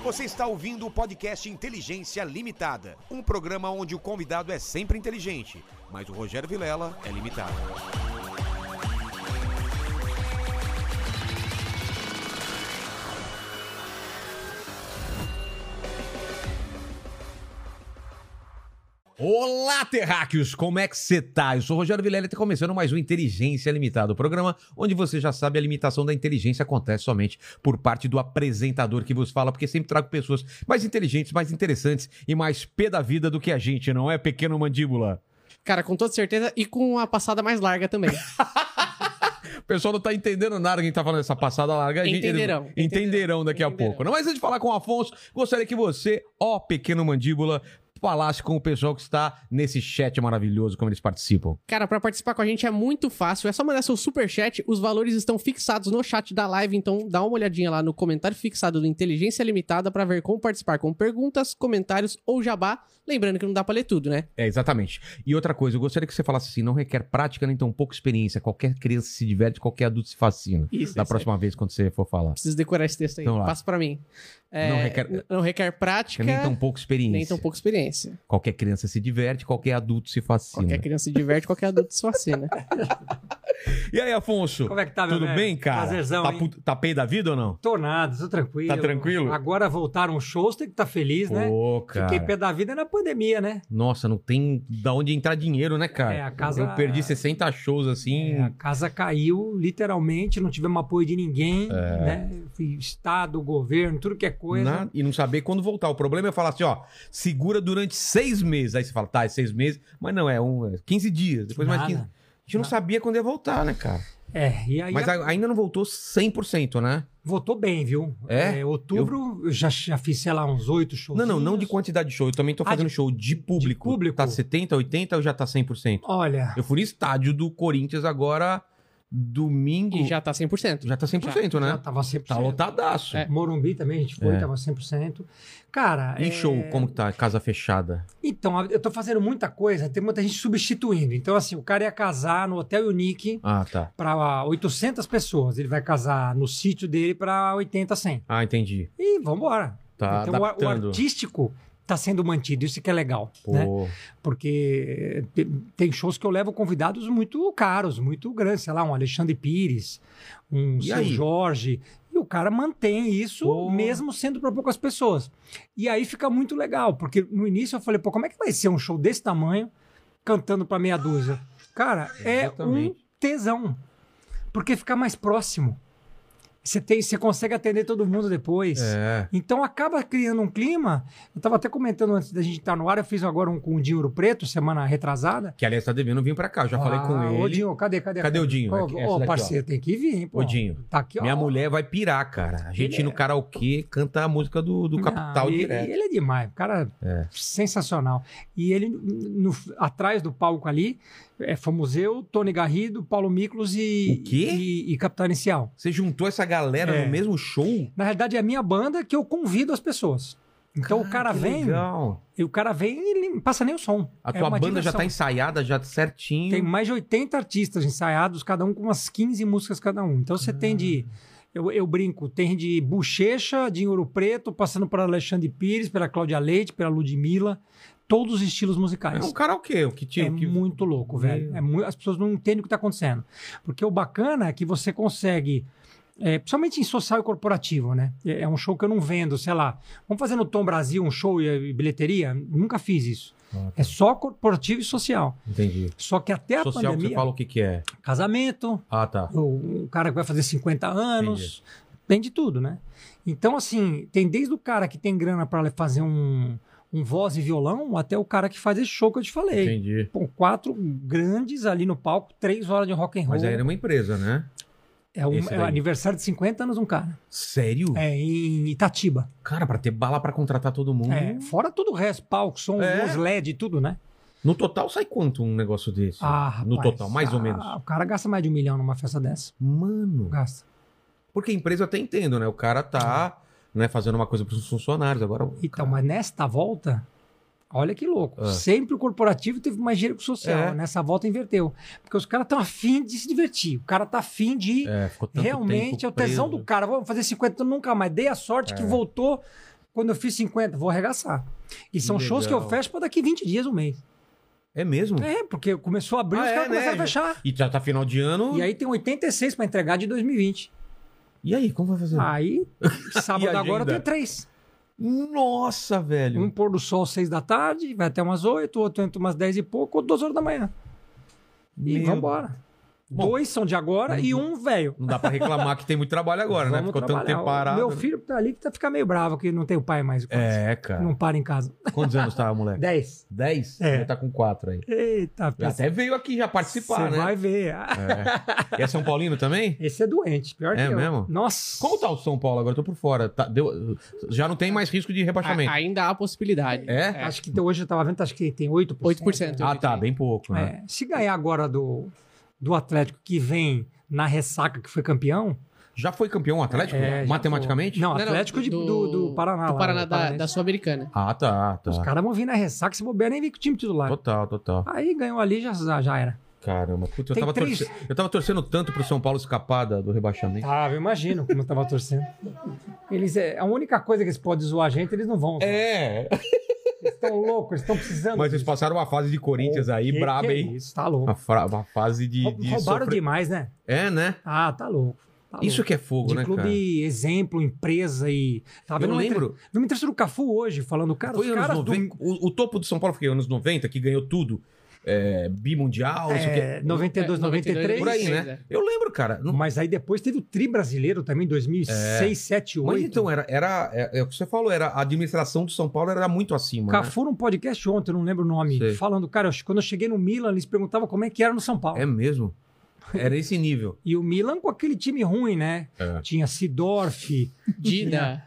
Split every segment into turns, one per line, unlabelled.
Você está ouvindo o podcast Inteligência Limitada, um programa onde o convidado é sempre inteligente, mas o Rogério Vilela é limitado.
Olá, terráqueos! Como é que você tá? Eu sou o Rogério Vilela e tá começando mais um Inteligência Limitada, o programa onde você já sabe a limitação da inteligência acontece somente por parte do apresentador que vos fala, porque sempre trago pessoas mais inteligentes, mais interessantes e mais pé da vida do que a gente, não é, pequeno mandíbula?
Cara, com toda certeza e com a passada mais larga também.
O pessoal não tá entendendo nada que a gente tá falando dessa passada larga. Entenderão daqui a pouco. Não, mas antes de falar com o Afonso, gostaria que você, pequeno mandíbula, falasse com o pessoal que está nesse chat maravilhoso, como eles participam.
Cara, pra participar com a gente é muito fácil, é só mandar seu superchat, os valores estão fixados no chat da live, então dá uma olhadinha lá no comentário fixado do Inteligência Limitada pra ver como participar com perguntas, comentários ou jabá, lembrando que não dá pra ler tudo, né?
É, exatamente. E outra coisa, eu gostaria que você falasse assim, não requer prática nem tão pouca experiência, qualquer criança se diverte, qualquer adulto se fascina.
Isso,
da próxima vez quando você for falar.
Preciso decorar esse texto aí,
Então,
passa pra mim. Não requer prática,
nem tão pouca experiência.
Nem tão pouca experiência.
Qualquer criança se diverte, qualquer adulto se fascina.
Qualquer criança se diverte, qualquer adulto se fascina.
E aí, Afonso?
Como é que tá, meu
Tudo
velho?
bem, cara?
Prazerzão,
tá pé da vida ou não?
Tô nada, tô tranquilo.
Tá tranquilo?
Agora voltaram os shows, tem que estar feliz, né?
Pô, cara.
Fiquei pé da vida na pandemia, né?
Nossa, não tem da onde entrar dinheiro, né, cara?
A casa...
Eu perdi 60 shows, assim...
A casa caiu, literalmente, não tivemos apoio de ninguém, né? Estado, governo, tudo que é coisa.
E não saber quando voltar. O problema é falar assim, segura durante 6 meses. Aí você fala, tá, é 6 meses, mas não, é 15 dias. Depois mais 15. A gente não sabia quando ia voltar, né, cara?
E aí...
Mas ainda não voltou 100%, né?
Voltou bem, viu? Outubro, eu já fiz, sei lá, uns 8 shows.
Não de quantidade de show. Eu também tô fazendo show de público.
De público?
Tá 70, 80 ou já tá 100%?
Olha...
Eu fui no estádio do Corinthians agora... Domingo...
E já tá 100%.
Já tá 100%, né?
Já tava 100%.
Tá lotadaço.
Morumbi também, a gente foi, tava 100%. Cara...
E show, como que tá? Casa fechada?
Então, eu tô fazendo muita coisa, tem muita gente substituindo. Então, assim, o cara ia casar no Hotel Unique pra 800 pessoas. Ele vai casar no sítio dele pra 80, 100.
Ah, entendi.
E vambora.
Tá
então, o artístico... tá sendo mantido, isso que é legal, né? Porque tem shows que eu levo convidados muito caros, muito grandes, sei lá, um Alexandre Pires, um Seu Jorge, e o cara mantém isso mesmo sendo para poucas pessoas. E aí fica muito legal, porque no início eu falei, como é que vai ser um show desse tamanho, cantando para meia dúzia? Cara, um tesão, porque fica mais próximo. Você consegue atender todo mundo depois. Então acaba criando um clima. Eu estava até comentando antes da gente estar no ar, eu fiz agora um com o Dinho Ouro Preto, semana retrasada.
Que aliás tá devendo vir pra cá, eu já falei com ele.
Ô Dinho, cadê
o Dinho?
Parceiro, tem que vir, pô.
Ô Dinho,
tá aqui,
minha mulher vai pirar, cara. A gente no karaokê canta a música do Capital direto.
Ele é demais, cara sensacional. E ele, atrás do palco ali, fomos eu, Tony Garrido, Paulo Miklos e Capital Inicial.
Você juntou essa galera no mesmo show?
Na realidade, é a minha banda que eu convido as pessoas. Então o cara vem.
Legal.
E o cara vem e ele não passa nem o som.
A tua banda já tá ensaiada, já certinho.
Tem mais de 80 artistas ensaiados, cada um com umas 15 músicas cada um. Então você tem de. Eu brinco, tem de Bochecha, de Ouro Preto, passando por Alexandre Pires, pela Cláudia Leite, pela Ludmilla. Todos os estilos musicais.
É um karaokê, o que tinha.
Muito louco, velho. As pessoas não entendem o que está acontecendo. Porque o bacana é que você consegue, principalmente em social e corporativo, né? É um show que eu não vendo, sei lá. Vamos fazer no Tom Brasil um show e bilheteria? Nunca fiz isso. É só corporativo e social.
Entendi.
Só que até a
social
pandemia...
Você fala o que é?
Casamento.
Tá.
O cara que vai fazer 50 anos. Tem de tudo, né? Então, assim, tem desde o cara que tem grana para fazer um voz e violão, até o cara que faz esse show que eu te falei.
Entendi.
4 grandes ali no palco, 3 horas de rock and roll.
Mas aí era uma empresa, né?
É o aniversário de 50 anos um cara.
Sério?
Em Itatiba.
Cara, pra ter bala pra contratar todo mundo.
Fora tudo o resto, palco, som, luz LED, tudo, né?
No total sai quanto um negócio desse?
Rapaz,
no total, mais ou menos.
O cara gasta mais de 1 milhão numa festa dessa.
Mano.
Gasta.
Porque a empresa eu até entendo, né? O cara tá... fazendo uma coisa para os funcionários. Agora,
então, mas nesta volta, olha que louco. Sempre o corporativo teve mais dinheiro que o social. Nessa volta inverteu. Porque os caras estão afim de se divertir. O cara tá afim de... realmente, é o tesão do cara. Vamos fazer 50 anos nunca mais. Dei a sorte que voltou Quando eu fiz 50, vou arregaçar. E são shows que eu fecho para daqui 20 dias, um mês.
É mesmo?
É, porque começou a abrir, os caras começaram a fechar.
E já tá final de ano.
E aí tem 86 para entregar de 2020.
E aí, como vai fazer?
Aí, sábado agora tem 3.
Nossa, velho.
Um pôr do sol 6 da tarde, vai até umas 8, outro entra umas 10 e pouco, outro 2 horas da manhã. E vambora.
Bom,
2 são de agora e um velho.
Não dá pra reclamar que tem muito trabalho agora, né? Ficou tanto tempo parado.
Meu filho tá ali que fica meio bravo que não tem o pai mais.
É, cara.
Não para em casa.
Quantos anos tá, moleque?
10.
10?
É.
Ele tá com 4 aí.
Eita,
Até veio aqui já participar, né?
Você vai ver.
E é São Paulino também?
Esse é doente, pior que eu.
É mesmo?
Nossa.
Como tá o São Paulo agora? Eu tô por fora. Já não tem mais risco de rebaixamento.
Ainda há possibilidade.
É?
Acho que hoje eu tava vendo, acho que tem 8%.
8%.
Ah, tá. Bem pouco, né?
Se ganhar agora do Atlético, que vem na ressaca que foi campeão.
Já foi campeão o Atlético? Matematicamente?
Não, Atlético do Paraná.
Do Paraná, da Sul-Americana.
Ah, tá.
Os caras vão vir na ressaca, se bobear, nem vem com o time titular.
Total.
Aí ganhou ali, já era.
Caramba. Putz,
Tem
eu tava torcendo tanto pro São Paulo escapar do rebaixamento.
Eu imagino como eu tava torcendo. A única coisa que eles podem zoar a gente, eles não vão.
É.
Eles estão loucos, eles estão precisando.
Mas eles passaram uma fase de Corinthians aí, braba, hein?
Isso, tá louco.
Uma fase de
Roubaram demais, né?
É, né?
Tá louco.
Isso que é fogo, né,
clube,
cara?
exemplo, empresa e...
Eu lembro.
Vi uma entrevista do Cafu hoje, falando, cara,
foi
os caras...
90, o topo do São Paulo foi anos 90, que ganhou tudo. Bimundial, isso que
92, 93.
Por aí, né? Eu lembro, cara.
Mas aí depois teve o Tri Brasileiro também, 2006, 7, 8.
Mas então, é o que você falou, a administração do São Paulo era muito acima.
Cafu num podcast ontem, eu não lembro o nome, falando, cara, quando eu cheguei no Milan, eles perguntavam como é que era no São Paulo.
É mesmo? Era esse nível.
E o Milan com aquele time ruim, né? Tinha Sidorf,
Dida,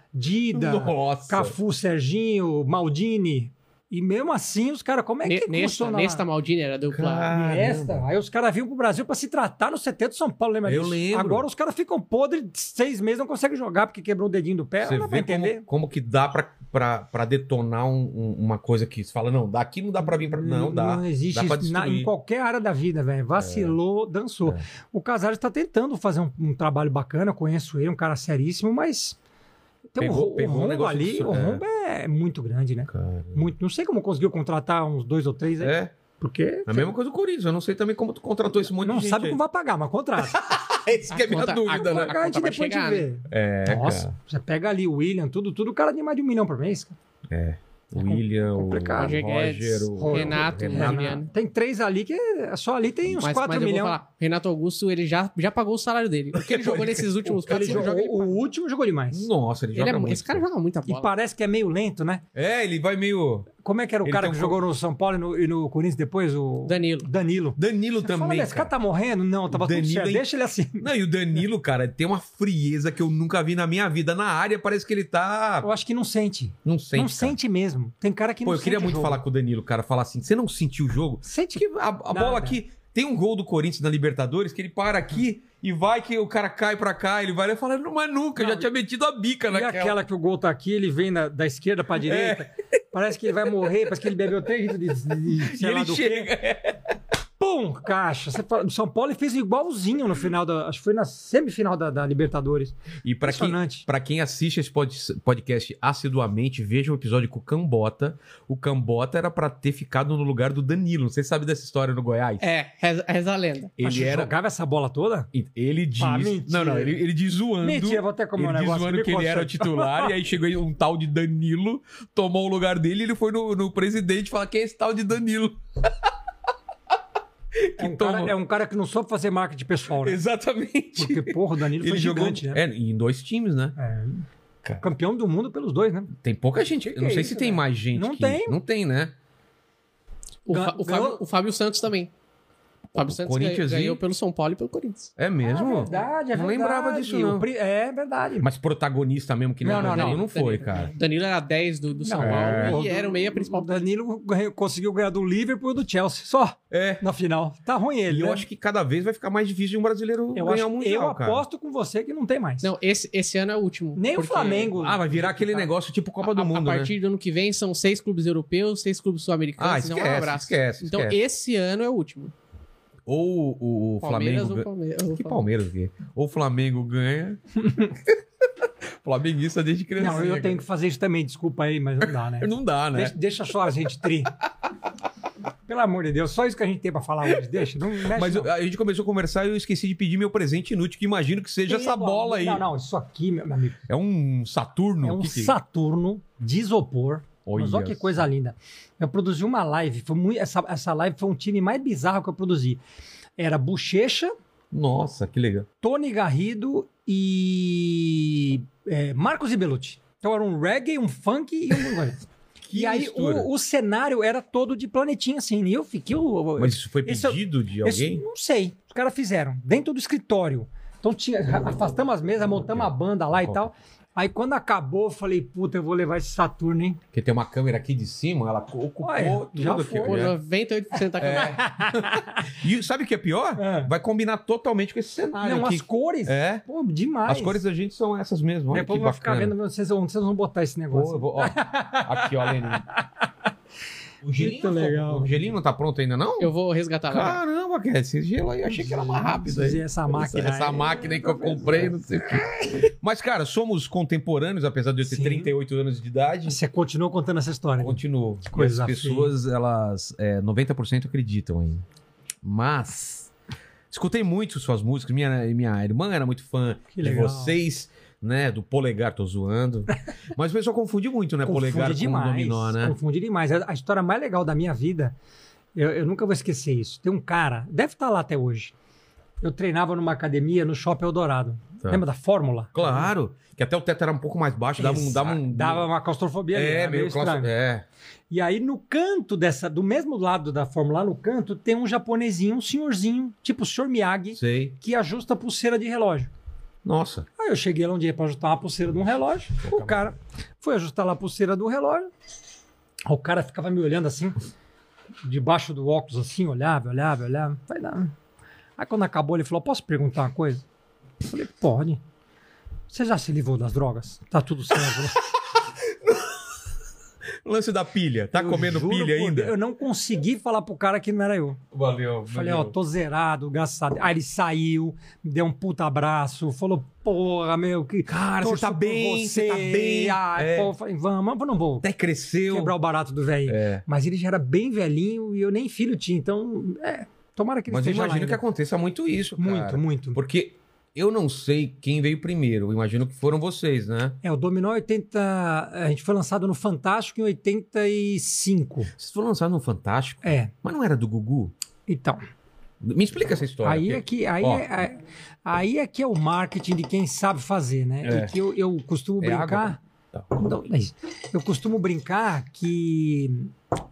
Nossa.
Cafu, Serginho, Maldini. E mesmo assim, os caras, como é que funciona?
Nesta Maldini era dupla.
Nesta. Aí os caras vinham pro Brasil pra se tratar no CT do São Paulo, lembra disso?
Eu lembro.
Agora os caras ficam podres, 6 meses não conseguem jogar porque quebrou o dedinho do pé.
Você
não dá pra
vê
entender.
como que dá pra detonar uma coisa que você fala, não, daqui não dá pra vir pra... Não, dá.
Não existe
dá pra
isso
destruir.
em qualquer área da vida, velho. Vacilou, dançou. O Casares tá tentando fazer um trabalho bacana, eu conheço ele, um cara seríssimo, mas... Tem
pegou
o rombo ali,
disso,
o rombo é muito grande, né?
Cara.
Muito. Não sei como conseguiu contratar uns 2 ou 3 aí. Porque...
É a mesma coisa do Corinthians. Eu não sei também como tu contratou esse monte de gente.
Não sabe como vai pagar, mas contrata.
Esse que é a minha dúvida, né?
A gente depois de ver. Nossa,
cara.
você pega ali o William, tudo, o cara tem mais de 1 milhão por mês, cara.
O William,
complicado.
o Roger, o
Renato, Juliano.
Tem 3 ali que só ali tem uns 4 milhões.
Renato Augusto, ele já pagou o salário dele. O que ele jogou nesses últimos 4
anos? O último jogou demais.
Nossa, ele joga muito.
Esse cara joga muita bola.
E parece que é meio lento, né?
Ele vai meio...
Como é que era o cara que jogou no São Paulo e no Corinthians depois? O
Danilo.
Danilo também,
fala, esse cara tá morrendo? Não, tava tudo certo. Deixa ele assim.
Não, e o Danilo, cara, tem uma frieza que eu nunca vi na minha vida. Na área parece que ele tá...
Eu acho que não sente.
Não sente,
Não sente mesmo. Tem cara que não sente.
Eu queria muito falar com o Danilo, cara. Falar assim, você não sentiu o jogo?
Sente.
Que a bola aqui... Tem um gol do Corinthians na Libertadores que ele para aqui e vai que o cara cai pra cá, ele vai lá e fala, não, mas nunca, já tinha metido a bica naquela.
E aquela que o gol tá aqui, ele vem da esquerda pra direita, parece que ele vai morrer, parece que ele bebeu 3 litros de sei
e
lá
ele
do
chega.
Pum, caixa. O São Paulo fez igualzinho no final acho que foi na semifinal da Libertadores.
E pra quem assiste esse podcast assiduamente, veja um episódio com o Cambota. O Cambota era pra ter ficado no lugar do Danilo. Você sabe dessa história no Goiás?
Reza a lenda.
Ele jogava essa bola toda?
Ele diz... ele diz zoando.
Mentira, vou até comer um negócio.
Ele diz zoando que ele era o titular e aí chegou um tal de Danilo, tomou o lugar dele e ele foi no presidente falar que é esse tal de Danilo.
É um cara que não soube fazer marketing pessoal, né?
Exatamente.
Porque, porra, o Danilo foi gigante, né?
Em 2 times, né?
Campeão do mundo pelos 2, né?
Tem pouca gente. Eu não sei se tem mais gente. Não tem, né?
O Fábio Santos também. O Fábio Santos ganhou pelo São Paulo e pelo Corinthians.
É mesmo?
É verdade.
Não lembrava disso, não.
É verdade.
Mas protagonista mesmo, que não foi, cara.
Danilo era 10 do São Paulo e era o meia principal.
O Danilo conseguiu ganhar do Liverpool e do Chelsea, só. Na final. Tá ruim ele,
E eu acho que cada vez vai ficar mais difícil de um brasileiro ganhar o Mundial, cara.
Eu aposto com você que não tem mais.
Não, esse ano é o último.
Nem o Flamengo.
Vai virar aquele negócio tipo Copa do Mundo,
A partir do ano que vem são 6 clubes europeus, 6 clubes sul-americanos.
Esquece.
Então esse ano é o último.
Ou o Flamengo...
Palmeiras.
Que Palmeiras? Ou o Flamengo ganha... Flamenguista desde criança.
Não, eu tenho que fazer isso também, desculpa aí, mas não dá, né?
Não dá, né?
Deixa só a gente tri. Pelo amor de Deus, só isso que a gente tem pra falar hoje. Deixa, não mexe.
Mas
não.
a gente começou a conversar e eu esqueci de pedir meu presente inútil, que imagino que seja essa bola aí.
Não, isso aqui, meu amigo.
É um Saturno?
É um Saturno de isopor. Mas olha que coisa linda. Eu produzi uma live. Essa live foi um time mais bizarro que eu produzi. Era Bochecha.
Nossa, que legal.
Tony Garrido e Marcos e Belucci. Então era um reggae, um funk e um... E aí o cenário era todo de planetinha assim. E eu fiquei...
Mas isso foi pedido de alguém?
Não sei. Os caras fizeram. Dentro do escritório. Então afastamos as mesas, montamos a banda lá e tal. Aí quando acabou, eu falei, puta, eu vou levar esse Saturno, hein?
Porque tem uma câmera aqui de cima, ela ocupou
já
tudo aqui.
Por 98% da câmera.
E sabe o que é pior? Vai combinar totalmente com esse cenário.
Não,
aqui.
as cores. Pô, demais.
As cores da gente são essas mesmas. Olha
depois
que
eu vou ficar vendo onde vocês vão botar esse negócio.
Pô, aqui, ó, Lenin. O gelinho não tá pronto ainda, não?
Eu vou resgatar lá.
Caramba, cara, esse gelo aí, eu achei que era mais rápido.
Essa máquina.
Essa máquina aí que eu comprei, não sei o quê. Mas, cara, somos contemporâneos, apesar de eu ter 38 anos de idade.
Você continua contando essa história.
Continuo.
Coisa
as pessoas, elas, 90% acreditam ainda. Mas, escutei muito suas músicas. Minha irmã era muito fã de vocês. Né, do Polegar, tô zoando. Mas o pessoal confunde muito, né? Polegar
demais,
com Dominó, né?
Confunde demais. A história mais legal da minha vida, eu nunca vou esquecer isso. Tem um cara, deve estar lá até hoje. Eu treinava numa academia no Shopping Eldorado. Tá. Lembra da Fórmula?
Claro, que até o teto era um pouco mais baixo, dava
uma claustrofobia ali.
Meio estranho.
E aí no canto do mesmo lado da Fórmula, lá no canto, tem um japonesinho, um senhorzinho, tipo o Sr. Miyagi, que ajusta a pulseira de relógio.
Nossa.
Aí eu cheguei lá um dia para ajustar uma pulseira de um relógio. O cara foi ajustar lá a pulseira do relógio. O cara ficava me olhando assim, debaixo do óculos assim, olhava. Falei, não. Aí quando acabou ele falou, posso perguntar uma coisa? Eu falei, pode. Você já se livrou das drogas? Tá tudo certo.
Lance da pilha. Tá comendo pilha ainda?
Eu não consegui falar pro cara que não era eu.
Valeu.
Falei, tô zerado, graças a Deus. Aí ele saiu, me deu um puta abraço, falou, porra, meu, que...
Cara, você tá bem, você tá bem.
Pô, falei, vamos, não vou.
Até cresceu.
Quebrar o barato do velho. Mas ele já era bem velhinho e eu nem filho tinha, então, tomara que ele esteja lá.
Mas imagino que aconteça muito isso, cara.
Muito.
Porque... Eu não sei quem veio primeiro. Eu imagino que foram vocês, né?
O Dominó 80... A gente foi lançado no Fantástico em 85.
Vocês foram lançados no Fantástico? Mas não era do Gugu?
Então...
Me explica essa história.
Aí é que é o marketing de quem sabe fazer, né? E que eu costumo brincar... Não, eu costumo brincar que...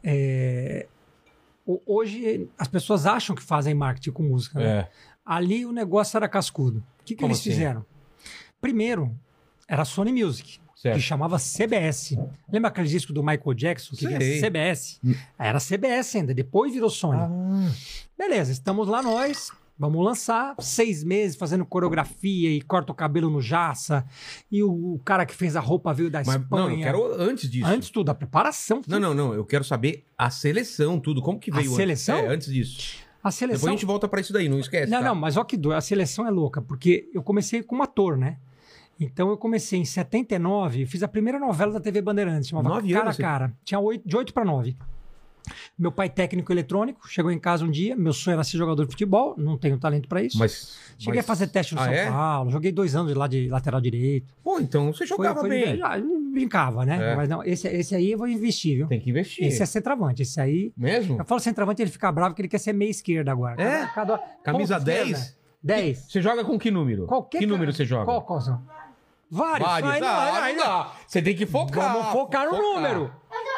Hoje as pessoas acham que fazem marketing com música, né? Ali o negócio era cascudo. O que eles fizeram? Primeiro, era a Sony Music, que chamava CBS. Lembra aquele disco do Michael Jackson? Que era CBS? Era CBS ainda, depois virou Sony. Beleza, estamos lá nós, vamos lançar. 6 meses fazendo coreografia e corta o cabelo no Jaça. E o cara que fez a roupa veio da Espanha.
Não, eu quero antes disso.
Antes tudo, a preparação.
Não, eu quero saber a seleção, tudo. Como que veio
a seleção?
Antes disso.
A seleção...
Depois a gente volta pra isso daí, não esquece.
Não, mas ó que doido, a seleção é louca, porque eu comecei como ator, né? Então eu comecei em 79, fiz a primeira novela da TV Bandeirantes, chamava Cara a Cara. Tinha de 8 para 9. Meu pai técnico eletrônico, chegou em casa um dia, meu sonho era ser jogador de futebol, não tenho talento para isso. Cheguei a fazer teste no São Paulo, joguei 2 anos lá de lateral direito.
Pô, então você jogava bem.
Brincava, né? Mas não, esse aí eu vou investir, viu?
Tem que investir.
Esse é centroavante, esse aí...
Mesmo?
Eu falo centroavante, ele fica bravo que ele quer ser meia esquerda agora.
Camisa 10?
10.
Você joga com que número? Que número você joga?
Qual são? Vários.
Você tem que focar.
Vamos focar no número.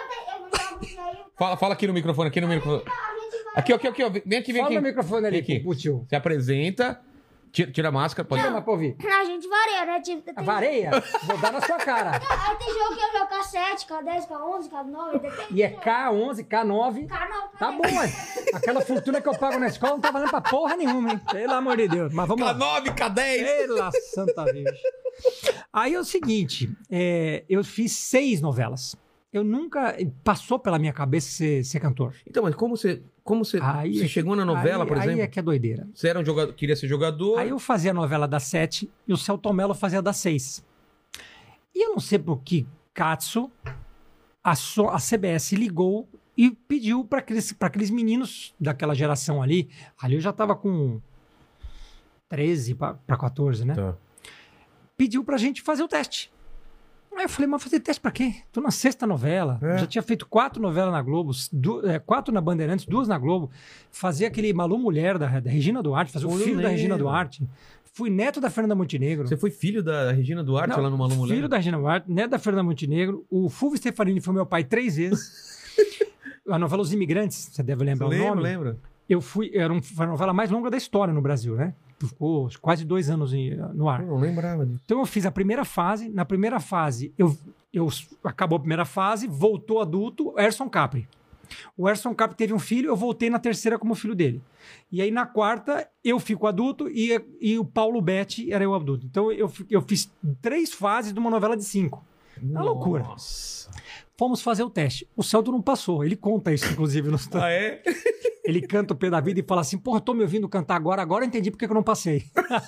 Fala aqui no microfone, Aqui, ó. Vem aqui.
Fala no microfone ali,
aqui. Você apresenta, tira a máscara, pode...
Não, mas pra ouvir.
A gente vareia, né?
Vareia? Vou dar na sua cara.
Aí tem jogo que eu jogo K7, K10, K11, K9, depende.
E é K11, K9.
K9,
tá bom, mano. Aquela fortuna que eu pago na escola não tá valendo pra porra nenhuma, hein? Pelo amor de Deus. Mas vamos lá.
K9, K10.
Pela Santa Virgem. Aí é o seguinte, eu fiz 6 novelas. Eu nunca... Passou pela minha cabeça ser cantor.
Então, mas como você você chegou na novela, por exemplo?
Aí é que é doideira.
Você era um jogador, queria ser jogador...
Aí eu fazia a novela das 7 e o Celton Mello fazia das 6. E eu não sei por que Katsu, a CBS ligou e pediu para aqueles meninos daquela geração ali. Ali eu já estava com 13 para 14, né?
Tá.
Pediu pra gente fazer o teste. Aí eu falei, mas fazer teste pra quê? Tô na 6ª novela. Já tinha feito 4 novelas na Globo, 4 na Bandeirantes, 2 na Globo. Fazia aquele Malu Mulher da Regina Duarte, fazia o filho da Regina Duarte. Fui neto da Fernanda Montenegro.
Você foi filho da Regina Duarte lá no Malu Mulher?
Filho da Regina Duarte, neto da Fernanda Montenegro. O Fulvio Stefanini foi meu pai 3 vezes. A novela Os Imigrantes, você deve lembrar o nome.
Lembro.
Era a novela mais longa da história no Brasil, né? Ficou quase 2 anos no ar.
Eu não lembrava disso.
Então eu fiz a primeira fase. Na primeira fase, acabou a primeira fase, voltou adulto, Erson Capri. O Erson Capri teve um filho, eu voltei na 3ª como filho dele. E aí na 4ª, eu fico adulto e o Paulo Betti era eu adulto. Então eu fiz 3 fases de uma novela de 5. Uma loucura.
Nossa.
Fomos fazer o teste. O Celto não passou. Ele conta isso, inclusive, no
Ah, é?
Ele canta o Pé da Vida e fala assim, porra, tô me ouvindo cantar agora eu entendi porque que eu não passei.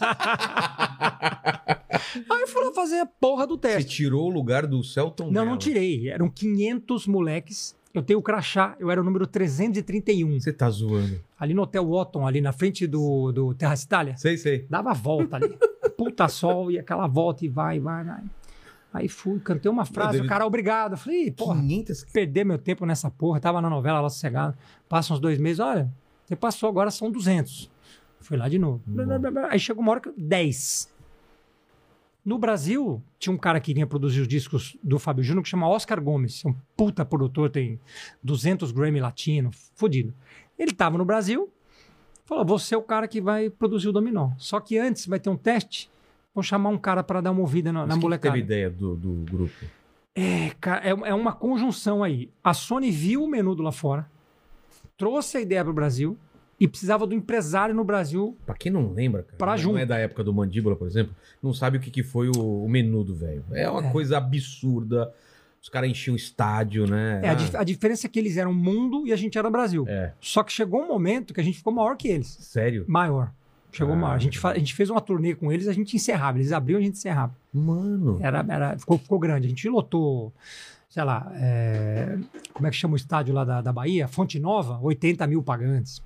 Aí eu fui lá fazer a porra do teste.
Você tirou o lugar do Celton Mello?
Não tirei. Eram 500 moleques. Eu tenho o crachá, eu era o número 331.
Você tá zoando.
Ali no Hotel Otton, ali na frente do Terrace Itália.
Sei.
Dava a volta ali. Puta sol, e aquela volta e vai. Aí fui, cantei uma frase, o cara, obrigado. Eu falei, porra,
500...
perder meu tempo nessa porra. Tava na novela lá sossegado. Passa uns 2 meses, olha, você passou, agora são 200. Fui lá de novo. Aí chegou uma hora que 10. No Brasil, tinha um cara que vinha produzir os discos do Fábio Júnior que chama Oscar Gomes. É um puta produtor, tem 200 Grammy latino, fodido. Ele tava no Brasil, falou, você é o cara que vai produzir o Dominó. Só que antes vai ter um teste, vou chamar um cara para dar uma ouvida na molecada.
Teve ideia do grupo?
É uma conjunção aí. A Sony viu o Menudo lá fora, trouxe a ideia pro Brasil e precisava do empresário no Brasil.
Pra quem não lembra, cara,
pra
não é da época do Mandíbula, por exemplo, não sabe o que foi o Menudo, velho. É uma coisa absurda. Os caras enchiam o estádio, né?
A diferença é que eles eram mundo e a gente era Brasil. Só que chegou um momento que a gente ficou maior que eles.
Sério?
Maior. Chegou maior. A gente fez uma turnê com eles, a gente encerrava. Eles abriam, a gente encerrava.
Mano.
Ficou grande. A gente lotou, sei lá, como é que chama o estádio lá da Bahia? Fonte Nova, 80 mil pagantes.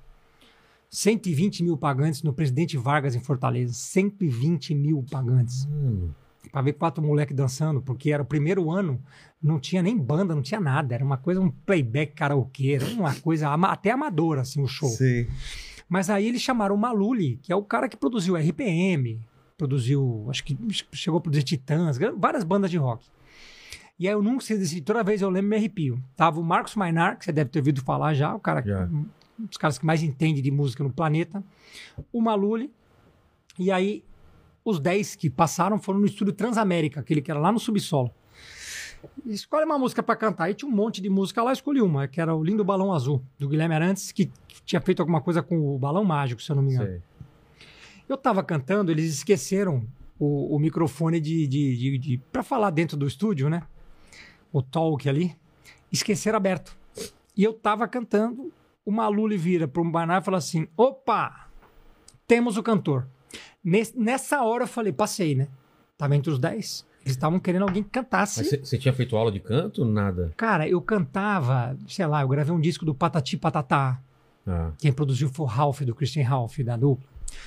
120 mil pagantes no Presidente Vargas em Fortaleza. 120 mil pagantes. Pra ver 4 moleques dançando, porque era o primeiro ano, não tinha nem banda, não tinha nada. Era uma coisa, um playback karaokê, era uma coisa até amadora, assim, o show.
Sim.
Mas aí eles chamaram o Maluli, que é o cara que produziu RPM, produziu, acho que chegou a produzir Titãs, várias bandas de rock. E aí eu nunca sei decidir, toda vez eu lembro e me arrepio. Tava o Marcos Mainar, que você deve ter ouvido falar já, o cara, um dos caras que mais entende de música no planeta, o Maluli, e aí os 10 que passaram foram no estúdio Transamérica, aquele que era lá no subsolo. Escolhe uma música pra cantar. Aí tinha um monte de música lá, escolhi uma, que era o Lindo Balão Azul, do Guilherme Arantes, que tinha feito alguma coisa com o Balão Mágico, se eu não me engano. Sei. Eu tava cantando, eles esqueceram o microfone pra falar dentro do estúdio, né? O talk ali. Esqueceram aberto. E eu tava cantando, o Maluli vira pro Bainar e fala assim, opa, temos o cantor. Nessa hora eu falei, passei, né? Tava entre os 10. Eles estavam querendo alguém que cantasse.
Mas você tinha feito aula de canto? Nada?
Cara, eu cantava, sei lá, eu gravei um disco do Patati Patatá. Quem produziu foi o Ralph, do Christian Ralph, da dupla.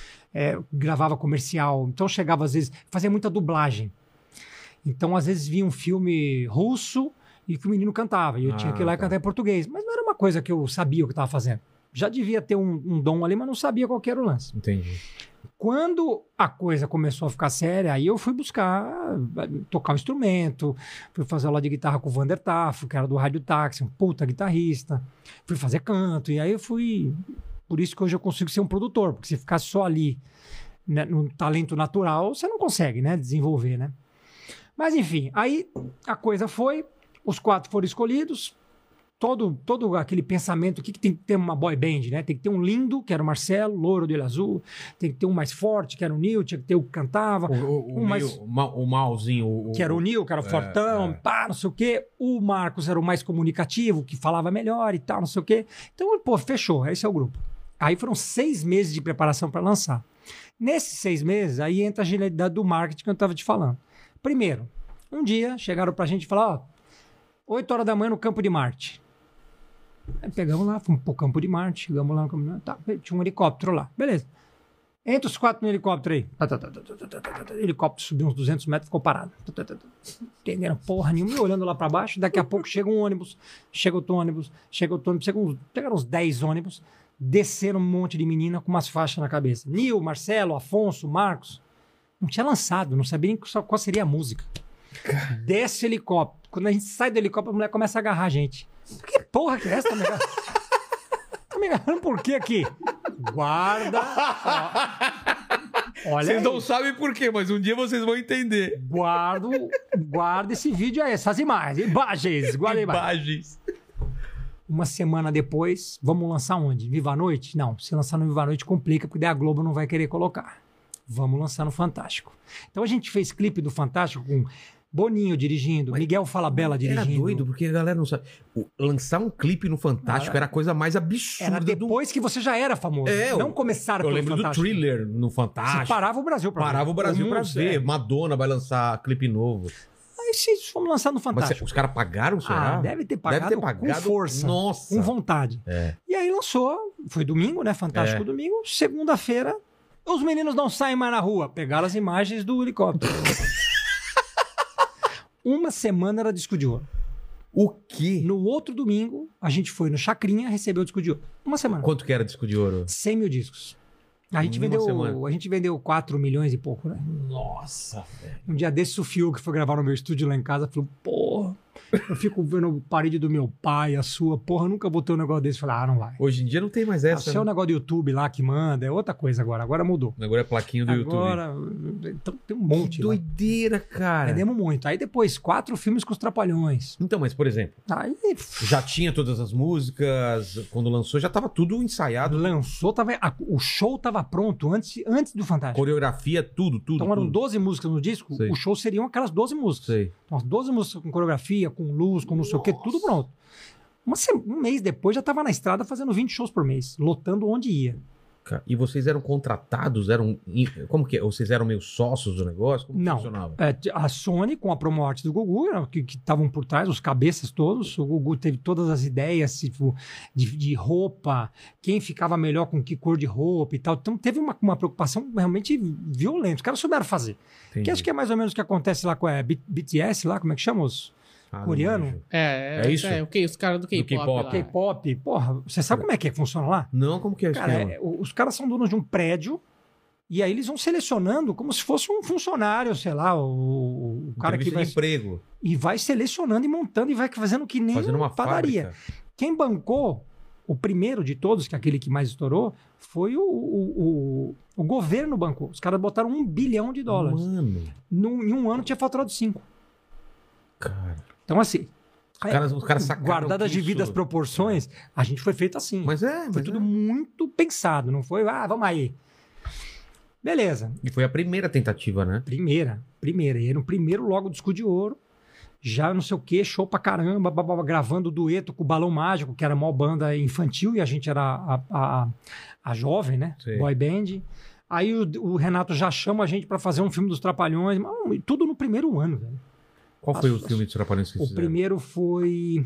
Gravava comercial. Então chegava às vezes, fazia muita dublagem. Então às vezes via um filme russo e que o menino cantava. E eu tinha que ir lá e cantar em português. Mas não era uma coisa que eu sabia o que eu estava fazendo. Já devia ter um dom ali, mas não sabia qual que era o lance.
Entendi.
Quando a coisa começou a ficar séria, aí eu fui tocar um instrumento, fui fazer aula de guitarra com o Vander Tafo, que era do Rádio Táxi, um puta guitarrista, fui fazer canto, e aí eu fui... Por isso que hoje eu consigo ser um produtor, porque se ficar só ali, né, no talento natural, você não consegue, né, desenvolver, né? Mas enfim, aí a coisa foi, os 4 foram escolhidos, todo aquele pensamento, que tem que ter uma boy band, né? Tem que ter um lindo, que era o Marcelo, louro de olho azul. Tem que ter um mais forte, que era o Nil. Tinha que ter o que cantava.
O malzinho.
Que era o Nil, que era o fortão, pá, não sei o quê. O Marcos era o mais comunicativo, que falava melhor e tal, não sei o quê. Então, pô, fechou. Esse é o grupo. Aí foram 6 meses de preparação para lançar. Nesses 6 meses, aí entra a genialidade do marketing que eu estava te falando. Primeiro, Um dia, chegaram pra gente e falaram, 8 horas da manhã no Campo de Marte. Aí pegamos lá, fomos pro Campo de Marte, chegamos lá no Campo de Marte, tá, tinha um helicóptero lá, beleza. Entra os 4 no helicóptero aí. O helicóptero subiu uns 200 metros e ficou parado. Entenderam porra nenhuma, olhando lá pra baixo. Daqui a pouco chega um ônibus, chega outro ônibus, pegaram uns 10 ônibus, desceram um monte de menina com umas faixas na cabeça. Nil, Marcelo, Afonso, Marcos. Não tinha lançado, não sabia nem qual seria a música. Desce o helicóptero. Quando a gente sai do helicóptero, a mulher começa a agarrar a gente. Que porra que é essa? Tá me agarrando por quê aqui? Guarda. Ó. Olha,
vocês não sabem por quê, mas um dia vocês vão entender.
Guarda esse vídeo aí, essas imagens. Guarda imagens. Uma semana depois, vamos lançar onde? Viva a Noite? Não, se lançar no Viva a Noite complica, porque daí a Globo não vai querer colocar. Vamos lançar no Fantástico. Então a gente fez clipe do Fantástico com Boninho dirigindo, mas Miguel Falabella dirigindo.
Era doido, porque a galera não sabe. Lançar um clipe no Fantástico era a coisa mais absurda.
Era depois que você já era famoso. Não começaram pelo Fantástico.
Eu lembro do Thriller no Fantástico.
Você parava o Brasil pra ver.
Parava o Brasil pra ver. Madonna vai lançar clipe novo.
Aí vocês fomos lançar no Fantástico.
Mas os caras pagaram, será?
Deve ter pagado com força.
Nossa.
Com vontade. E aí lançou, foi domingo, né? Fantástico domingo. Segunda-feira, os meninos não saem mais na rua. Pegaram as imagens do helicóptero. Uma semana era disco de ouro.
O quê?
No outro domingo, a gente foi no Chacrinha, recebeu o disco de ouro. Uma semana.
Quanto que era disco de ouro?
100 mil discos. A gente vendeu 4 milhões e pouco, né?
Nossa, velho.
Um dia desse, o Fiuk foi gravar no meu estúdio lá em casa, falou, porra, eu fico vendo a parede do meu pai, a sua, porra, eu nunca botei um negócio desse. Falei, não vai.
Hoje em dia não tem mais essa,
né? É o negócio do YouTube lá que manda, é outra coisa agora mudou.
Agora é plaquinho do YouTube.
Agora, então tem um monte.
Que doideira, cara.
Vendemos muito. Aí depois, 4 filmes com os Trapalhões.
Então, mas por exemplo,
aí
já tinha todas as músicas, quando lançou já tava tudo ensaiado.
Lançou, o show tava pronto antes do Fantástico.
Coreografia, tudo.
Então eram 12 músicas no disco, o show seriam aquelas 12 músicas.
Sei.
Então, as 12 músicas com coreografia, com luz, com não sei o que, tudo pronto. Um mês depois já tava na estrada fazendo 20 shows por mês, lotando onde ia.
E vocês eram contratados? Como que é? Vocês eram meio sócios do negócio? Como
não,
funcionava?
A Sony com a Promo Arts do Gugu, que estavam por trás, os cabeças todos. O Gugu teve todas as ideias tipo, de roupa, quem ficava melhor com que cor de roupa e tal. Então teve uma preocupação realmente violenta. Os caras souberam fazer. Entendi. Que acho que é mais ou menos o que acontece lá com a BTS, lá, como é que chama os... coreano?
É isso?
Os caras do K-pop.
K-pop. Porra, você sabe como é que funciona lá?
Não, como que é isso?
Cara, os caras são donos de um prédio e aí eles vão selecionando como se fosse um funcionário, sei lá, o cara que vai...
emprego.
E vai selecionando e montando e vai fazendo que nem
uma
padaria.
Fábrica.
Quem bancou, o primeiro de todos, que é aquele que mais estourou, foi o governo bancou. Os caras botaram $1 bilhão.
Mano.
Em um ano tinha faturado 5.
Cara...
Então, assim,
os caras sacaram
guardadas as devidas proporções, a gente foi feito assim. Foi tudo muito pensado, não foi, vamos aí. Beleza.
E foi a primeira tentativa, né?
Primeira. E no primeiro logo disco de ouro, já não sei o que, show pra caramba, gravando dueto com o Balão Mágico, que era a maior banda infantil, e a gente era a jovem, né? Sim. Boy band. Aí o Renato já chama a gente pra fazer um filme dos Trapalhões, tudo no primeiro ano, velho.
Qual foi o filme dos Trapalhões que vocês fizeram?
O primeiro foi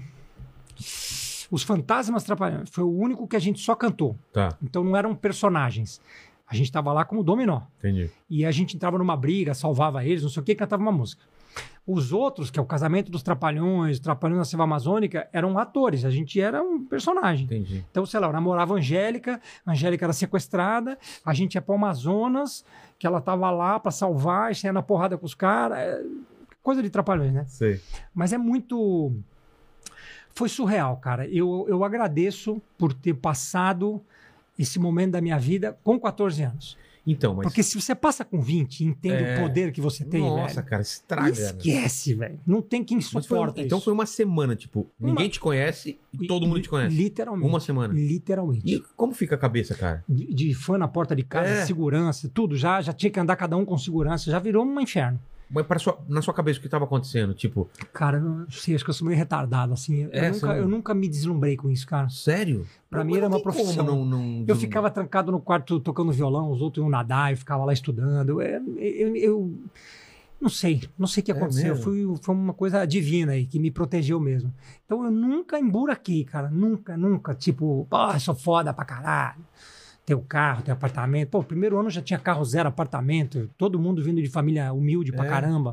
Os Fantasmas Trapalhões. Foi o único que a gente só cantou.
Tá.
Então não eram personagens. A gente tava lá como dominó.
Entendi.
E a gente entrava numa briga, salvava eles, não sei o que, cantava uma música. Os outros, que é o Casamento dos Trapalhões, Trapalhões na Selva Amazônica, eram atores. A gente era um personagem.
Entendi.
Então, sei lá, eu namorava a Angélica era sequestrada, a gente ia pro Amazonas, que ela tava lá pra salvar, e saia na porrada com os caras... Coisa de Trapalhões, né?
Sei.
Mas é muito... Foi surreal, cara. Eu agradeço por ter passado esse momento da minha vida com 14 anos.
Então, mas...
Porque se você passa com 20 e entende o poder que você tem,
Nossa,
velho...
cara, estraga.
Esquece, velho. Não tem quem suporta isso.
Então foi uma semana, tipo, ninguém te conhece e todo mundo te conhece.
Literalmente.
Uma semana.
Literalmente.
E como fica a cabeça, cara?
De fã na porta de casa, segurança, tudo. Já tinha que andar cada um com segurança. Já virou um inferno.
Mas na sua cabeça, o que estava acontecendo? Tipo...
Cara, eu não sei, acho que eu sou meio retardado, assim. Eu nunca me deslumbrei com isso, cara.
Sério?
Pra mim era uma profissão. Eu ficava trancado no quarto tocando violão, os outros iam nadar, eu ficava lá estudando. Não sei o que aconteceu. Foi uma coisa divina aí, que me protegeu mesmo. Então eu nunca emburaquei, cara. Nunca. Tipo, sou foda pra caralho. Tenho carro, tenho apartamento. Pô, primeiro ano já tinha carro zero, apartamento. Todo mundo vindo de família humilde pra caramba.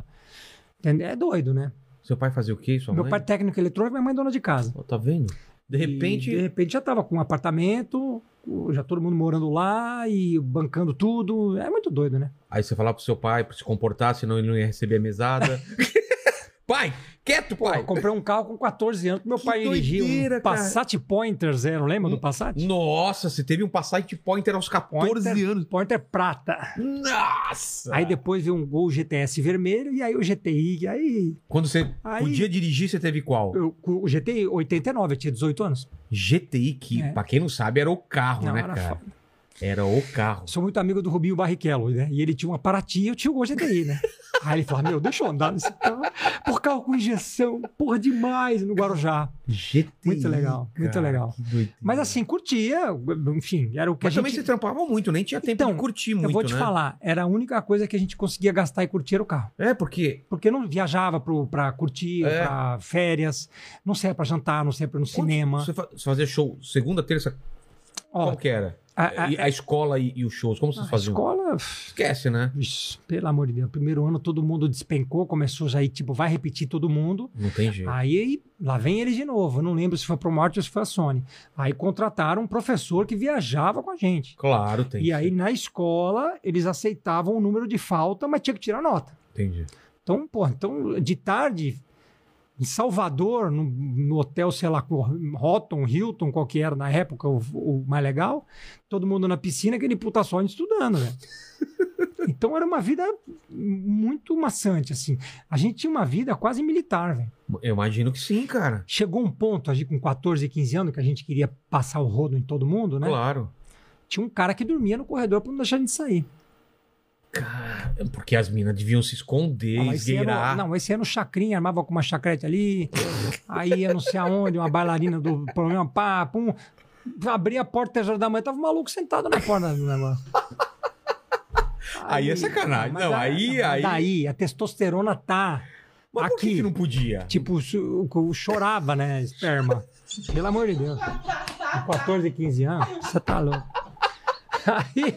É doido, né?
Seu pai fazia o quê, sua mãe?
Meu pai técnico eletrônico, minha mãe dona de casa.
Tá vendo? De repente
já tava com um apartamento, já todo mundo morando lá e bancando tudo. É muito doido, né?
Aí você falava pro seu pai pra se comportar, senão ele não ia receber a mesada. Pai, quieto, pai!
Eu comprei um carro com 14 anos que meu pai dirigia um Passat Pointer Zero, lembra do Passat?
Nossa, você teve um Passat Pointer aos 14 anos.
Pointer prata.
Nossa!
Aí depois veio um Gol GTS vermelho e aí o GTI, aí...
Quando você podia dirigir, você teve qual?
O GTI 89, eu tinha 18 anos.
GTI, que pra quem não sabe, era o carro, né, cara? Foda. Era o carro.
Sou muito amigo do Rubinho Barrichello, né? E ele tinha uma Paraty e eu tinha o Gol GTI, né? Aí ele falava, deixa eu andar nesse carro. Por carro com injeção, porra, demais, no Guarujá.
GTI,
muito legal, cara, muito legal. Mas assim, curtia, enfim, era o que
Mas também você trampava muito, nem tinha tempo de curtir muito,
eu vou te falar, era a única coisa que a gente conseguia gastar e curtir era o carro.
Por quê?
Porque não viajava pra curtir, pra férias, não saía pra jantar, não saía pra ir no cinema.
Você fazia show segunda, terça, qual que era? A escola e os shows, como vocês faziam?
A escola...
Esquece, né?
Pelo amor de Deus. Primeiro ano todo mundo despencou, começou já aí, tipo, vai repetir todo mundo.
Não tem jeito.
Aí, lá vem eles de novo. Eu não lembro se foi pro Morte ou se foi a Sony. Aí contrataram um professor que viajava com a gente.
Claro, tem.
E aí, na escola, eles aceitavam o número de falta, mas tinha que tirar nota.
Entendi.
Então, de tarde... Em Salvador, no hotel, sei lá, Houghton, Hilton, qual que era na época o mais legal, todo mundo na piscina, aquele puta sonho estudando, velho. Então era uma vida muito maçante, assim. A gente tinha uma vida quase militar, velho.
Eu imagino que sim, cara.
Chegou um ponto, a gente, com 14, 15 anos, que a gente queria passar o rodo em todo mundo, né?
Claro.
Tinha um cara que dormia no corredor pra não deixar a gente sair.
Cara, porque as minas deviam se esconder, esgueirar.
Esse ano o Chacrinha armava com uma chacrete ali, aí ia não sei aonde, uma bailarina do programa, pum, abria a porta 3 horas da manhã, tava um maluco sentado na porta do negócio.
Aí é sacanagem. Não, aí...
Daí, a testosterona tá
mas
aqui.
Por que não podia?
Tipo, chorava, né, esperma. Pelo amor de Deus. Com 14, 15 anos, você tá louco. Aí...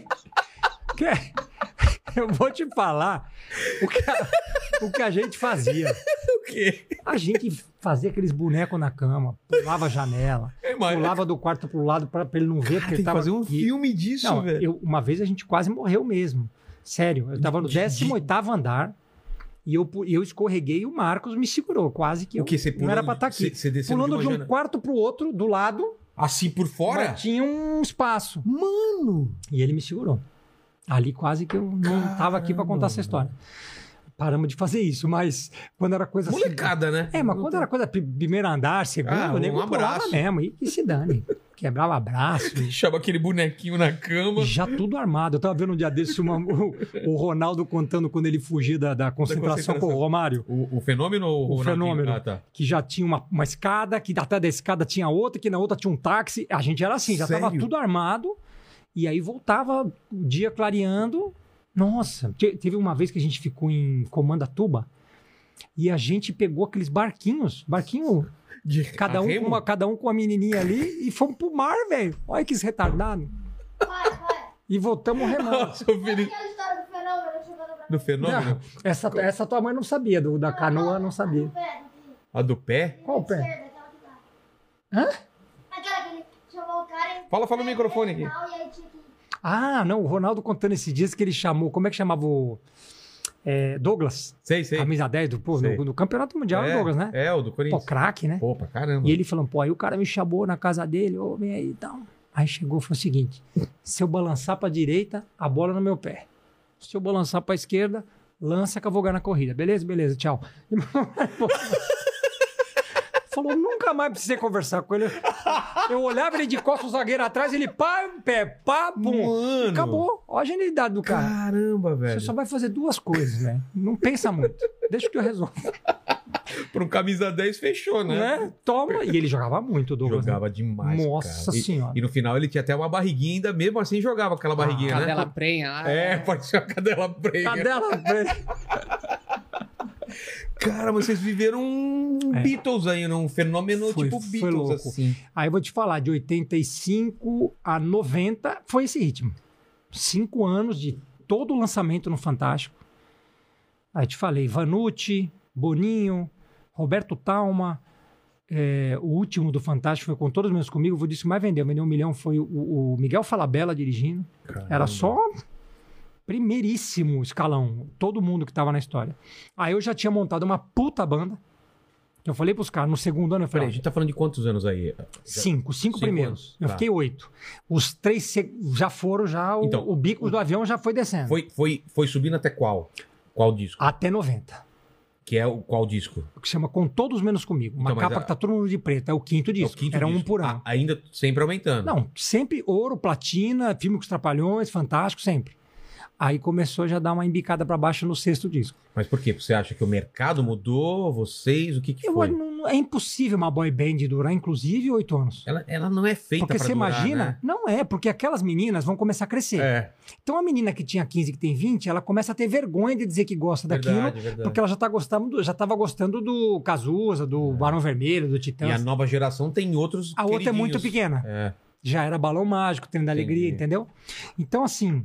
Eu vou te falar o que a gente fazia.
O quê?
A gente fazia aqueles bonecos na cama, pulava a janela, pulava do quarto pro lado pra ele não ver. Porque
ele tava... fazer um filme disso, velho.
Uma vez a gente quase morreu mesmo. Sério, eu tava no 18º andar e eu escorreguei e o Marcos me segurou. Quase que
você
não era pra estar aqui.
Você
pulando de um quarto pro outro, do lado.
Assim por fora?
Mas tinha um espaço.
Mano!
E ele me segurou. Ali quase que eu não tava aqui pra contar essa história. Paramos de fazer isso, mas quando era coisa
molecada,
assim...
né?
Mas quando era coisa primeiro andar, segundo, eu nem
abraço
mesmo. E que se dane. Quebrava braço.
Deixava aquele bonequinho na cama.
Já tudo armado. Eu tava vendo um dia desses o Ronaldo contando quando ele fugia da concentração com o Romário.
O Fenômeno ou
o Fenômeno?
Tá.
Que já tinha uma escada, que atrás da escada tinha outra, que na outra tinha um táxi. A gente era assim, já tava tudo armado. E aí voltava o dia clareando. Nossa, teve uma vez que a gente ficou em Comandatuba e a gente pegou aqueles barquinho cada um com a menininha ali e fomos pro mar, velho. Olha que retardado. E voltamos remando.
Nossa, aquela história
do Fenômeno.
Do Fenômeno?
Não, essa tua mãe não sabia, da canoa não sabia.
A do pé?
Qual o pé?
Hã? Aquela que ele chamou o cara...
Fala no microfone aqui.
Ah, não, o Ronaldo contando esses dias que ele chamou, como é que chamava o Douglas?
Sei.
Camisa 10 no Campeonato Mundial, o Douglas, né?
O do Corinthians.
Pô, craque, né?
Pô, pra caramba.
E ele falando, aí o cara me chamou na casa dele, vem aí e tal. Aí chegou e falou o seguinte, se eu balançar pra direita, a bola no meu pé. Se eu balançar pra esquerda, lança que eu vou ganhar na corrida. Beleza, tchau. Falou, nunca mais precisei conversar com ele. Eu olhava ele de costas, o zagueiro atrás, ele pum.
Mano.
Acabou. Olha a genialidade do cara.
Caramba, velho.
Você só vai fazer 2 coisas, velho. Não pensa muito. Deixa que eu resolvo.
Para um camisa 10 fechou, né?
Toma. E ele jogava muito, Douglas.
Jogava demais,
Nossa senhora.
E no final ele tinha até uma barriguinha, ainda mesmo assim jogava aquela barriguinha, né?
Cadela prenha.
Parecia uma cadela prenha.
Cadela prenha.
Cara, vocês viveram um Beatles aí, um fenômeno tipo
foi
Beatles,
louco.
assim.
Aí eu vou te falar, de 85 a 90 foi esse ritmo. 5 anos de todo o lançamento no Fantástico. Aí te falei, Vanucci, Boninho, Roberto Talma, o último do Fantástico foi com todos os meus comigo, vou dizer, mais vendeu 1 milhão, foi o Miguel Falabella dirigindo.
Caramba.
Era só primeiríssimo escalão, todo mundo que tava na história. Aí eu já tinha montado uma puta banda. Eu falei pros caras, no segundo ano, eu
Peraí,
falei,
a gente tá falando de quantos anos aí?
5 primeiros.
anos.
Eu
Tá.
fiquei 8. Os 3 já foram,
Então,
o bico do avião já foi descendo.
Foi subindo até qual? Qual disco?
Até 90.
Que é o qual disco?
O que chama Com Todos Menos Comigo. Uma
Então, mas
capa que tá todo mundo de preto. É o quinto disco.
É o quinto
Era
disco.
um por ano.
Ainda sempre aumentando.
Não, sempre ouro, platina, filme com os Trapalhões, Fantástico, sempre. Aí começou já a dar uma embicada pra baixo no 6º disco.
Mas por quê? Você acha que o mercado mudou? Vocês? O que foi?
É impossível uma boy band durar, inclusive, 8 anos.
Ela não é feita
Porque
pra
você
durar,
imagina,
né?
não é, porque aquelas meninas vão começar a crescer.
É,
Então a menina que tinha 15, que tem 20, ela começa a ter vergonha de dizer que gosta daquilo,
verdade.
porque ela já estava gostando do Cazuza, do Barão Vermelho, do
E
Titãs.
a nova geração tem outros
A outra é
queridinhos.
muito pequena.
É.
Já era Balão Mágico, Trem da Alegria,
Entendi.
entendeu? Então, assim,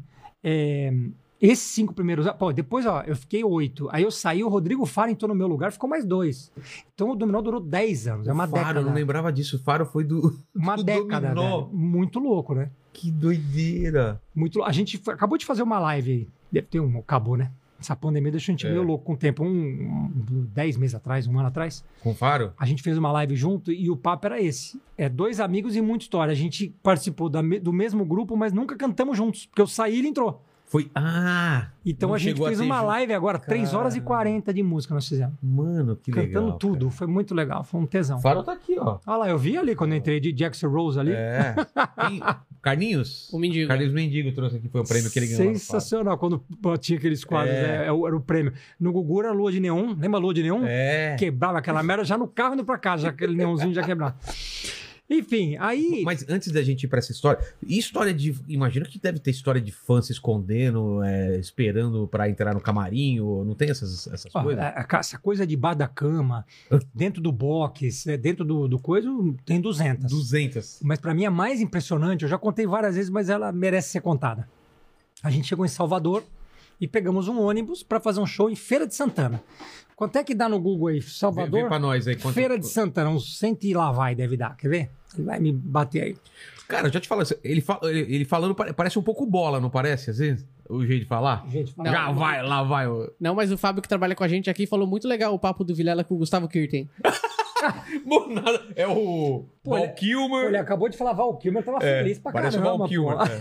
esses 5 primeiros... Pô, depois, eu fiquei 8. Aí eu saí, o Rodrigo Faro entrou no meu lugar, ficou mais 2. Então o Dominó durou 10 anos, é uma
Faro,
década.
eu não lembrava disso. O Faro foi do
Uma
do
década,
Dominó.
velho. Muito louco, né?
Que doideira.
A gente acabou de fazer uma live aí. Deve ter acabou, né? Essa pandemia deixou a gente meio louco com o tempo. 10 meses atrás, 1 ano atrás.
Com Faro?
A gente fez uma live junto e o papo era esse. 2 amigos e muita história. A gente participou do mesmo grupo, mas nunca cantamos juntos. Porque eu saí e ele entrou.
Foi.
Então
não
a gente
chegou
fez
ter
uma
junto.
live agora, 3 horas e 40 de música nós fizemos.
Mano, que legal.
Cantando tudo. Foi muito legal. Foi um tesão.
O Faro tá aqui, ó.
Olha lá, eu vi ali quando eu entrei de Jackson Rose ali.
É. Carlinhos?
O Mendigo.
Carlinhos Mendigo trouxe aqui, foi o prêmio que ele ganhou. lá no Faro.
Sensacional, quando tinha aqueles quadros, era o prêmio. No Gugu era Lua de Neon, lembra a Lua de Neon?
É.
Quebrava aquela merda já no carro indo pra casa, já aquele neonzinho já quebrava. Enfim, aí...
Mas antes da gente ir pra essa história, e história de. Imagino que deve ter história de fã se escondendo, esperando pra entrar no camarim, ou não tem essas coisas?
Essa coisa de bar da cama, dentro do box, dentro do coisa, tem 200.
200.
Mas pra mim a mais impressionante, eu já contei várias vezes, mas ela merece ser contada. A gente chegou em Salvador e pegamos um ônibus pra fazer um show em Feira de Santana. Quanto é que dá no Google aí? Salvador?
Vê pra nós aí.
Feira de Santana, uns 100 e lá vai, deve dar. Quer ver? Ele vai me bater aí.
Cara, já te falo, ele falando parece um pouco Bola, não parece? Às vezes, o jeito de falar.
Gente,
Não,
Já vai, lá vai.
Não, mas o Fábio que trabalha com a gente aqui falou muito legal o papo do Vilela com o Gustavo Kirten.
Bom, nada. É o Val Kilmer.
ele acabou de falar Val Kilmer, tava feliz pra
Parece
caramba.
o Val Kilmer.
pô.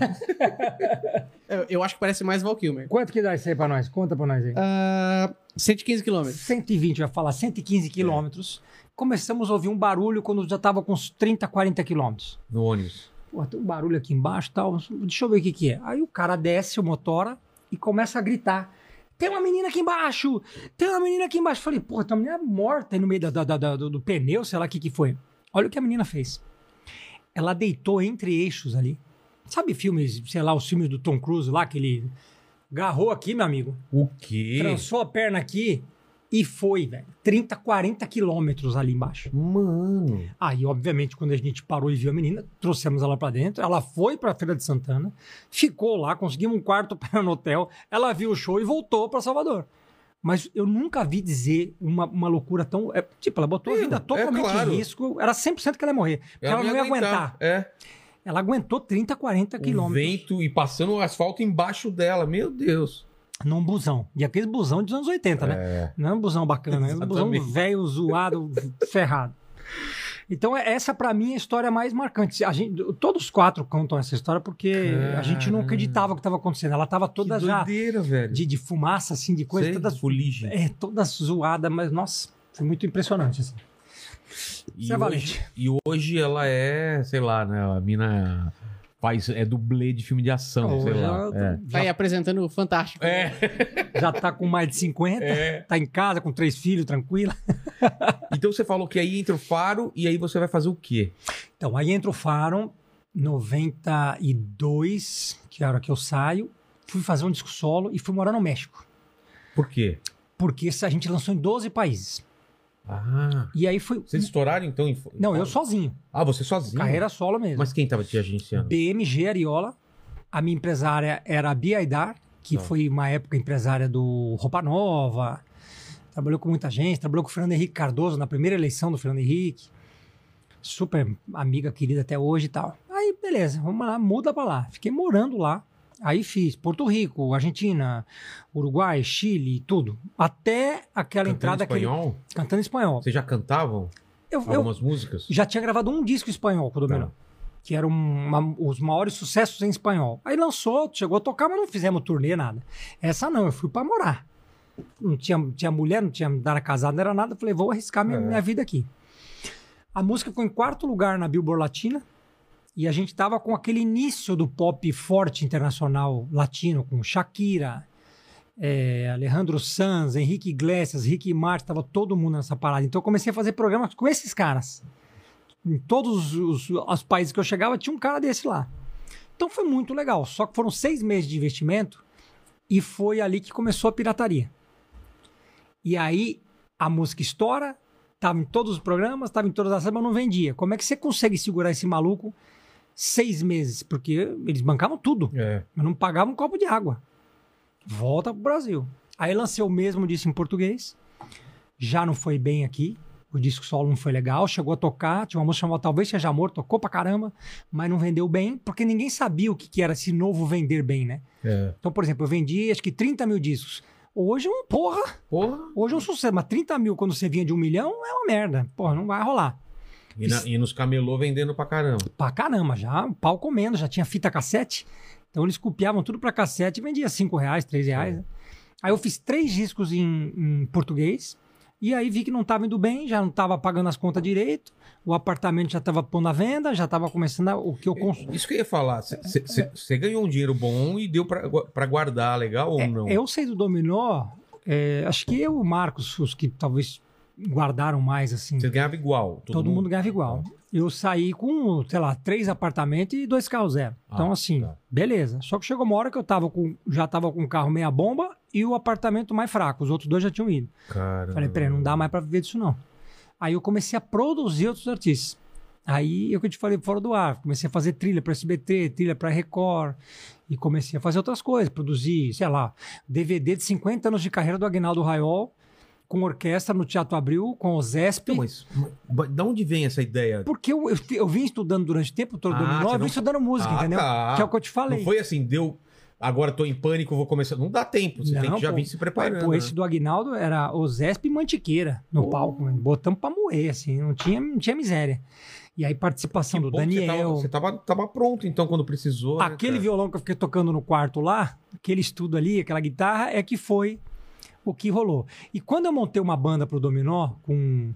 Eu acho que parece mais Val Kilmer.
Quanto que dá isso aí pra nós? Conta pra nós aí.
115 quilômetros.
120, vai falar 115 quilômetros. Começamos a ouvir um barulho quando já tava com uns 30, 40 quilômetros.
No ônibus.
Pô, tem um barulho aqui embaixo e tal. Deixa eu ver o que que é. Aí o cara desce o motora e começa a gritar. Tem uma menina aqui embaixo! Tem uma menina aqui embaixo. Falei, porra, tem uma menina morta aí no meio do pneu, sei lá o que foi. Olha o que a menina fez. Ela deitou entre eixos ali. Sabe filmes, sei lá, os filmes do Tom Cruise lá, que ele agarrou aqui, meu amigo.
O quê?
Trançou a perna aqui e foi, velho. 30, 40 quilômetros ali embaixo.
Mano.
Aí, obviamente, quando a gente parou e viu a menina, trouxemos ela pra dentro. Ela foi pra Feira de Santana, ficou lá, conseguimos um quarto para ela no hotel. Ela viu o show e voltou pra Salvador. Mas eu nunca vi dizer uma loucura tão... ela botou a vida totalmente
claro.
em risco. Era 100% que ela ia morrer. Porque ela não ia aguentar. Ela aguentou 30, 40
O
quilômetros.
vento e passando o asfalto embaixo dela. Meu Deus.
Num busão. E aqueles busão dos anos 80, né? Não é um busão bacana, é um busão velho, zoado, ferrado. Então, essa pra mim é a história mais marcante. Todos os 4 contam essa história porque a gente não acreditava o que estava acontecendo. Ela tava toda
Que
já
doideira, velho.
de fumaça, assim, de coisa.
Sei,
Toda,
fuligem.
toda zoada, mas, nossa, foi muito impressionante, assim. Isso é valente.
E hoje ela é, sei lá, né? A mina é dublê de filme de ação, sei lá.
Tá aí apresentando o Fantástico.
Já tá com mais de 50, tá em casa com 3 filhos, tranquila.
Então você falou que aí entra o Faro e aí você vai fazer o quê?
Então, aí entra o Faro, 92, que é a hora que eu saio, fui fazer um disco solo e fui morar no México.
Por quê?
Porque a gente lançou em 12 países.
Ah.
E aí foi...
Vocês estouraram, então?
Não, eu sozinho.
Ah, você sozinho?
Carreira solo mesmo.
Mas quem tava te agenciando?
BMG Ariola. A minha empresária era a Bia Aidar, que foi uma época empresária do Roupa Nova. Trabalhou com muita gente. Trabalhou com o Fernando Henrique Cardoso na primeira eleição do Fernando Henrique. Super amiga, querida até hoje e tal. Aí, beleza, vamos lá, muda pra lá. Fiquei morando lá. Aí fiz Porto Rico, Argentina, Uruguai, Chile, tudo. Até aquela entrada...
Espanhol?
Cantando espanhol.
Vocês já cantavam algumas músicas?
Já tinha gravado um disco espanhol com o Dominó. Que eram os maiores sucessos em espanhol. Aí lançou, chegou a tocar, mas não fizemos turnê, nada. Essa não, eu fui pra morar. Não tinha mulher, não era casado, não era nada. Falei, vou arriscar minha vida aqui. A música ficou em 4º lugar na Billboard Latina. E a gente tava com aquele início do pop forte internacional latino, com Shakira, Alejandro Sanz, Henrique Iglesias, Ricky Martin, tava todo mundo nessa parada. Então eu comecei a fazer programas com esses caras. Em todos os países que eu chegava, tinha um cara desse lá. Então foi muito legal. Só que foram 6 meses de investimento e foi ali que começou a pirataria. E aí a música estoura, tava em todos os programas, tava em todas as salas, mas não vendia. Como é que você consegue segurar esse maluco 6 meses? Porque eles bancavam tudo, mas não pagavam um copo de água. Volta pro Brasil. Aí lancei o mesmo disco em português. Já não foi bem aqui. O disco solo não foi legal. Chegou a tocar. Tinha uma música chamada Talvez Seja Amor. Tocou pra caramba. Mas não vendeu bem. Porque ninguém sabia o que era esse novo vender bem, né? Então, por exemplo, eu vendi acho que 30 mil discos. Hoje é porra. Hoje é um sucesso. Mas 30 mil quando você vinha de 1 milhão é uma merda. Porra, não vai rolar.
E nos camelô vendendo pra caramba.
Pra caramba. Já o pau comendo. Já tinha fita cassete. Então eles copiavam tudo pra cassete e vendia R$5, R$3. Né? Aí eu fiz 3 discos em português. E aí vi que não estava indo bem, já não estava pagando as contas direito, o apartamento já estava pondo à venda, já estava começando o que eu consumo.
Isso que eu ia falar, você ganhou um dinheiro bom e deu para guardar, legal ou não?
Eu sei do Dominó, acho que eu e o Marcos, os que talvez guardaram mais, assim.
Você ganhava igual?
Todo mundo ganhava igual. Eu saí com, sei lá, 3 apartamentos e 2 carros zero. Então, assim, beleza. Só que chegou uma hora que eu já tava com o carro meia bomba e o apartamento mais fraco. Os outros 2 já tinham ido.
Caramba.
Falei, peraí, não dá mais pra viver disso, não. Aí eu comecei a produzir outros artistas. Aí, é o que eu te falei fora do ar. Comecei a fazer trilha pra SBT, trilha pra Record. E comecei a fazer outras coisas. Produzir, sei lá, DVD de 50 anos de carreira do Aguinaldo Raiol, com orquestra no Teatro Abril, com o Zesp.
Mas de onde vem essa ideia?
Porque eu vim estudando durante o tempo todo Dominó, eu vim estudando música, entendeu?
Tá.
Que é o que eu te falei.
Não foi assim, agora tô em pânico, vou começar. Não dá tempo, você tem que já vir se preparando.
Pô, esse do Aguinaldo era o Zesp e Mantiqueira no palco. Botamos pra moer, assim, não tinha miséria. E aí participação do Daniel.
Você tava pronto, então, quando precisou.
Aquele violão que eu fiquei tocando no quarto lá, aquele estudo ali, aquela guitarra, é que foi o que rolou. E quando eu montei uma banda pro Dominó, com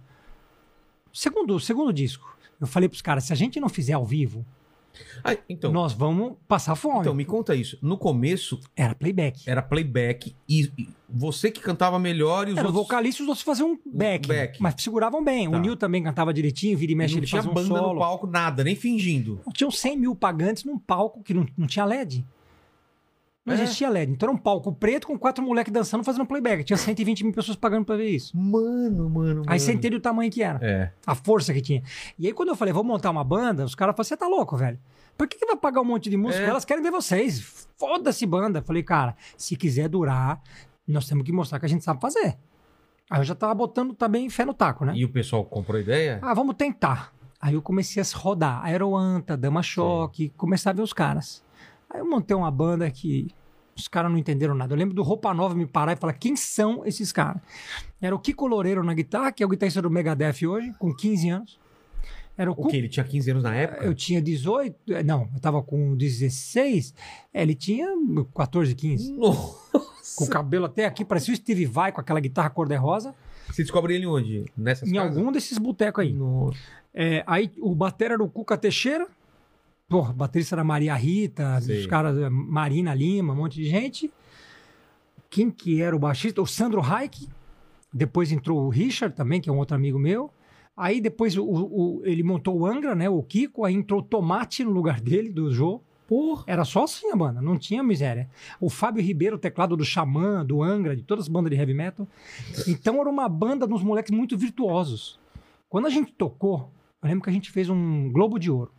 segundo disco, eu falei pros caras, se a gente não fizer ao vivo,
então,
nós vamos passar fome.
Então, me conta isso. No começo...
Era playback.
E você que cantava melhor e os
outros...
Era
vocalista, os outros faziam um back. Mas seguravam bem.
Tá.
O Nil também cantava direitinho, vira e mexe, ele fazia um solo.
Não tinha banda no palco, nada, nem fingindo.
Tinham 100 mil pagantes num palco que não tinha LED. Não existia LED. Então era um palco preto com 4 moleques dançando, fazendo playback. Tinha 120 mil pessoas pagando pra ver isso.
Mano.
Aí você entende o tamanho que era. A força que tinha. E aí quando eu falei, vou montar uma banda, os caras falaram, você tá louco, velho? Por que vai pagar um monte de música? Elas querem ver vocês. Foda-se banda. Falei, cara, se quiser durar, nós temos que mostrar que a gente sabe fazer. Aí eu já tava botando também fé no taco, né?
E o pessoal comprou ideia?
Vamos tentar. Aí eu comecei a rodar. Aeroanta, Dama Choque, comecei a ver os caras. Aí eu montei uma banda que os caras não entenderam nada. Eu lembro do Roupa Nova me parar e falar, quem são esses caras? Era o Kiko Loureiro na guitarra, que é o guitarrista do Megadeth hoje, com 15 anos. Era
o quê? Ele tinha 15 anos na época?
Eu tinha 18. Não, eu tava com 16. Ele tinha 14, 15.
Nossa.
Com o cabelo até aqui, parecia o Steve Vai com aquela guitarra cor-de-rosa.
Você descobriu ele onde? Nessas
em
casas?
Algum desses botecos aí.
Nossa.
Aí o batera era o Cuca Teixeira. Porra, baterista era Maria Rita, os caras, Marina Lima, um monte de gente. Quem que era o baixista? O Sandro Reich. Depois entrou o Richard também, que é um outro amigo meu. Aí depois ele montou o Angra, né? O Kiko. Aí entrou o Tomate no lugar dele, do Jô.
Porra.
Era só assim a banda, não tinha miséria. O Fábio Ribeiro, teclado do Xamã, do Angra, de todas as bandas de heavy metal. Então era uma banda dos moleques muito virtuosos. Quando a gente tocou, eu lembro que a gente fez um Globo de Ouro.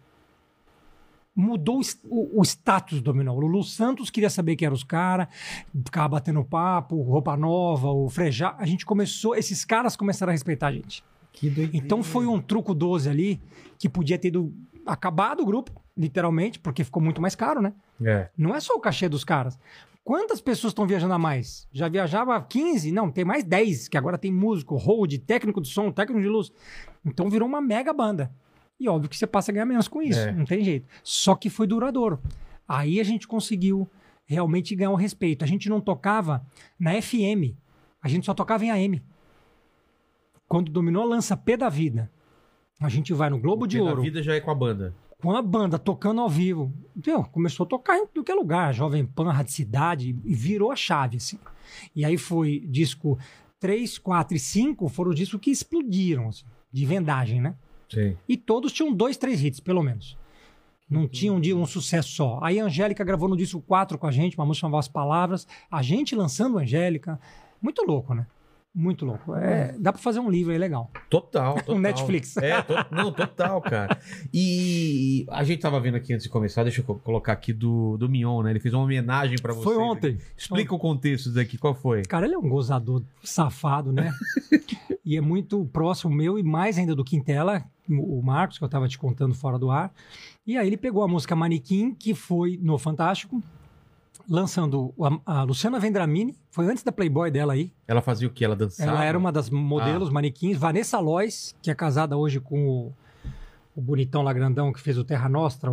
Mudou o status do Dominó. O Lulu Santos queria saber quem eram os caras, ficava batendo papo, Roupa Nova, o Frejá. A gente começou, esses caras começaram a respeitar a gente.
Que doideira.
Então foi um truco 12 ali, que podia ter acabado o grupo, literalmente, porque ficou muito mais caro, né?
É.
Não é só o cachê dos caras. Quantas pessoas estão viajando a mais? Já viajava 15? Não, tem mais 10, que agora tem músico, hold, técnico de som, técnico de luz. Então virou uma mega banda. E óbvio que você passa a ganhar menos com isso, não tem jeito. Só que foi duradouro. Aí a gente conseguiu realmente ganhar o respeito. A gente não tocava na FM, a gente só tocava em AM. Quando o Dominó lança P da Vida, a gente vai no Globo de Ouro.
A vida já é com a banda.
Com a banda tocando ao vivo. Meu, começou a tocar em qualquer lugar, Jovem Pan, Rádio Cidade, e virou a chave, assim. E aí foi disco 3, 4 e 5, foram os discos que explodiram, assim, de vendagem, né?
Sim.
E todos tinham 2, 3 hits, pelo menos. Não tinha um sucesso só. Aí a Angélica gravou no disco 4 com a gente, uma música chamada As Palavras, a gente lançando a Angélica. Muito louco, né? Muito louco. Dá pra fazer um livro aí legal.
Total.
Um Netflix.
Não, total, cara. E a gente tava vendo aqui antes de começar, deixa eu colocar aqui do Mion, né? Ele fez uma homenagem pra você.
Foi ontem.
Explica o contexto daqui, qual foi?
Cara, ele é um gozador safado, né? E é muito próximo meu e mais ainda do Quintela, o Marcos, que eu tava te contando fora do ar. E aí ele pegou a música Manequim, que foi no Fantástico, lançando a Luciana Vendramini, foi antes da Playboy dela aí.
Ela fazia o quê? Ela dançava?
Ela era uma das modelos manequins. Vanessa Lois, que é casada hoje com o bonitão lá grandão que fez o Terra Nostra,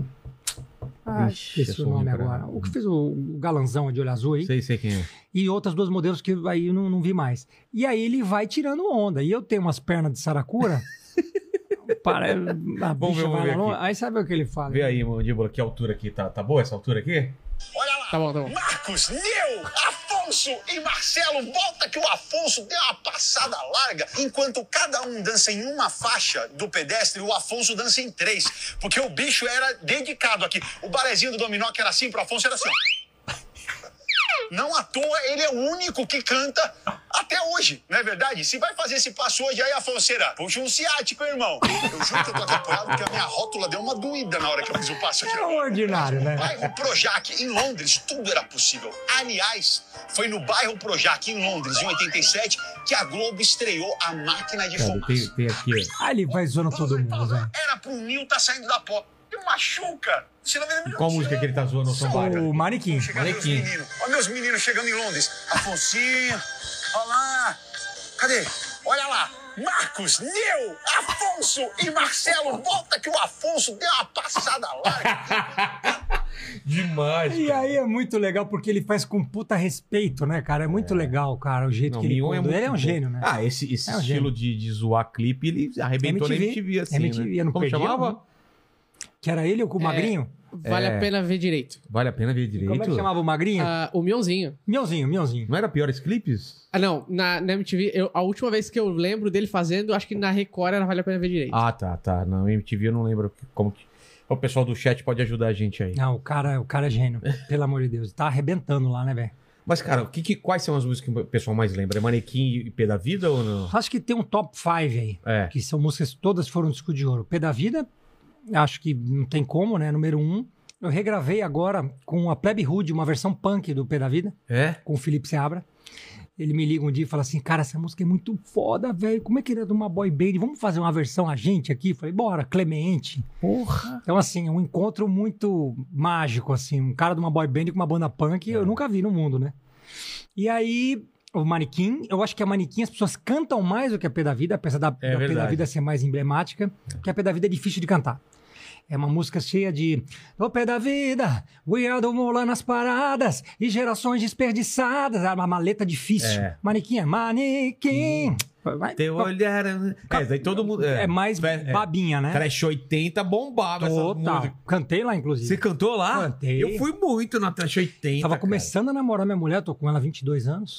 esqueci o nome agora. O que fez o galanzão de olho azul aí.
Sei quem é.
E outras duas modelos que aí eu não vi mais. E aí ele vai tirando onda. E eu tenho umas pernas de saracura. A bicha vai lá longe. Aí sabe o que ele fala?
Vê aí, mandíbula, que altura aqui. Tá boa essa altura aqui?
Olha lá,
Tá bom.
Marcos, Neu, Afonso e Marcelo, volta que o Afonso deu uma passada larga. Enquanto cada um dança em uma faixa do pedestre, o Afonso dança em 3. Porque o bicho era dedicado aqui. O balezinho do Dominó, que era assim, pro Afonso era assim, ó. Não à toa, ele é o único que canta até hoje, não é verdade? Se vai fazer esse passo hoje, aí, Afonseira, puxa um ciático, irmão. Eu juro que eu tô atrapalhado porque a minha rótula deu uma doída na hora que eu fiz o passo aqui.
É ordinário, né?
Bairro Projac, em Londres, tudo era possível. Aliás, foi no bairro Projac, em Londres, em 87, que a Globo estreou A Máquina de Fumaça.
Tem aqui, ó.
Aí ele vai zoando todo mundo, velho.
Era pro Nil tá saindo da pó. E machuca. Você não vê
Qual música que ele tá zoando no São Paulo?
O Manequim.
Olha meus meninos chegando em Londres. Afonsinho, olha lá. Cadê? Olha lá. Marcos, Neu, Afonso e Marcelo. Volta que o Afonso deu uma passada larga.
Demais.
E aí é muito legal porque ele faz com puta respeito, né, cara? É muito legal, cara, o jeito que ele conta. Ele é um gênio, né?
Ah, esse estilo de zoar clipe, ele arrebentou na MTV, assim,
MTV,
né? Como chamava?
Né? Que era ele ou com o Magrinho?
Vale a pena ver direito.
Vale a pena ver direito.
Como é que chamava o Magrinho?
O Mionzinho.
Mionzinho.
Não era Piores Clipes?
Não, na MTV, a última vez que eu lembro dele fazendo, acho que na Record era Vale a Pena Ver Direito.
Ah, tá. Na MTV eu não lembro como que... O pessoal do chat pode ajudar a gente aí.
Não, o cara é gênio, pelo amor de Deus. Tá arrebentando lá, né, velho?
Mas, cara, quais são as músicas que o pessoal mais lembra? É Manequim e P da Vida ou não?
Acho que tem um top 5 aí. Que são músicas que todas foram disco de ouro. P da Vida, acho que não tem como, né? Número 1. Eu regravei agora com a Plebe Hood, uma versão punk do P da Vida. Com o Felipe Seabra. Ele me liga um dia e fala assim, cara, essa música é muito foda, velho. Como é que era de uma boy band? Vamos fazer uma versão a gente aqui? Falei, bora, Clemente. Porra. Então, assim, é um encontro muito mágico, assim. Um cara de uma boy band com uma banda punk, eu nunca vi no mundo, né? E aí, o Manequim, eu acho que a Manequim as pessoas cantam mais do que a P da Vida, apesar da P da Vida ser mais emblemática, porque a P da Vida é difícil de cantar. É uma música cheia de "O pé da vida, we are the mola nas paradas e gerações desperdiçadas". É uma maleta difícil. Manequim é manequim.
Teu olhar... daí todo mundo...
É mais babinha, né?
Trash 80 bombava essa música.
Cantei lá, inclusive.
Você cantou lá?
Cantei.
Eu fui muito na Trash 80,
Tava começando a namorar minha mulher, tô com ela há 22 anos.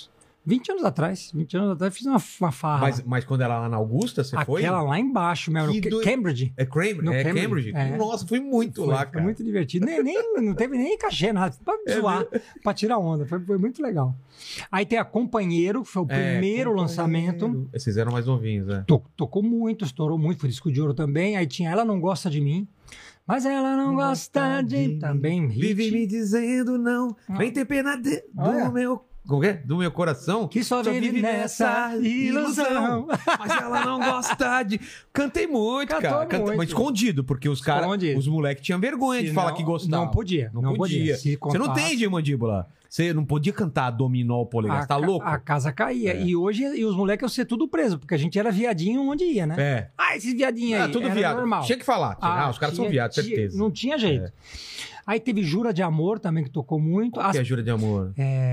20 anos atrás fiz uma farra.
Mas quando ela lá na Augusta, você foi?
Aquela lá embaixo, meu. Cambridge.
É Cambridge?
É.
Nossa, foi muito lá, cara.
Foi muito divertido. Não teve nem cachê, nada. Pra zoar, pra tirar onda. Foi muito legal. Aí tem a Companheiro, que foi o primeiro lançamento.
Esses eram mais novinhos, né?
Tocou muito, estourou muito. Foi disco de ouro também. Aí tinha Ela Não Gosta de Mim. Mas ela não gosta de mim. Também hit.
Vive me dizendo não. Vem ter pena do meu... Como é? Do meu coração.
Que só vive nessa ilusão.
Mas ela não gosta de... Cantei muito, cara. Mas escondido, porque os caras, os moleques tinham vergonha de falar que gostavam.
Não podia. Não podia.
Você não tem de mandíbula. Você não podia cantar dominó ou polegar. Você tá louco?
A casa caía. E hoje, os moleques iam ser tudo preso, porque a gente era viadinho onde ia, né?
É.
Esses viadinhos aí.
Tudo
era
viado.
normal.
Tinha que falar. Os caras são viados, certeza.
Não tinha jeito. Aí teve Jura de Amor também, que tocou muito.
Qual que é Jura de Amor?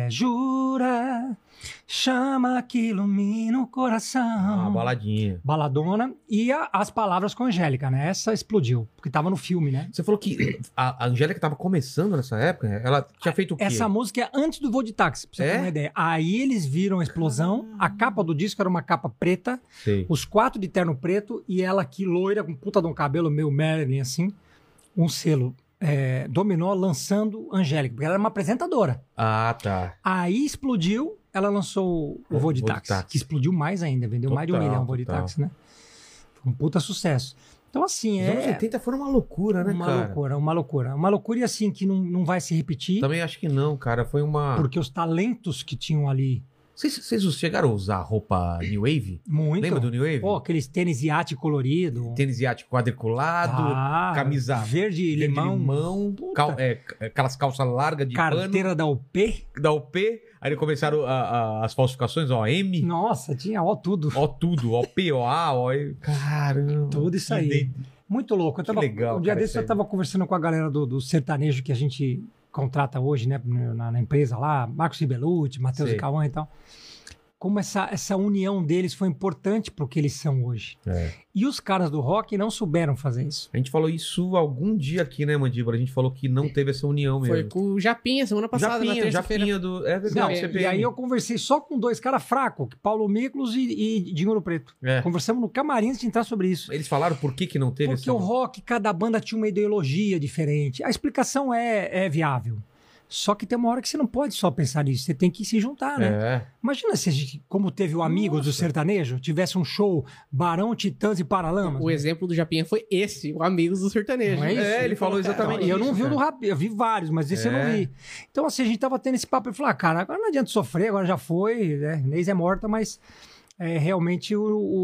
Jura, chama que ilumina o coração.
Baladinha.
Baladona. E as palavras com a Angélica, né? Essa explodiu, porque tava no filme, né?
Você falou que a Angélica tava começando nessa época, ela tinha feito o quê?
Essa música é antes do Voo de Táxi, pra você ter uma ideia. Aí eles viram a explosão, a capa do disco era uma capa preta, os 4 de terno preto e ela aqui loira, com puta de um cabelo meio Marilyn, assim, um selo. Dominó lançando Angélica, porque ela era uma apresentadora.
Ah, tá.
Aí explodiu, ela lançou o Voo de Táxi, que explodiu mais ainda, vendeu mais de 1 milhão o Voo de Táxi, né? Foi um puta sucesso. Então, assim,
Os anos 80 foram uma loucura, né, cara?
Uma loucura. Uma loucura e, assim, que não vai se repetir.
Também acho que não, cara. Foi uma...
Porque os talentos que tinham ali...
Vocês chegaram a usar roupa New Wave?
Muito.
Lembra do New Wave?
Pô, aqueles tênis iate colorido.
Tênis iate quadriculado, camisa
verde limão
aquelas calças largas de
carteira
pano. Da UP. Aí começaram as falsificações, M.
Nossa, tinha tudo.
Tudo, POA, Caramba.
Tudo isso aí. Muito louco.
Legal,
um dia desse eu tava conversando com a galera do sertanejo que a gente contrata hoje, né, na empresa lá, Marcos Ribelucci, Matheus e Cauã e tal. Como essa união deles foi importante pro que eles são hoje. E os caras do rock não souberam fazer isso.
A gente falou isso algum dia aqui, né, Mandíbula? A gente falou que não teve essa união mesmo.
Foi com o Japinha, semana passada, na terça-feira.
É verdade,
e aí eu conversei só com 2 caras fracos, Paulo Miklos e Dinho Ouro Preto. Conversamos no camarim antes de entrar sobre isso.
Eles falaram por que não teve
Porque o rock, cada banda tinha uma ideologia diferente. A explicação é viável. Só que tem uma hora que você não pode só pensar nisso, você tem que se juntar, né? Imagina se a gente, como teve o Amigos do Sertanejo, tivesse um show Barão, Titãs e Paralamas.
O exemplo do Japinha foi esse, o Amigos do Sertanejo.
Não é isso?
Ele falou exatamente isso.
E eu não vi o do Rap, eu vi vários, mas esse eu não vi. Então, assim, a gente tava tendo esse papo e falou, cara, agora não adianta sofrer, agora já foi, né? Inês é morta, mas realmente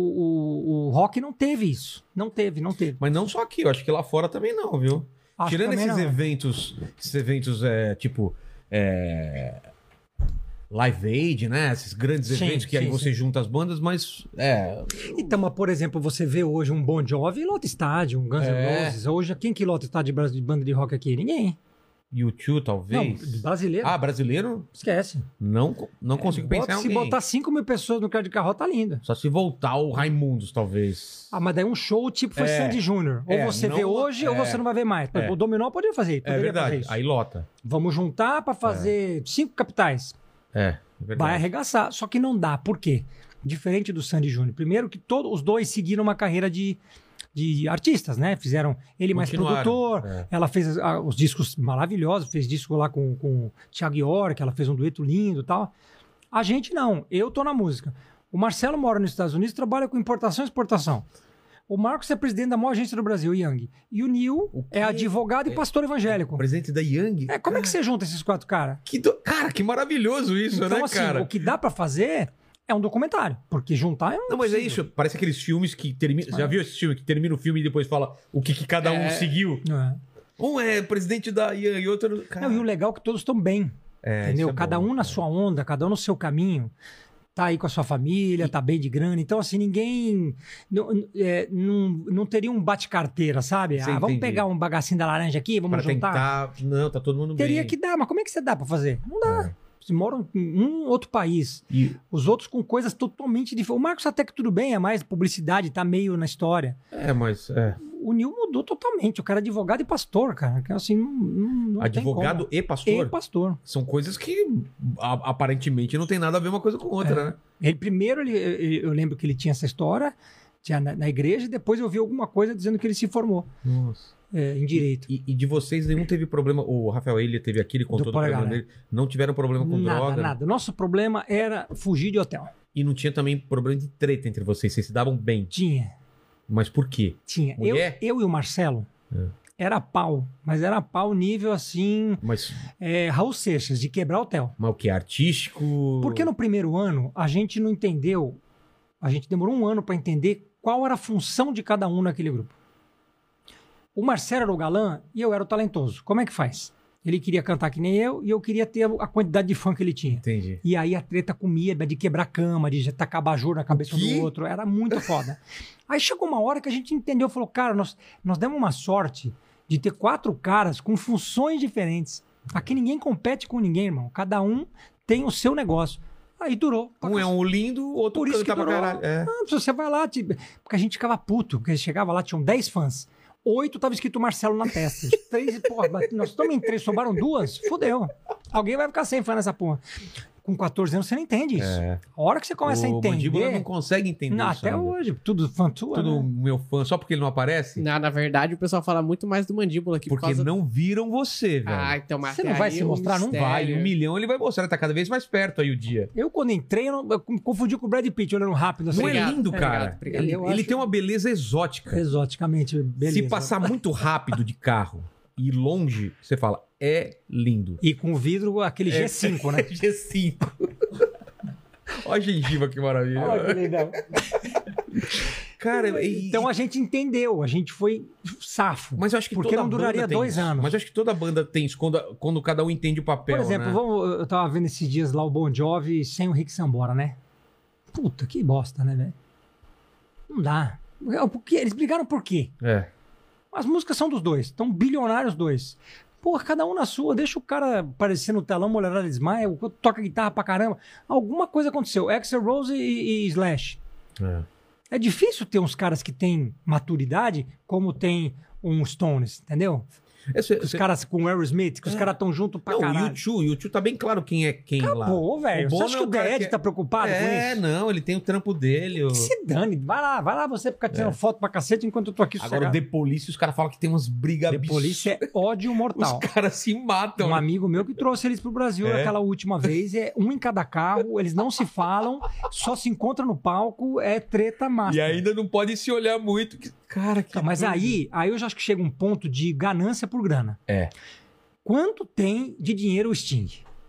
o rock não teve isso. Não teve.
Mas não só aqui, eu acho que lá fora também não, viu?
Acho
tirando esses
não.
eventos tipo Live Aid, né? Esses grandes eventos que aí você junta as bandas, mas
Então, mas, por exemplo, você vê hoje um Bon Jovi lota estádio, um Guns N' Roses. Hoje, quem que lota estádio de banda de rock aqui? Ninguém.
U2, talvez.
Não, brasileiro.
Brasileiro?
Esquece.
Não consigo pensar em alguém.
Se botar 5 mil pessoas no carro de carro, tá lindo.
Só se voltar o Raimundos, talvez.
Mas daí um show tipo foi Sandy Júnior. Ou você vê hoje, ou você não vai ver mais. O Dominó poderia fazer.
Verdade.
Fazer isso.
Aí lota.
Vamos juntar pra fazer 5 capitais.
Verdade.
Vai arregaçar. Só que não dá. Por quê? Diferente do Sandy Júnior. Primeiro que os dois seguiram uma carreira de artistas, né? Fizeram ele mais produtor, ela fez os discos maravilhosos, fez disco lá com o Thiago York, ela fez um dueto lindo e tal. A gente não, eu tô na música. O Marcelo mora nos Estados Unidos, trabalha com importação e exportação. O Marcos é presidente da maior agência do Brasil, Yang. E o Nil é advogado e pastor evangélico.
Presidente da Yang?
Como é que você junta esses 4 caras?
Cara, que maravilhoso isso,
então,
né,
assim,
cara?
O que dá pra fazer é um documentário, porque juntar
Não, mas é isso. Parece aqueles filmes que terminam... Você já viu esse filme que termina o filme e depois fala o que cada um seguiu? Um é presidente da Yang e outro...
Não, e o legal é que todos estão bem, entendeu? Cada um na sua onda, cada um no seu caminho. Tá aí com a sua família, tá bem de grana. Então, assim, ninguém... Não teria um bate-carteira, sabe? Vamos pegar um bagacinho da laranja aqui, vamos juntar.
Não, tá todo mundo bem.
Teria que dar, mas como é que você dá pra fazer? Não dá. Você mora em um outro país. Os outros com coisas totalmente diferentes. O Marcos até que tudo bem, é mais publicidade, tá meio na história.
Mas...
O Nil mudou totalmente. O cara é advogado e pastor, cara. Que assim, não
advogado
tem
e pastor?
E pastor.
São coisas que aparentemente não tem nada a ver uma coisa com outra, né?
Ele primeiro, eu lembro que ele tinha essa história, tinha na igreja, e depois eu vi alguma coisa dizendo que ele se formou.
Nossa.
Em direito.
E de vocês nenhum teve problema? O Rafael Ilha teve aqui, ele contou do problema dele. Não tiveram problema com droga?
Nada. Nosso problema era fugir de hotel.
E não tinha também problema de treta entre vocês? Vocês se davam bem?
Tinha.
Mas por quê?
Tinha.
Mulher?
Eu e o Marcelo, era pau. Mas era pau nível assim...
Mas...
Raul Seixas, de quebrar hotel.
Mas o que? Artístico?
Porque no primeiro ano, a gente não entendeu... A gente demorou um ano para entender qual era a função de cada um naquele grupo. O Marcelo era o galã e eu era o talentoso. Como é que faz? Ele queria cantar que nem eu e eu queria ter a quantidade de fã que ele tinha.
Entendi.
E aí a treta comia de quebrar cama, de tacar abajur na cabeça do outro. Era muito foda. Aí chegou uma hora que a gente entendeu, falou, cara, nós demos uma sorte de ter 4 caras com funções diferentes. Aqui ninguém compete com ninguém, irmão. Cada um tem o seu negócio. Aí durou.
Um é um lindo, o outro
por isso que
canta pra
durou.
caralho.
Não, você vai lá, porque a gente ficava puto, porque chegava lá, tinham 10 fãs. 8 tava escrito Marcelo na testa. 3, porra, nós estamos em 3, sobraram 2, fodeu. Alguém vai ficar sem fã nessa porra. Com 14 anos você não entende isso. A hora que você começa a entender... O
Mandíbula não consegue entender isso.
Até hoje, tudo fã tua,
tudo
né?
meu fã, só porque ele não aparece?
Não, na verdade, o pessoal fala muito mais do Mandíbula aqui.
Porque não viram você, velho.
Ah, então, mas
você não vai se mostrar? Não vai.
1 milhão ele vai mostrar, ele tá cada vez mais perto aí o dia.
Eu, quando entrei, eu confundi com o Brad Pitt, olhando rápido. Assim.
Não é lindo, cara?
Obrigado.
Ele tem uma beleza exótica.
Exoticamente, beleza.
Se passar muito rápido de carro e longe, você fala, é lindo.
E com o vidro, aquele G5, né?
G5. Olha a gengiva, que maravilha.
Olha que legal.
Cara,
então a gente entendeu, a gente foi safo.
Mas eu acho que
porque
toda
não duraria
banda tem
2 anos.
Mas eu acho que toda banda tem isso, quando cada um entende o papel.
Por exemplo,
né?
Eu tava vendo esses dias lá o Bon Jovi sem o Rick Sambora, né? Puta, que bosta, né, velho? Não dá. Porque eles brigaram por quê? As músicas são dos dois, estão bilionários os dois. Porra, cada um na sua, deixa o cara aparecer no telão, mulherada desmaia, toca guitarra pra caramba. Alguma coisa aconteceu. Axl Rose e Slash. É difícil ter uns caras que têm maturidade, como tem um Stones, entendeu? Os caras com o Aerosmith, que os caras estão juntos pra caralho.
O U2 tá bem claro quem é quem lá.
Acabou, velho. Você acha que o The Ed tá preocupado com isso?
Não, ele tem o trampo dele.
Que se dane. Vai lá você ficar tirando foto pra cacete enquanto eu tô aqui sossegado.
Agora o The Police, os caras falam que tem umas brigas
absurdas. The Police é ódio mortal.
Os caras se matam.
Um amigo meu que trouxe eles pro Brasil naquela última vez, um em cada carro, eles não se falam, só se encontram no palco, é treta massa.
E ainda não pode se olhar muito. Cara, que
mas aí eu já acho que chega um ponto de ganância por grana. Quanto tem de dinheiro o Sting?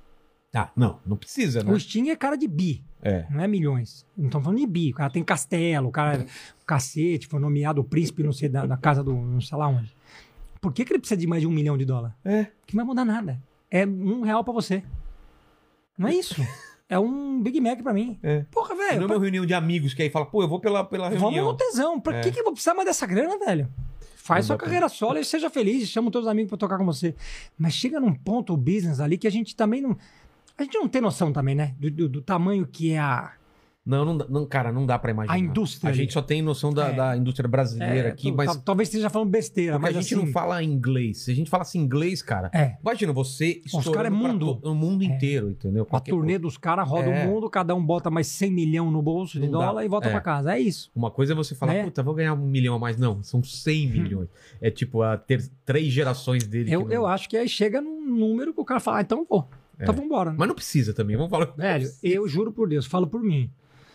Não precisa, né?
O Sting é cara de bi, não é milhões. Não estamos falando de bi, o cara tem castelo, o cara cacete, foi nomeado o príncipe, não sei, da casa do não sei lá onde. Por que ele precisa de mais de $1 milhão? Que não vai mudar nada. É R$1 pra você. Não é isso. É um Big Mac pra mim. Porra, velho.
Não é uma reunião de amigos que aí fala, eu vou pela reunião.
Vamos no tesão. Pra que eu vou precisar mais dessa grana, velho? Faz sua carreira solo e seja feliz. Chama os teus amigos pra tocar com você. Mas chega num ponto, o business ali, que a gente também não... A gente não tem noção também, né? Do tamanho que é a...
Não, cara, não dá pra imaginar.
A indústria.
A gente só tem noção da indústria brasileira aqui, mas...
Talvez esteja falando besteira, mas
a gente
assim...
não fala inglês. Se a gente falasse inglês, cara... Imagina, você estourando o mundo inteiro, entendeu?
A turnê dos caras roda o mundo, cada um bota mais 100 milhões no bolso de dólar e volta pra casa. É isso.
Uma coisa é você falar, puta, vou ganhar $1 milhão a mais. Não, são 100 milhões. É tipo, ter 3 gerações dele.
Eu acho que aí chega num número que o cara fala, então vou. Então vambora.
Mas não precisa também, vamos falar...
Velho, eu juro por Deus, falo por mim.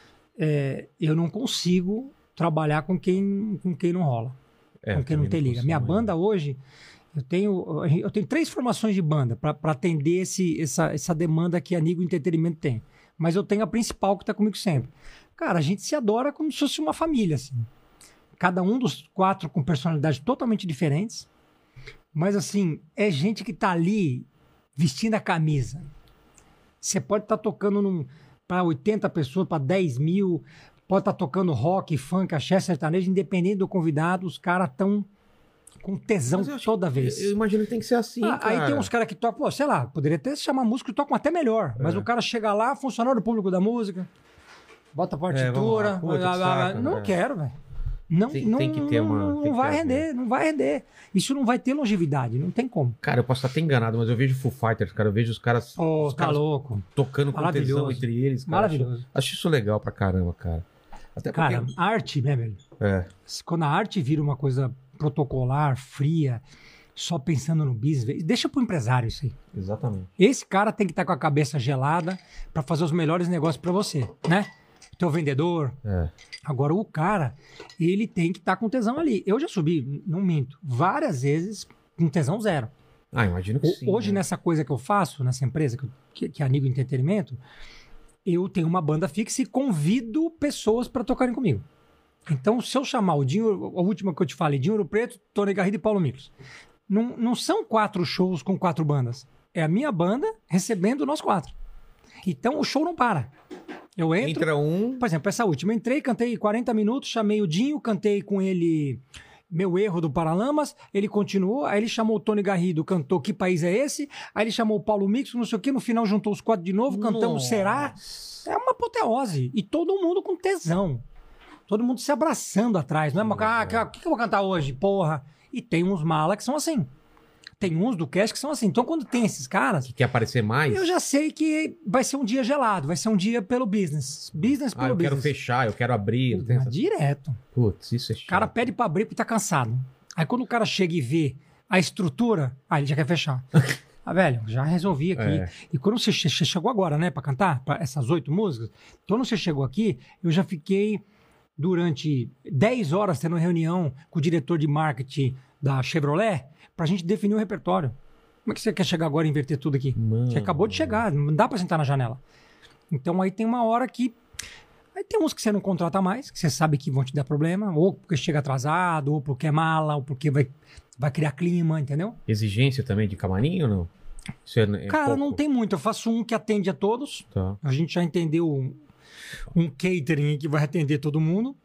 Eu não consigo trabalhar com quem não rola, com quem não tem liga. Minha banda hoje, eu tenho 3 formações de banda para atender essa demanda que a Nigo Entretenimento tem. Mas eu tenho a principal que está comigo sempre. Cara, a gente se adora como se fosse uma família, assim. Cada um dos 4 com personalidades totalmente diferentes. Mas, assim, é gente que tá ali vestindo a camisa. Você pode estar tocando para 80 pessoas, para 10 mil, pode estar tocando rock, funk, axé, sertanejo, independente do convidado, os caras estão com tesão toda vez.
Eu imagino que tem que ser assim, cara.
Aí tem uns caras que tocam, sei lá, poderia até se chamar músico que tocam até melhor, mas o cara chega lá, funcionário público da música, bota a partitura,
saco,
não quero, velho.
Tem que ter uma...
Não vai render, não vai render. Isso não vai ter longevidade, não tem como.
Cara, eu posso estar até enganado, mas eu vejo Foo Fighters, cara, eu vejo os caras...
Tá
caras
louco.
tocando com tesão entre eles, cara.
Maravilhoso.
Acho isso legal pra caramba, cara. Até porque...
Cara, arte, né, velho? Quando a arte vira uma coisa protocolar, fria, só pensando no business, deixa pro empresário isso aí.
Exatamente.
Esse cara tem que estar com a cabeça gelada pra fazer os melhores negócios pra você, né? Teu vendedor. Agora, o cara, ele tem que estar com tesão ali. Eu já subi, não minto, várias vezes com tesão zero.
Imagino que sim.
Hoje, nessa coisa que eu faço, nessa empresa que é a Nível Entretenimento, eu tenho uma banda fixa e convido pessoas para tocarem comigo. Então, se eu chamar o Dinho, a última que eu te falei, Dinho Ouro Preto, Tony Garrido e Paulo Miklos, não são 4 shows com 4 bandas. É a minha banda recebendo nós 4. Então, o show não para. Eu entro...
Entra um...
Por exemplo, essa última, eu entrei, cantei 40 minutos, chamei o Dinho, cantei com ele Meu Erro do Paralamas, ele continuou, aí ele chamou o Tony Garrido, cantou Que País é Esse? Aí ele chamou o Paulo Mix, não sei o quê, no final juntou os 4 de novo, cantamos Será? É uma apoteose. E todo mundo com tesão. Todo mundo se abraçando atrás. Não é uma... o que eu vou cantar hoje? Porra. E tem uns mala que são assim. Tem uns do cast que são assim. Então, quando tem esses caras...
Que quer aparecer mais?
Eu já sei que vai ser um dia gelado. Vai ser um dia pelo business. Business pelo business.
Eu quero fechar, eu quero abrir.
Direto.
Putz, isso é chato.
O cara pede pra abrir porque tá cansado. Aí, quando o cara chega e vê a estrutura, ele já quer fechar. Velho, já resolvi aqui. E quando você chegou agora, né, pra cantar pra essas 8 músicas, quando você chegou aqui, eu já fiquei durante 10 horas tendo reunião com o diretor de marketing da Chevrolet pra gente definir o repertório. Como é que você quer chegar agora e inverter tudo aqui? Você acabou de chegar, não dá pra sentar na janela. Então aí tem uma hora que... Aí tem uns que você não contrata mais, que você sabe que vão te dar problema, ou porque chega atrasado, ou porque é mala, ou porque vai criar clima, entendeu?
Exigência também de camarim ou não?
Cara,
pouco?
Não tem muito. Eu faço um que atende a todos.
Tá.
A gente já entendeu um catering que vai atender todo mundo.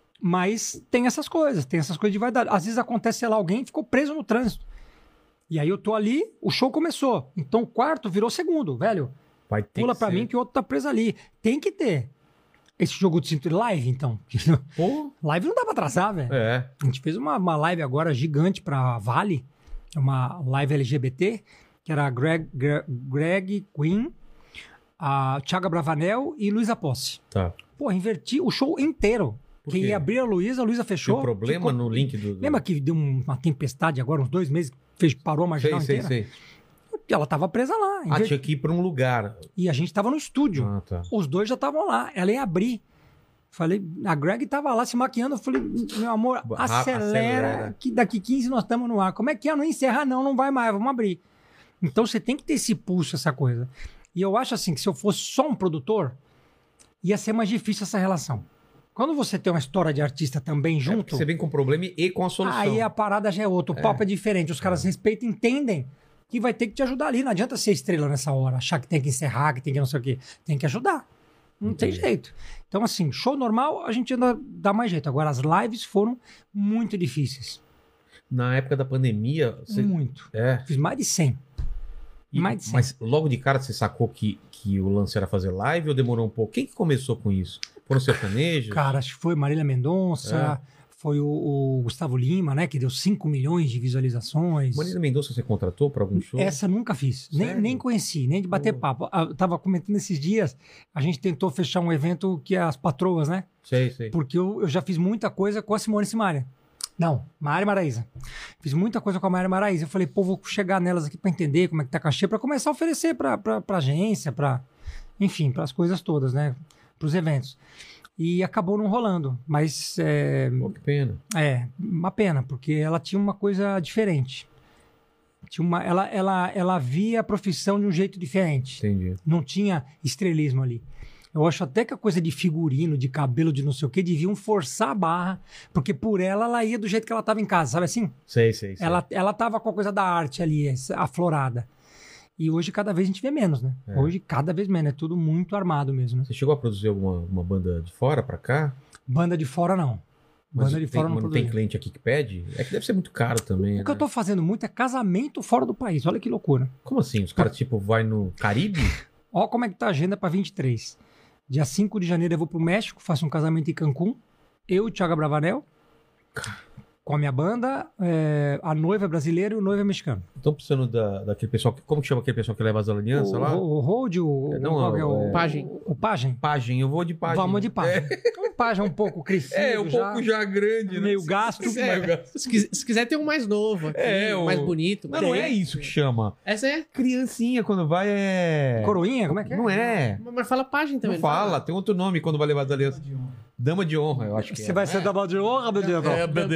Mas tem essas coisas de vaidade. Às vezes acontece, sei lá, alguém ficou preso no trânsito. E aí eu tô ali, o show começou. Então o quarto virou segundo, velho.
Vai ter
Pula pra mim que o outro tá preso ali. Tem que ter. Esse jogo de cintura live, então.
Pô.
Live não dá pra atrasar, velho. A gente fez uma live agora gigante pra Vale. Uma live LGBT, que era a Greg Queen, a Thiago Bravanel e Luísa Posse.
Tá.
Pô, inverti o show inteiro. Quem ia abrir a Luísa fechou.
Tem problema no link do...
Lembra que deu uma tempestade agora, uns 2 meses, parou a marginal inteira?
Sei.
Ela tava presa lá.
Tinha que ir pra um lugar.
E a gente tava no estúdio.
Tá.
Os dois já estavam lá. Ela ia abrir. Falei, a Greg tava lá se maquiando. Eu falei, meu amor, acelera que daqui 15 nós estamos no ar. Como é que é? Não encerrar? Não vai mais, vamos abrir. Então você tem que ter esse pulso, essa coisa. E eu acho assim, que se eu fosse só um produtor, ia ser mais difícil essa relação. Quando você tem uma história de artista também junto...
Você vem com o problema e com a solução.
Aí a parada já é outra. O papo é diferente. Os caras respeitam, entendem que vai ter que te ajudar ali. Não adianta ser estrela nessa hora, achar que tem que encerrar, que tem que não sei o quê. Tem que ajudar. Não tem jeito. Então, assim, show normal, a gente ainda dá mais jeito. Agora, as lives foram muito difíceis.
Na época da pandemia...
Muito. Fiz mais de 100. Mais de 100.
Mas logo de cara você sacou que o lance era fazer live ou demorou um pouco? Quem que começou com isso? Foram sertanejos?
Cara, acho que foi Marília Mendonça, foi o Gustavo Lima, né? Que deu 5 milhões de visualizações.
Marília Mendonça você contratou para algum show?
Essa nunca fiz. Nem conheci, nem de bater papo. Eu tava comentando esses dias, a gente tentou fechar um evento que é as patroas, né?
Sei.
Porque eu já fiz muita coisa com a Simone Simaria. Não, Maiara Maraíza. Fiz muita coisa com a Maiara Maraíza. Eu falei, pô, vou chegar nelas aqui para entender como é que tá a cachê, para começar a oferecer pra agência, enfim, para as coisas todas, né? Para os eventos. E acabou não rolando, mas...
Pô, que pena.
Uma pena, porque ela tinha uma coisa diferente. Ela via a profissão de um jeito diferente.
Entendi.
Não tinha estrelismo ali. Eu acho até que a coisa de figurino, de cabelo, de não sei o quê, deviam forçar a barra, porque por ela ia do jeito que ela estava em casa, sabe assim?
Sei.
Ela tava com a coisa da arte ali, aflorada. E hoje cada vez a gente vê menos, né? Hoje cada vez menos, é tudo muito armado mesmo, né?
Você chegou a produzir alguma banda de fora pra cá?
Banda de fora não.
Banda de fora não tem cliente aqui que pede? É que deve ser muito caro também,
O que eu tô fazendo muito é casamento fora do país, olha que loucura.
Como assim? Os caras tipo vai no Caribe?
Ó como é que tá a agenda pra 23. Dia 5 de janeiro eu vou pro México, faço um casamento em Cancún. Eu e o Thiago Bravanel. Com a minha banda, a noiva é brasileira e o noivo é mexicano.
Estão precisando daquele pessoal... Como que chama aquele pessoal que leva as alianças lá?
O Road, o
Pajem.
O Pajem.
Pajem, eu vou de Pajem.
Vamos de Pajem. O Pajem é um pouco crescido
pouco já grande.
Meio gasto.
Se quiser ter um mais novo aqui, mais bonito.
Não é isso que chama.
Essa é?
Criancinha, quando vai,
Coroinha? Como é que é?
Não é.
Mas fala Pajem também.
Não fala, tem outro nome quando vai levar as alianças. Dama de honra, eu acho que
Você vai ser dama de honra, meu Deus?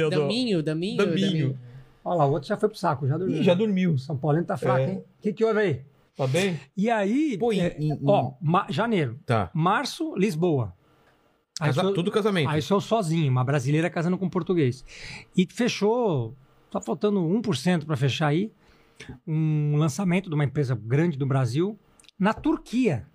Daminho.
Olha lá, o outro já foi pro saco, já dormiu.
Já dormiu.
São Paulino tá fraco, hein? O que houve aí?
Tá bem?
E aí, janeiro.
Tá.
Março, Lisboa.
Tudo casamento.
Aí sou sozinho, uma brasileira casando com um português. E fechou, tá faltando 1% para fechar aí, um lançamento de uma empresa grande do Brasil na Turquia.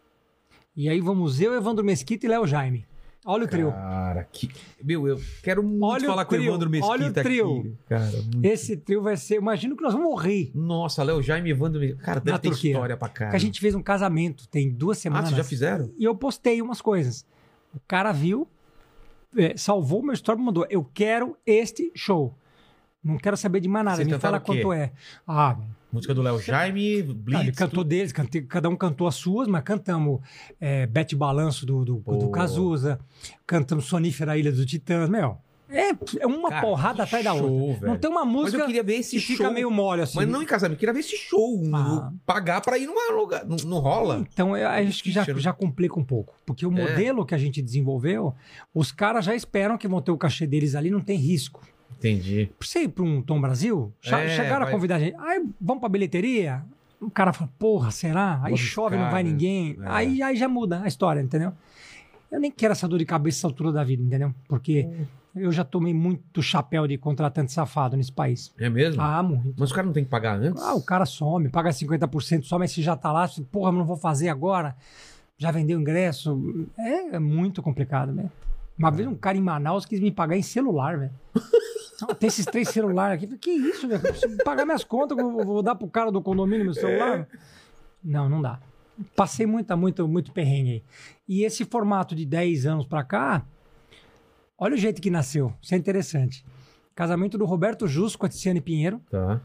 E aí vamos eu, Evandro Mesquita e Léo Jaime. Olha o trio.
Cara, eu quero muito falar com o Evandro Mesquita.
Olha o trio.
Aqui, cara,
esse trio vai ser... Imagino que nós vamos morrer.
Nossa, Léo Jaime e Evandro Mesquita. Cara, deve ter história pra cara.
Porque a gente fez um casamento, tem 2 semanas.
Vocês já fizeram?
E eu postei umas coisas. O cara viu, salvou o meu story e mandou, eu quero este show. Não quero saber de mais nada. Me fala quanto é.
Música do Léo Jaime, Blitz.
Ele cantou deles, cada um cantou as suas, mas cantamos Bete Balanço do Cazuza, cantamos Sonífera Ilha dos Titãs, meu. É uma porrada atrás da outra.
Velho.
Não tem uma música
mas eu queria ver esse
que
show.
fica meio mole assim.
Mas não em casamento, eu queria ver esse show. Pagar pra ir num lugar. Não rola?
Então, acho que já complica um pouco. Porque o modelo que a gente desenvolveu, os caras já esperam que vão ter o cachê deles ali, não tem risco.
Entendi.
Pra você ir pra um Tom Brasil, chegaram a convidar a gente. Aí vamos pra bilheteria? O cara fala, porra, será? Aí chove, não vai ninguém. Aí já muda a história, entendeu? Eu nem quero essa dor de cabeça essa altura da vida, entendeu? Porque eu já tomei muito chapéu de contratante safado nesse país.
É mesmo?
Muito.
Mas o cara não tem que pagar antes?
O cara some, paga 50% só, mas se já tá lá, porra, não vou fazer agora. Já vendeu o ingresso. É muito complicado, velho. Uma vez um cara em Manaus quis me pagar em celular, velho. Tem esses 3 celulares aqui. Que isso, velho? Eu preciso pagar minhas contas, eu vou dar pro cara do condomínio meu celular? Não dá. Passei muito perrengue aí. E esse formato de 10 anos pra cá, olha o jeito que nasceu. Isso é interessante. Casamento do Roberto Justo com a Tiziane Pinheiro.
Tá.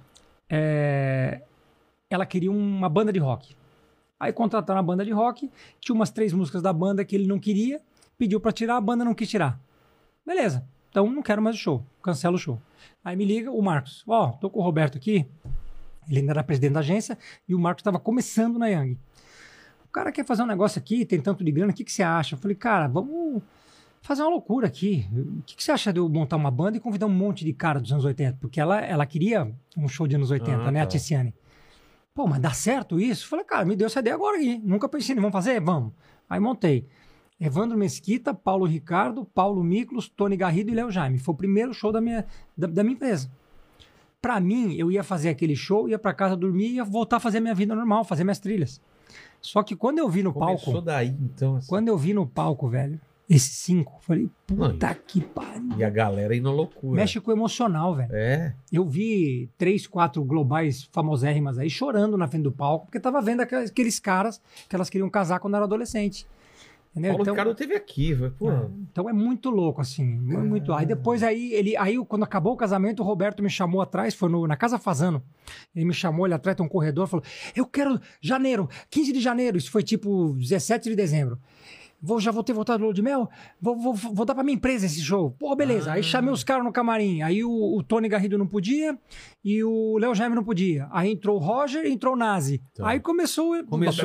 Ela queria uma banda de rock. Aí contrataram a banda de rock, tinha umas 3 músicas da banda que ele não queria, pediu pra tirar, a banda não quis tirar. Beleza. Então, não quero mais o show. Cancela o show. Aí me liga o Marcos. Tô com o Roberto aqui. Ele ainda era presidente da agência e o Marcos estava começando na Yang. O cara quer fazer um negócio aqui, tem tanto de grana, o que você acha? Eu falei, cara, vamos fazer uma loucura aqui. O que você acha de eu montar uma banda e convidar um monte de cara dos anos 80? Porque ela queria um show de anos 80, né, a Tiziane? Pô, mas dá certo isso? Eu falei, cara, me deu essa ideia agora aqui. Nunca pensei, vamos fazer? Vamos. Aí montei. Evandro Mesquita, Paulo Ricardo, Paulo Miklos, Tony Garrido e Léo Jaime. Foi o primeiro show da minha empresa. Pra mim, eu ia fazer aquele show, ia pra casa dormir e ia voltar a fazer minha vida normal, fazer minhas trilhas. Só que quando eu vi no palco...
Começou daí, então. Assim.
Quando eu vi no palco, velho, esses 5, falei, puta que pariu.
E a galera indo loucura.
Mexe com o emocional, velho. Eu vi 3, 4 globais famosérrimas aí chorando na frente do palco, porque tava vendo aqueles caras que elas queriam casar quando era adolescente. Entendeu?
Paulo Ricardo teve aqui,
então é muito louco, assim. Muito. Aí depois, quando acabou o casamento, o Roberto me chamou atrás, foi na Casa Fazano. Ele me chamou ali atrás, tem um corredor, falou: eu quero janeiro, 15 de janeiro. Isso foi tipo 17 de dezembro. Já vou ter voltado do Lua de Mel, vou dar pra minha empresa esse show. Pô, beleza. Aí chamei os caras no camarim. Aí o Tony Garrido não podia e o Léo Jaime não podia. Aí entrou o Roger e entrou o Nazi. Tá. Aí começou.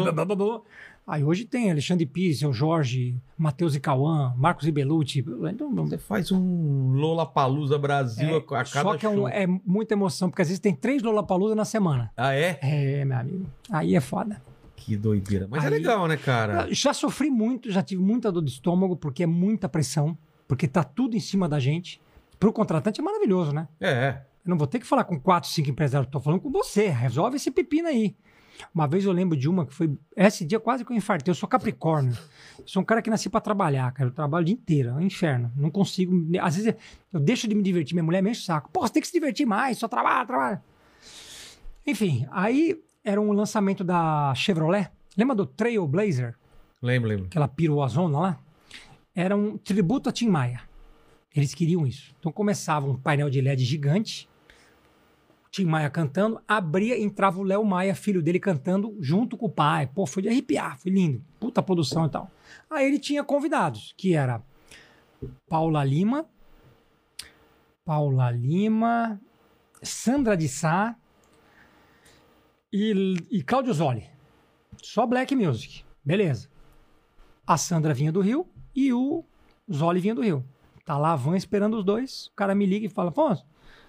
Aí hoje tem Alexandre Pires, o Jorge, Matheus e Cauã, Marcos e Belucci. Então,
você faz um Lollapalooza Brasil a cada
só que
show.
É muita emoção, porque às vezes tem 3 Lollapalooza na semana.
Ah, é?
É, meu amigo. Aí é foda.
Que doideira. Mas é legal, né, cara?
Já sofri muito, já tive muita dor de estômago, porque é muita pressão, porque tá tudo em cima da gente. Pro contratante é maravilhoso, né? Eu não vou ter que falar com 4, 5 empresários, tô falando com você. Resolve esse pepino aí. Uma vez eu lembro de uma que foi... Esse dia quase que eu infartei. Eu sou Capricórnio. Eu sou um cara que nasci pra trabalhar, cara. Eu trabalho o dia inteiro. É um inferno. Não consigo... Às vezes eu deixo de me divertir. Minha mulher me enche o saco. Pô, você tem que se divertir mais. Só trabalha. Enfim, aí era um lançamento da Chevrolet. Lembra do Trailblazer?
Lembro.
Aquela piruazona lá? Era um tributo a Tim Maia. Eles queriam isso. Então começava um painel de LED gigante, Tim Maia cantando, abria, entrava o Léo Maia, filho dele, cantando junto com o pai. Pô, foi de arrepiar, foi lindo. Puta produção e tal. Aí ele tinha convidados, que era Paula Lima, Sandra de Sá e Cláudio Zoli. Só Black Music. Beleza. A Sandra vinha do Rio e o Zoli vinha do Rio. Tá lá a van esperando os dois. O cara me liga e fala, Afonso,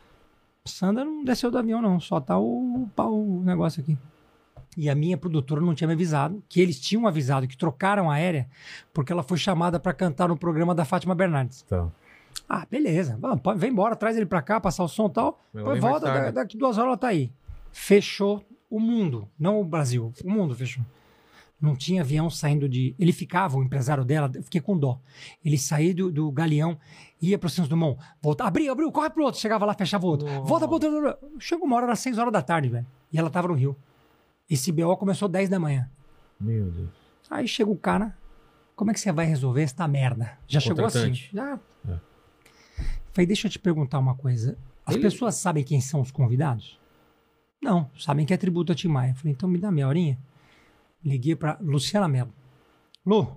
Sandra não desceu do avião não, só tá o negócio aqui. E a minha produtora não tinha me avisado, que eles tinham avisado que trocaram a aérea porque ela foi chamada para cantar no programa da Fátima Bernardes.
Tá.
Ah, beleza. Vem embora, traz ele pra cá, passar o som e tal. Depois volta, daqui 2 horas ela tá aí. Fechou o mundo, não o Brasil. O mundo fechou. Não tinha avião saindo de... Ele ficava, o empresário dela, eu fiquei com dó. Ele saía do Galeão, ia pro Santos Dumont, voltava, abriu, corre pro outro. Chegava lá, fechava o outro. Volta pro outro. Chegou uma hora, era 6 horas da tarde, velho. E ela tava no Rio. Esse BO começou 10 da manhã.
Meu Deus.
Aí chega o cara, como é que você vai resolver esta merda? Já chegou assim. Já... Falei, deixa eu te perguntar uma coisa. As pessoas sabem quem são os convidados? Não, sabem que é tributo a Tim Maia. Falei, então me dá meia horinha. Liguei pra Luciana Mello. Lu,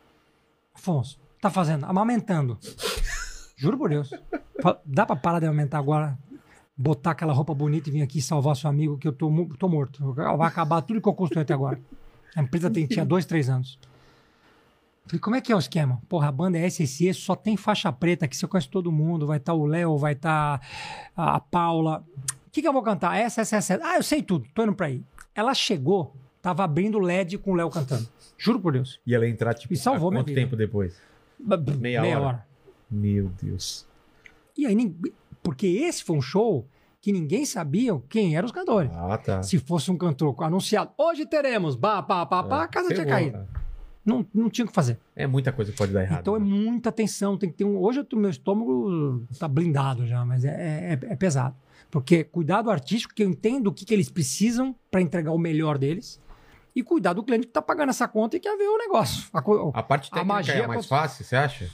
Afonso, tá fazendo? Amamentando. Juro por Deus. Dá pra parar de amamentar agora? Botar aquela roupa bonita e vir aqui salvar seu amigo que eu tô morto. Vai acabar tudo que eu construí até agora. A empresa tinha 2, 3 anos. Falei, como é que é o esquema? Porra, a banda é SSE, só tem faixa preta aqui, você conhece todo mundo, vai estar o Léo, vai estar a Paula. O que eu vou cantar? Essa. Ah, eu sei tudo, tô indo pra aí. Ela chegou, tava abrindo LED com o Léo cantando. Juro por Deus.
E ela entrar, tipo,
e salvou
quanto tempo depois?
Meia hora.
Meu Deus.
E aí, porque esse foi um show que ninguém sabia quem eram os cantores.
Ah, tá.
Se fosse um cantor anunciado, hoje teremos, a casa tinha caído. Não tinha o que fazer.
É muita coisa que pode dar errado.
Então é muita atenção, tem que ter Hoje meu estômago tá blindado já, mas é pesado. Porque cuidado artístico, que eu entendo o que eles precisam para entregar o melhor deles, e cuidar do cliente que tá pagando essa conta e quer ver o negócio.
A parte técnica é mais fácil, você acha?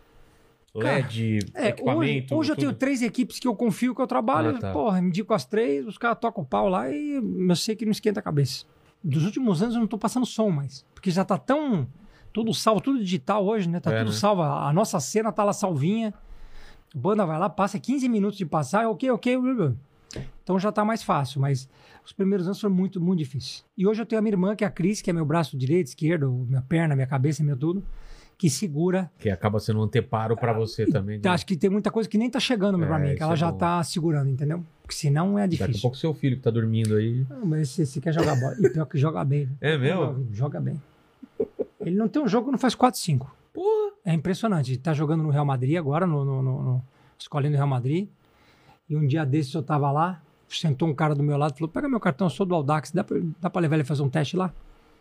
LED, equipamento...
Hoje eu tenho 3 equipes que eu confio, que eu trabalho. Tá. Porra, me indico as 3, os caras tocam o pau lá e eu sei que não esquenta a cabeça. Dos últimos anos eu não tô passando som mais. Porque já tá tão... Tudo salvo, tudo digital hoje, né? Tá tudo salvo. A nossa cena tá lá salvinha. A banda vai lá, passa 15 minutos de passar, ok. Então já tá mais fácil, mas os primeiros anos foram muito, muito difíceis. E hoje eu tenho a minha irmã, que é a Cris, que é meu braço direito, esquerdo, minha perna, minha cabeça, meu tudo, que segura. Que
acaba sendo um anteparo pra você também.
Acho que tem muita coisa que nem tá chegando pra mim, que ela já tá segurando, entendeu? Porque senão é difícil.
Daqui a pouco seu filho que tá dormindo aí.
Não, mas esse quer jogar bola. E pior que joga bem. Né?
É mesmo?
Joga bem. Ele não tem um jogo que não faz 4-5.
Porra!
É impressionante. Ele tá jogando no Real Madrid agora, no escolinha do Real Madrid. E um dia desses eu tava lá, sentou um cara do meu lado e falou, pega meu cartão, eu sou do Audax, dá pra levar ele fazer um teste lá?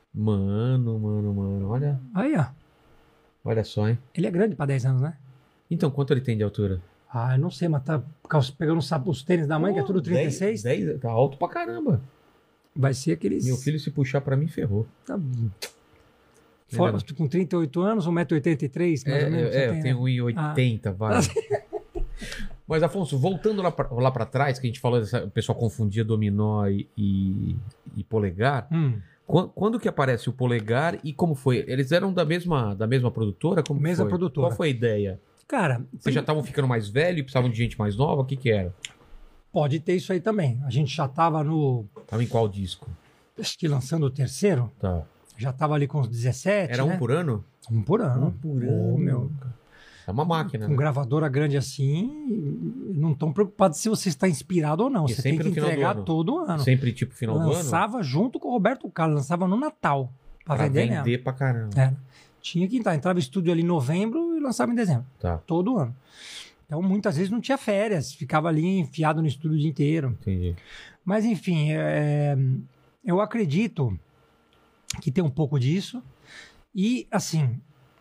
Mano, olha.
Aí, ó.
Olha só, hein?
Ele é grande pra 10 anos, né?
Então, quanto ele tem de altura?
Ah, eu não sei, mas tá pegando os tênis da mãe, que é tudo 36.
10, tá alto pra caramba.
Vai ser aqueles...
Meu filho se puxar pra mim, ferrou.
Tá fora, com 38 anos, 1,83m, mais ou menos.
Eu tenho 1,80m, vai. Mas, Afonso, voltando lá pra trás, que a gente falou, o pessoal confundia dominó e polegar. Quando que aparece o polegar e como foi? Eles eram da mesma produtora?
Mesma produtora.
Qual foi a ideia?
Cara...
Vocês já estavam ficando mais velhos e precisavam de gente mais nova? O que era?
Pode ter isso aí também. A gente já tava no...
Tava em qual disco?
Acho que lançando o 3º.
Tá.
Já tava ali com os 17,
Era um por ano?
Um por ano. Meu...
É uma máquina,
com gravadora grande assim, não estão preocupados se você está inspirado ou não. Você tem que entregar todo ano.
Sempre tipo final do ano?
Lançava junto com o Roberto Carlos, lançava no Natal. Pra vender mesmo.
Pra caramba.
Tinha que entrar. Entrava em estúdio ali em novembro e lançava em dezembro.
Tá.
Todo ano. Então, muitas vezes não tinha férias. Ficava ali enfiado no estúdio o dia inteiro.
Entendi.
Mas, enfim, eu acredito que tem um pouco disso. E, assim...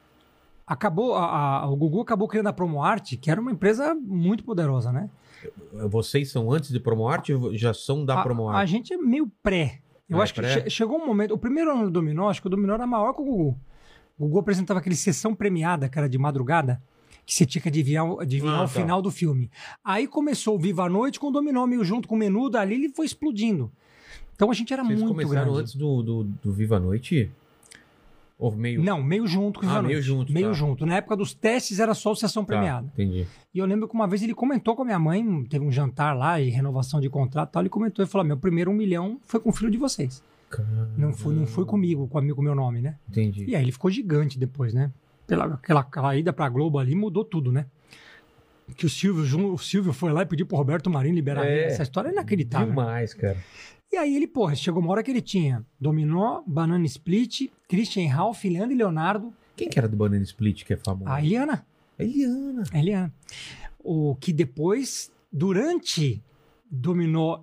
o Gugu acabou criando a PromoArt, que era uma empresa muito poderosa, né?
Vocês são antes de PromoArt ou já são da PromoArt?
A gente é meio pré. Eu acho que chegou um momento... O primeiro ano do Dominó, acho que o Dominó era maior que o Gugu. O Gugu apresentava aquele Sessão Premiada, que era de madrugada, que você tinha que adivinhar o final do filme. Aí começou o Viva a Noite com o Dominó meio junto com o menu, dali ele foi explodindo. Então a gente era muito grande. Vocês começaram
antes do Viva a Noite? Ou meio...
Não, meio junto com o Viva a Noite. Meio junto. Na época dos testes era só o Sessão Premiada.
Entendi.
E eu lembro que uma vez ele comentou com a minha mãe, teve um jantar lá e renovação de contrato e tal, ele comentou e falou, meu primeiro 1 milhão foi com o filho de vocês.
Caramba.
Não foi comigo, com o meu nome, né?
Entendi.
E aí ele ficou gigante depois, né? Aquela ida pra Globo ali mudou tudo, né? Que o Silvio foi lá e pediu pro Roberto Marinho liberar ele. Essa história é inacreditável.
Demais, cara.
E aí ele, chegou uma hora que ele tinha Dominó, Banana Split, Christian Ralph, Leandro e Leonardo.
Quem que era do Banana Split que é famoso?
A Eliana. Eliana. O que depois, durante Dominó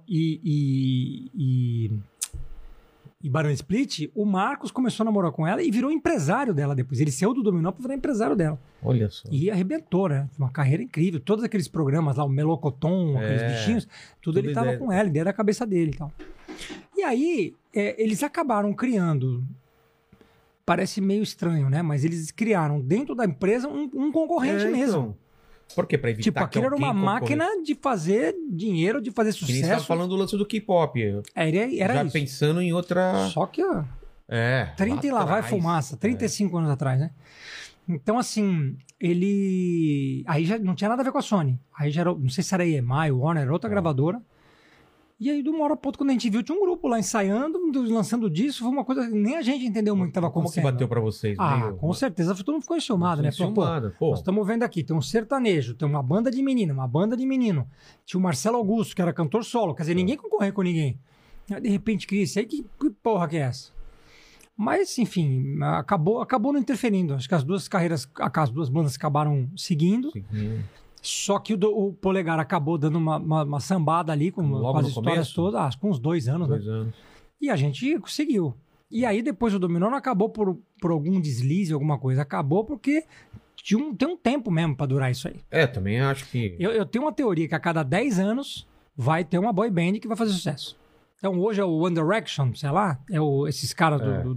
e Banana Split, o Marcos começou a namorar com ela e virou empresário dela depois. Ele saiu do Dominó para virar empresário dela.
Olha só.
E arrebentou, né? Uma carreira incrível. Todos aqueles programas lá, o Melocoton, aqueles bichinhos, tudo ele tava com ela, ele era a cabeça dele e tal. E aí, eles acabaram criando, parece meio estranho, né? Mas eles criaram dentro da empresa um concorrente mesmo.
Então. Por quê? Pra evitar
tipo, aquilo era uma máquina de fazer dinheiro, de fazer sucesso.
Que nem você tava falando do lance do K-pop.
Era
já
isso.
Pensando em outra...
Só que, 30 e lá vai fumaça. 35 anos atrás, né? Então, assim, ele... Aí já não tinha nada a ver com a Sony. Aí já era, não sei se era EMI, Warner, era outra gravadora. E aí, de uma hora pra outra, quando a gente viu, tinha um grupo lá ensaiando, lançando disco, foi uma coisa que nem a gente entendeu muito o que estava acontecendo.
Como que bateu pra vocês?
Com certeza, todo mundo ficou enciumado, né? Nós estamos vendo aqui, tem um sertanejo, tem uma banda de menino, uma banda de menino. Tinha o Marcelo Augusto, que era cantor solo, quer dizer, ninguém concorria com ninguém. Aí, de repente, cria isso aí, que porra que é essa? Mas, enfim, acabou não interferindo. Acho que as duas bandas acabaram seguindo. Só que o Polegar acabou dando uma sambada ali com as histórias todas, com uns 2 anos, né? E a gente conseguiu. E aí depois o Dominó não acabou por algum deslize, alguma coisa. Acabou porque tem um tempo mesmo pra durar isso aí.
Também acho que...
Eu tenho uma teoria que a cada 10 anos vai ter uma boy band que vai fazer sucesso. Então hoje é o One Direction, sei lá, esses caras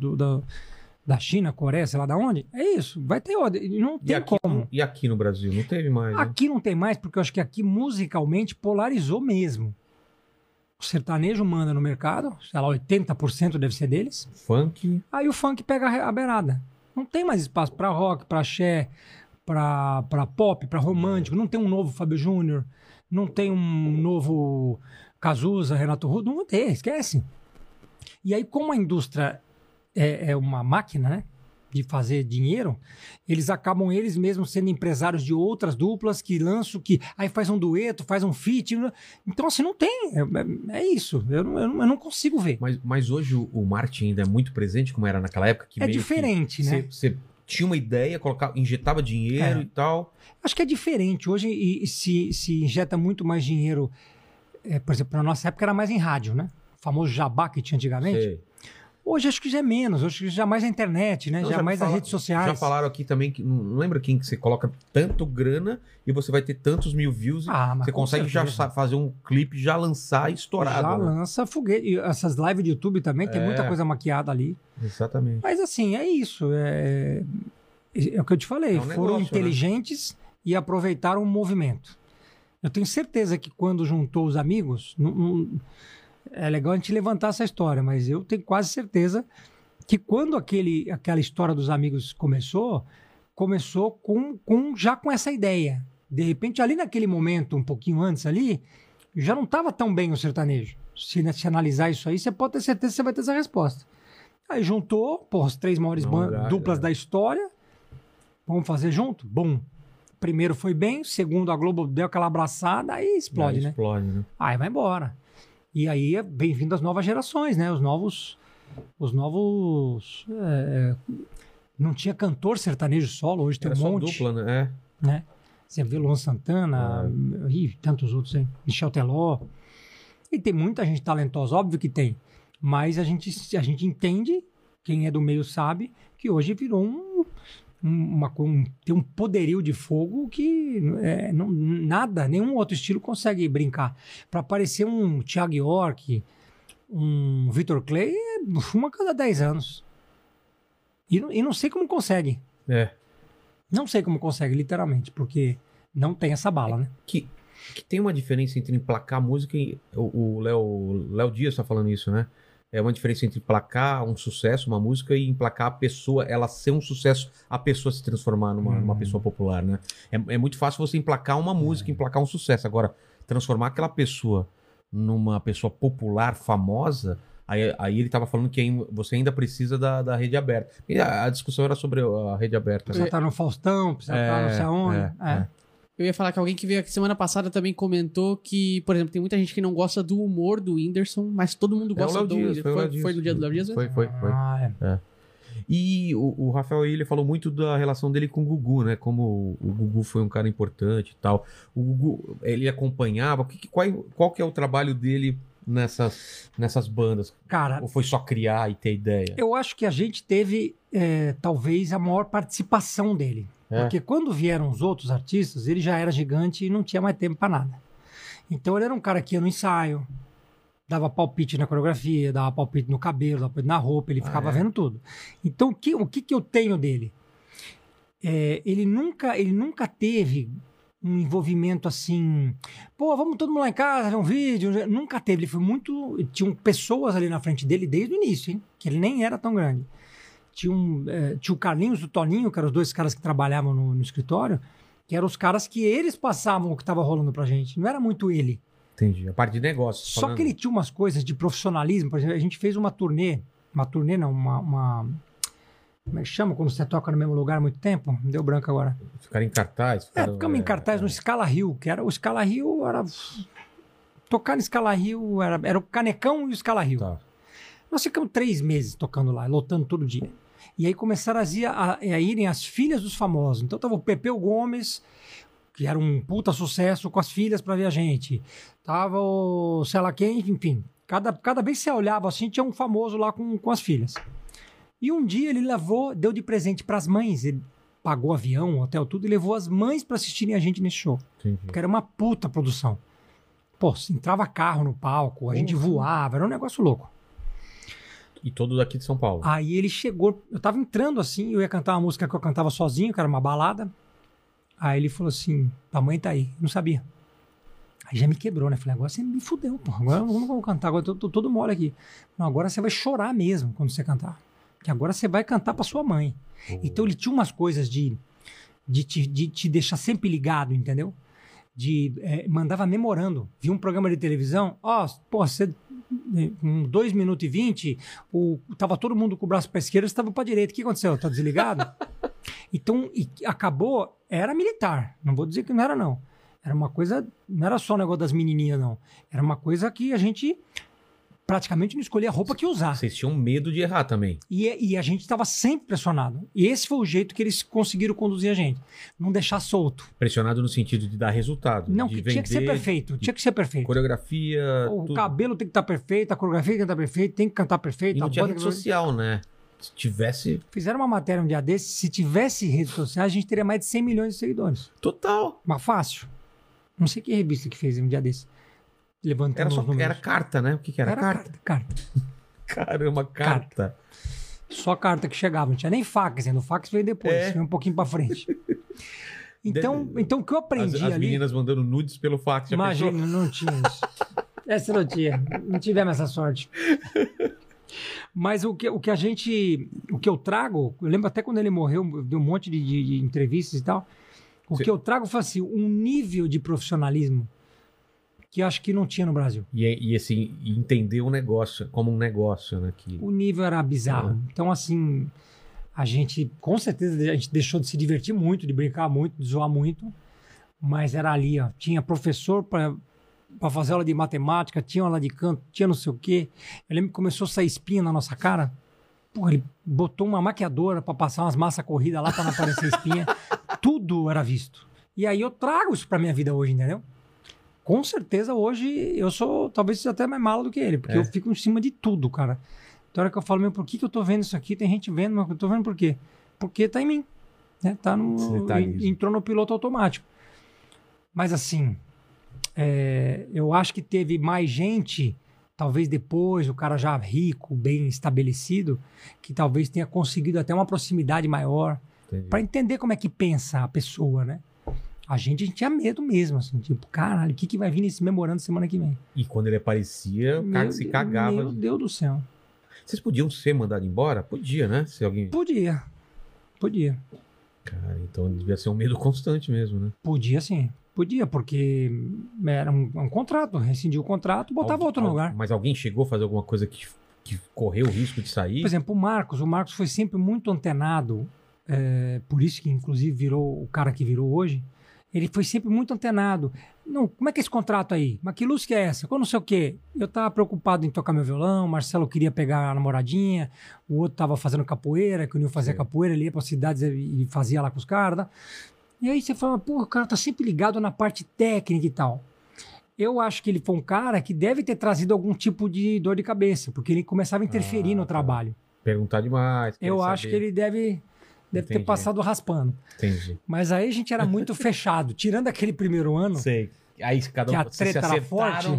da China, Coreia, sei lá da onde. É isso, vai ter outra. Não tem como.
E aqui no Brasil? Não teve mais,
Aqui não tem mais, porque eu acho que aqui musicalmente polarizou mesmo. O sertanejo manda no mercado, sei lá, 80% deve ser deles.
Funk.
Aí o funk pega a beirada. Não tem mais espaço pra rock, pra axé, pra pop, pra romântico. Não tem um novo Fábio Júnior, não tem um novo Cazuza, Renato Russo. Não tem, esquece. E aí, como a indústria é uma máquina, né, de fazer dinheiro, eles acabam eles mesmos sendo empresários de outras duplas que lançam, aí faz um dueto, faz um feat. Então, assim, não tem. É isso. Eu não consigo ver.
Mas hoje o marketing ainda é muito presente, como era naquela época? Que
é diferente, né?
Você tinha uma ideia, injetava dinheiro e tal.
Acho que é diferente. Hoje se injeta muito mais dinheiro. Por exemplo, na nossa época era mais em rádio, né? O famoso jabá que tinha antigamente.
Sei.
Hoje acho que já é menos, hoje já é mais a internet, né? Já mais as redes sociais.
Já falaram aqui também que não lembra quem que você coloca tanto grana e você vai ter tantos mil views e você consegue já fazer um clipe, já lançar estourado.
Já lança foguete. E essas lives de YouTube também, tem muita coisa maquiada ali.
Exatamente.
Mas assim, é isso. É o que eu te falei. Foram inteligentes, né? E aproveitaram o movimento. Eu tenho certeza que quando juntou os amigos... É legal a gente levantar essa história, mas eu tenho quase certeza que quando aquela história dos amigos começou já com essa ideia. De repente, ali naquele momento, um pouquinho antes ali, já não estava tão bem o sertanejo. Se analisar isso aí, você pode ter certeza que você vai ter essa resposta. Aí juntou, as 3 maiores duplas da história, vamos fazer junto? Bom. Primeiro foi bem, segundo a Globo deu aquela abraçada, aí explode, né?
Explode, né?
Aí vai embora. E aí é bem-vindo às novas gerações, né? Os novos... não tinha cantor sertanejo solo, hoje tem um monte.
Só dupla,
né? Você vê Luan Santana e tantos outros aí. Michel Teló. E tem muita gente talentosa, óbvio que tem. Mas a gente entende, quem é do meio sabe, que hoje virou tem um poderio de fogo que nenhum outro estilo consegue brincar. Para aparecer um Thiago York, um Victor Clay, uma a cada 10 anos. E não sei como consegue. Não sei como consegue, literalmente, porque não tem essa bala, né?
Que tem uma diferença entre emplacar música e... O Léo Dias tá falando isso, né? É uma diferença entre emplacar um sucesso, uma música, e emplacar a pessoa, ela ser um sucesso, a pessoa se transformar numa pessoa popular, né? É muito fácil você emplacar uma música, emplacar um sucesso. Agora, transformar aquela pessoa numa pessoa popular, famosa, aí ele tava falando que você ainda precisa da rede aberta. E a discussão era sobre a rede aberta.
Precisa estar no Faustão, precisa estar não sei aonde.
Eu ia falar que alguém que veio aqui semana passada também comentou que, por exemplo, tem muita gente que não gosta do humor do Whindersson, mas todo mundo gosta do Whindersson. Foi no dia do Léo Dias?
Foi. E o Rafael, ele falou muito da relação dele com o Gugu, né? Como o Gugu foi um cara importante e tal. O Gugu, ele acompanhava. Qual que é o trabalho dele nessas bandas?
Cara,
ou foi só criar e ter ideia?
Eu acho que a gente teve, talvez, a maior participação dele. Porque quando vieram os outros artistas, ele já era gigante e não tinha mais tempo para nada. Então ele era um cara que ia no ensaio, dava palpite na coreografia, dava palpite no cabelo, dava palpite na roupa, ele ficava vendo tudo. Então o que eu tenho dele? Ele nunca teve um envolvimento assim, pô, vamos todo mundo lá em casa ver um vídeo. Nunca teve, ele foi muito... Tinham pessoas ali na frente dele desde o início, hein? Que ele nem era tão grande. Tinha o Carlinhos e o Toninho, que eram os dois caras que trabalhavam no escritório, que eram os caras que eles passavam o que estava rolando pra gente. Não era muito ele.
Entendi. A parte de negócio.
Só que ele tinha umas coisas de profissionalismo. Por exemplo, a gente fez uma turnê não, como é que chama quando você toca no mesmo lugar há muito tempo? Me deu branco agora.
Ficaram em cartaz?
Ficamos em cartaz no Scala Rio, que era o Scala Rio, era... Tocar no Scala Rio era o Canecão e o Scala Rio.
Tá.
Nós ficamos 3 meses tocando lá, lotando todo dia. E aí começaram a irem as filhas dos famosos. Então tava o Pepeu Gomes, que era um puta sucesso, com as filhas pra ver a gente. Tava o sei lá quem, enfim. Cada vez que você olhava assim, tinha um famoso lá com as filhas. E um dia ele deu de presente pras mães. Ele pagou avião, hotel, tudo, e levou as mães pra assistirem a gente nesse show.
Entendi.
Porque era uma puta produção. Pô, entrava carro no palco, a gente voava, era um negócio louco.
E todo daqui de São Paulo.
Aí ele chegou, eu tava entrando assim, eu ia cantar uma música que eu cantava sozinho, que era uma balada. Aí ele falou assim, a mãe tá aí, não sabia. Aí já me quebrou, né? Falei, agora você me fudeu, pô. Agora eu não vou cantar, agora eu tô todo mole aqui. Não, agora você vai chorar mesmo quando você cantar. Que agora você vai cantar pra sua mãe. Então ele tinha umas coisas de te deixar sempre ligado, entendeu? Mandava memorando. Via um programa de televisão, você... Com 2 minutos e 20, tava todo mundo com o braço pra esquerda, você tava pra direita. O que aconteceu? Tá desligado? Então, acabou, era militar. Não vou dizer que não era, não. Era uma coisa, não era só o negócio das menininhas, não. Era uma coisa que a gente praticamente não escolhia a roupa que usar.
Vocês tinham medo de errar também.
E a gente estava sempre pressionado. E esse foi o jeito que eles conseguiram conduzir a gente. Não deixar solto.
Pressionado no sentido de dar resultado.
Não,
de
que tinha que ser perfeito. Tinha que ser perfeito.
Coreografia,
o cabelo tem que estar perfeito, a coreografia tem que estar perfeita, tem que cantar perfeito.
E não tinha rede social, né? Se tivesse...
Fizeram uma matéria um dia desse, se tivesse redes sociais, a gente teria mais de 100 milhões de seguidores.
Total.
Mas fácil. Não sei que revista que fez um dia desse. Levantando
era carta, né? O que era carta?
Carta.
Caramba, carta.
Só carta que chegava. Não tinha nem fax ainda. O fax veio depois. Veio um pouquinho pra frente. Então o que eu aprendi ali...
As meninas mandando nudes pelo fax.
Imagina, não tinha isso. Essa não tinha. Não tivemos essa sorte. Mas o que eu trago... Eu lembro até quando ele morreu, deu um monte de entrevistas e tal. Que eu trago foi assim, um nível de profissionalismo que eu acho que não tinha no Brasil.
E assim, entender o negócio como um negócio, né?
O nível era bizarro. Então, assim, com certeza, a gente deixou de se divertir muito, de brincar muito, de zoar muito, mas era ali, ó. Tinha professor para fazer aula de matemática, tinha aula de canto, tinha não sei o quê. Eu lembro que começou a sair espinha na nossa cara. Pô, ele botou uma maquiadora para passar umas massas corridas lá para não aparecer espinha. Tudo era visto. E aí eu trago isso pra minha vida hoje, entendeu? Com certeza hoje eu sou talvez até mais mala do que ele, porque eu fico em cima de tudo, cara. Então a hora que eu falo, por que eu tô vendo isso aqui? Tem gente vendo, mas eu tô vendo por quê? Porque tá em mim, né? Entrou no piloto automático. Mas assim, eu acho que teve mais gente, talvez depois, o cara já rico, bem estabelecido, que talvez tenha conseguido até uma proximidade maior. Pra entender como é que pensa a pessoa, né? A gente tinha medo mesmo, assim, tipo, caralho, o que vai vir nesse memorando semana que vem?
E quando ele aparecia, o cara se cagava.
Meu Deus do céu.
Vocês podiam ser mandados embora? Podia, né? Se alguém...
Podia.
Cara, então devia ser um medo constante mesmo, né?
Podia sim. Podia, porque era um contrato. Rescindiu o contrato, botava outro no lugar.
Mas alguém chegou a fazer alguma coisa que correu o risco de sair?
Por exemplo, o Marcos foi sempre muito antenado, por isso que inclusive virou o cara que virou hoje. Ele foi sempre muito antenado. Não, como é que é esse contrato aí? Mas que luz que é essa? Quando não sei o quê. Eu tava preocupado em tocar meu violão, o Marcelo queria pegar a namoradinha, o outro tava fazendo capoeira, que o Nil fazia capoeira, ele ia para cidades e fazia lá com os caras. Tá? E aí você fala, pô, o cara tá sempre ligado na parte técnica e tal. Eu acho que ele foi um cara que deve ter trazido algum tipo de dor de cabeça, porque ele começava a interferir no trabalho.
Perguntar demais.
Eu acho que ele deve ter passado raspando.
Entendi.
Mas aí a gente era muito fechado. Tirando aquele primeiro ano,
Sei. Aí cada
que a treta era forte,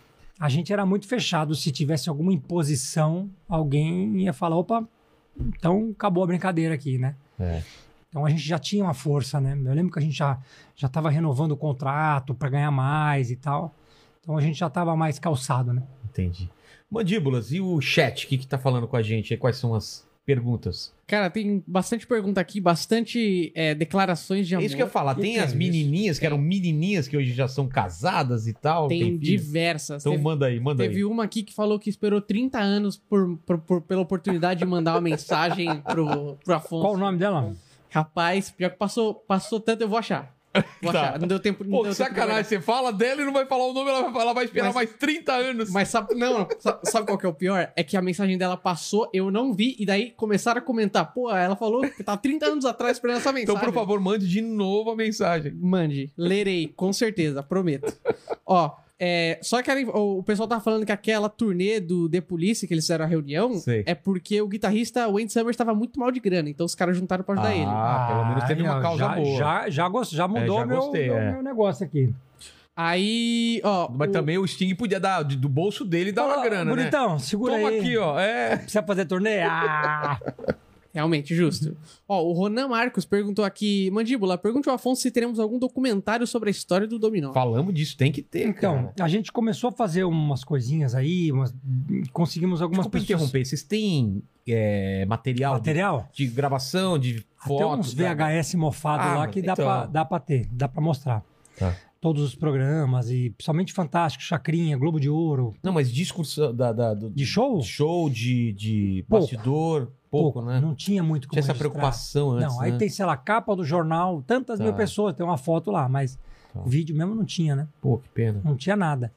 a gente era muito fechado. Se tivesse alguma imposição, alguém ia falar, opa, então acabou a brincadeira aqui, né? Então a gente já tinha uma força, né? Eu lembro que a gente já estava renovando o contrato para ganhar mais e tal. Então a gente já estava mais calçado, né?
Entendi. Mandíbulas, e o chat? O que tá falando com a gente? Quais são as perguntas?
Cara, tem bastante pergunta aqui, bastante declarações de amor.
É isso que eu ia falar. Tem as menininhas que eram menininhas que hoje já são casadas e tal?
Tem diversas.
Então manda aí.
Teve uma aqui que falou que esperou 30 anos pela oportunidade de mandar uma mensagem pro Afonso.
Qual o nome dela?
Rapaz, pior que passou tanto, eu vou achar.
Tá.
Não deu tempo.
Pô, que sacanagem. Você fala dela e não vai falar o nome, ela vai esperar mais 30 anos.
Mas sabe qual que é o pior? É que a mensagem dela passou, eu não vi, e daí começaram a comentar. Pô, ela falou que tá 30 anos atrás esperando essa mensagem.
Então, por favor, mande de novo a mensagem.
Mande. Lerei, com certeza, prometo. Ó, só que o pessoal tá falando que aquela turnê do The Police, que eles fizeram a reunião, é porque o guitarrista Wayne Summers tava muito mal de grana, então os caras juntaram pra ajudar ele.
Pelo menos teve uma causa boa.
Já mudou meu negócio aqui.
Aí, ó...
Mas também o Sting podia dar do bolso dele e dar uma grana,
bonitão,
né?
segura
Toma
aí.
aqui, ó.
Precisa fazer turnê?
Realmente, justo. Ó, o Ronan Marcos perguntou aqui, Mandíbula, pergunte ao Afonso se teremos algum documentário sobre a história do dominó.
Falamos disso, tem que ter,
então, a gente começou a fazer umas coisinhas aí, conseguimos algumas
pessoas... interromper, vocês têm material de gravação, de foto?
Tem uns VHS mofados lá que dá pra ter, dá pra mostrar. Tá. Todos os programas, e principalmente Fantástico, Chacrinha, Globo de Ouro.
Não, mas discurso
de show?
Show, de bastidor... Pouco, né?
Não tinha muito como
tinha essa preocupação antes,
não, aí tem, sei lá, capa do jornal, tantas mil pessoas, tem uma foto lá, mas vídeo mesmo não tinha, né?
Pô, que pena.
Não tinha nada.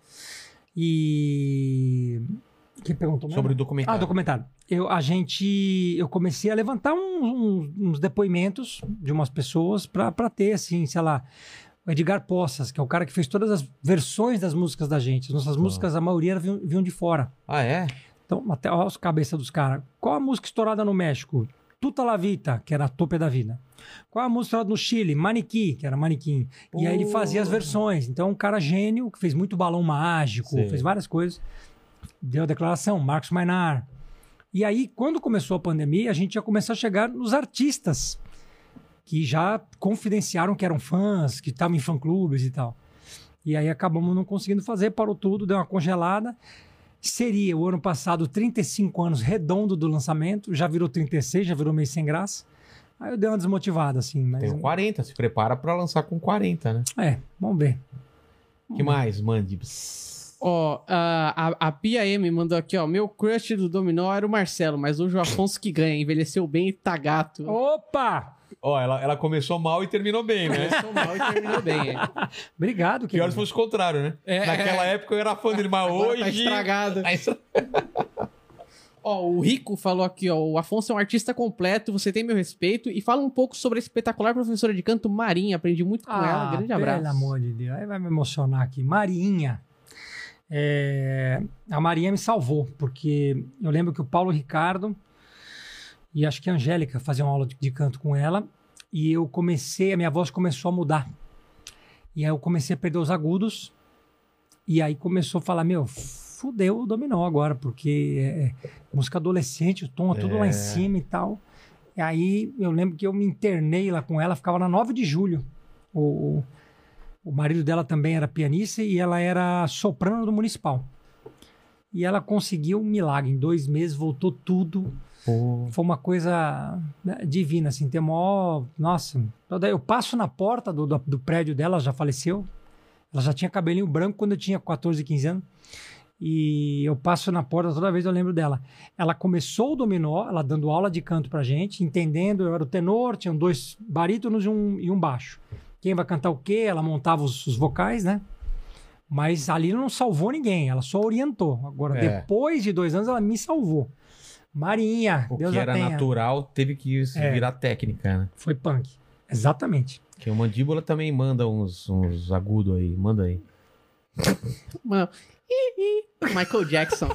E... Quem perguntou mesmo?
Sobre o documentário.
Documentário. Eu comecei a levantar uns depoimentos de umas pessoas pra ter, assim, sei lá, o Edgar Poças, que é o cara que fez todas as versões das músicas da gente. Nossas músicas, a maioria vinham de fora.
Ah, é?
Então, até olha as cabeças dos caras. Qual a música estourada no México? Tuta la Vita, que era a Tope da Vida. Qual a música estourada no Chile? Maniquí, que era Manequim. E aí ele fazia as versões. Então, um cara gênio, que fez muito balão mágico, fez várias coisas. Deu a declaração, Marcos Mainar. E aí, quando começou a pandemia, a gente já começou a chegar nos artistas que já confidenciaram que eram fãs, que estavam em fã-clubes e tal. E aí acabamos não conseguindo fazer, parou tudo, deu uma congelada. Seria o ano passado 35 anos redondo do lançamento, já virou 36, já virou meio sem graça. Aí eu dei uma desmotivada, assim. Mas...
Tem 40, se prepara pra lançar com 40, né?
Vamos ver.
Que mais, Mandy?
Ó, a Pia M mandou aqui, ó, meu crush do Dominó era o Marcelo, mas hoje o Afonso que ganha, envelheceu bem e tá gato.
Opa!
Ó, ela começou mal e terminou bem, né?
Começou mal e terminou bem,
Obrigado, querido.
Pior se fosse o contrário, né? Naquela época eu era fã dele, mas hoje...
Tá estragado. Ó, o Rico falou aqui, ó, o Afonso é um artista completo, você tem meu respeito, e fala um pouco sobre a espetacular professora de canto Marinha, aprendi muito com ela, grande abraço.
Pelo amor de Deus, aí vai me emocionar aqui. Marinha. A Marinha me salvou, porque eu lembro que o Paulo Ricardo e acho que a Angélica faziam aula de canto com ela, e a minha voz começou a mudar. E aí eu comecei a perder os agudos, e aí começou a falar, fudeu o Dominó agora, porque música adolescente, o tom é tudo lá em cima e tal. E aí eu lembro que eu me internei lá com ela, ficava na 9 de julho. O marido dela também era pianista e ela era soprano do Municipal. E ela conseguiu um milagre. Em 2 meses voltou tudo. Foi uma coisa divina, assim. Tem maior... Nossa, eu passo na porta do prédio dela, ela já faleceu. Ela já tinha cabelinho branco quando eu tinha 14, 15 anos. E eu passo na porta, toda vez eu lembro dela. Ela começou o dominó, ela dando aula de canto pra gente, entendendo, eu era o tenor, tinham 2 barítonos e um baixo. Quem vai cantar o quê? Ela montava os vocais, né? Mas ali não salvou ninguém, ela só orientou. Agora, depois de 2 anos, ela me salvou. Marinha,
o
Deus
que
a
era
tenha.
natural teve que virar técnica, né?
Foi punk, exatamente.
Que o Mandíbula também manda uns agudos aí, manda aí.
Mano, Michael Jackson.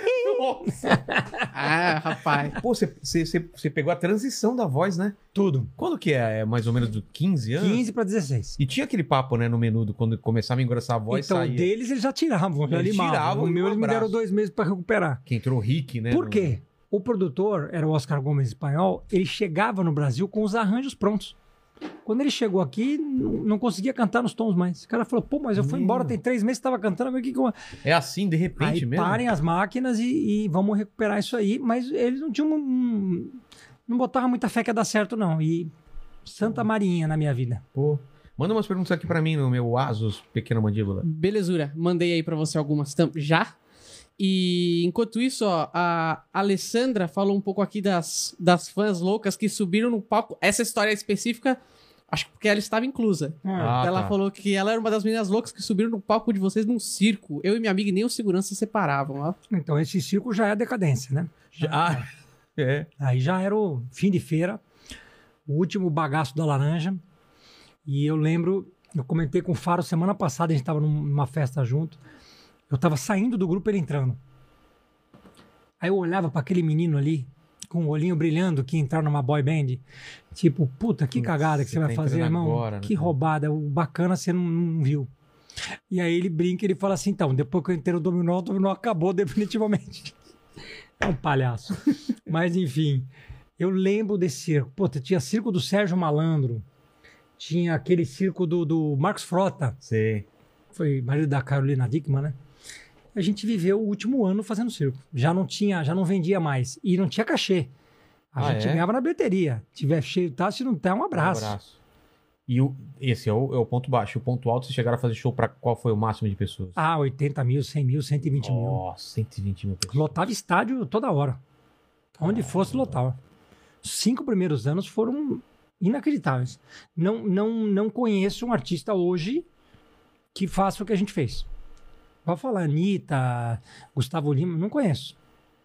Ah, rapaz.
Pô, você pegou a transição da voz, né?
Tudo.
Quando que é? É mais ou menos do 15 anos?
15 para 16.
E tinha aquele papo, né, no menudo, quando começava a engrossar a voz,
Então,
saía.
deles eles já tiravam, já
Eles
limavam.
tiravam
O meu
e um
eles me deram
abraço.
2 meses para recuperar.
Que entrou o Rick, né?
Por quê? O produtor, era o Oscar Gomes espanhol, ele chegava no Brasil com os arranjos prontos. Quando ele chegou aqui, não conseguia cantar nos tons mais. O cara falou, pô, mas eu fui embora, tem 3 meses que estava cantando, mas o que que eu...
É assim, de repente
Aí
mesmo?
parem as máquinas e vamos recuperar isso aí. Mas eles não tinham... não botavam muita fé que ia dar certo, não. E Santa Marinha na minha vida.
Pô. Manda umas perguntas aqui pra mim no meu Asus Pequena Mandíbula.
Belezura, mandei aí pra você algumas já. E enquanto isso, ó, a Alessandra falou um pouco aqui das fãs loucas que subiram no palco. Essa história específica, acho que porque ela estava inclusa. Ela falou que ela era uma das meninas loucas que subiram no palco de vocês num circo. Eu e minha amiga e nem os seguranças separavam, ó.
Então, esse circo já é a decadência, né?
É.
Aí já era o fim de feira, o último bagaço da laranja. E eu lembro, eu comentei com o Faro semana passada, a gente estava numa festa junto. Eu tava saindo do grupo, ele entrando. Aí eu olhava para aquele menino ali, com o olhinho brilhando, que entrar numa boy band. Tipo, puta, que cagada que você vai fazer, irmão.
Agora,
que
né?
roubada, o bacana você não viu. E aí ele brinca, ele fala assim, então, depois que eu entrei no dominó, o dominó acabou definitivamente. É um palhaço. Mas enfim, eu lembro desse circo. Puta, tinha circo do Sérgio Malandro, tinha aquele circo do Marcos Frota.
Sei.
Foi marido da Carolina Dickmann, né? A gente viveu o último ano fazendo circo. Já não vendia mais. E não tinha cachê. A gente ganhava na bilheteria. Se tiver cheio, tá? Se não tá, um abraço.
E esse é o ponto baixo. O ponto alto, vocês chegaram a fazer show pra qual foi o máximo de pessoas?
80 mil, 100 mil, 120 mil.
Nossa, 120 mil pessoas.
Lotava estádio toda hora. Onde fosse, lotava. Os 5 primeiros anos foram inacreditáveis. Não conheço um artista hoje que faça o que a gente fez. Pode falar, Anitta, Gustavo Lima, não conheço.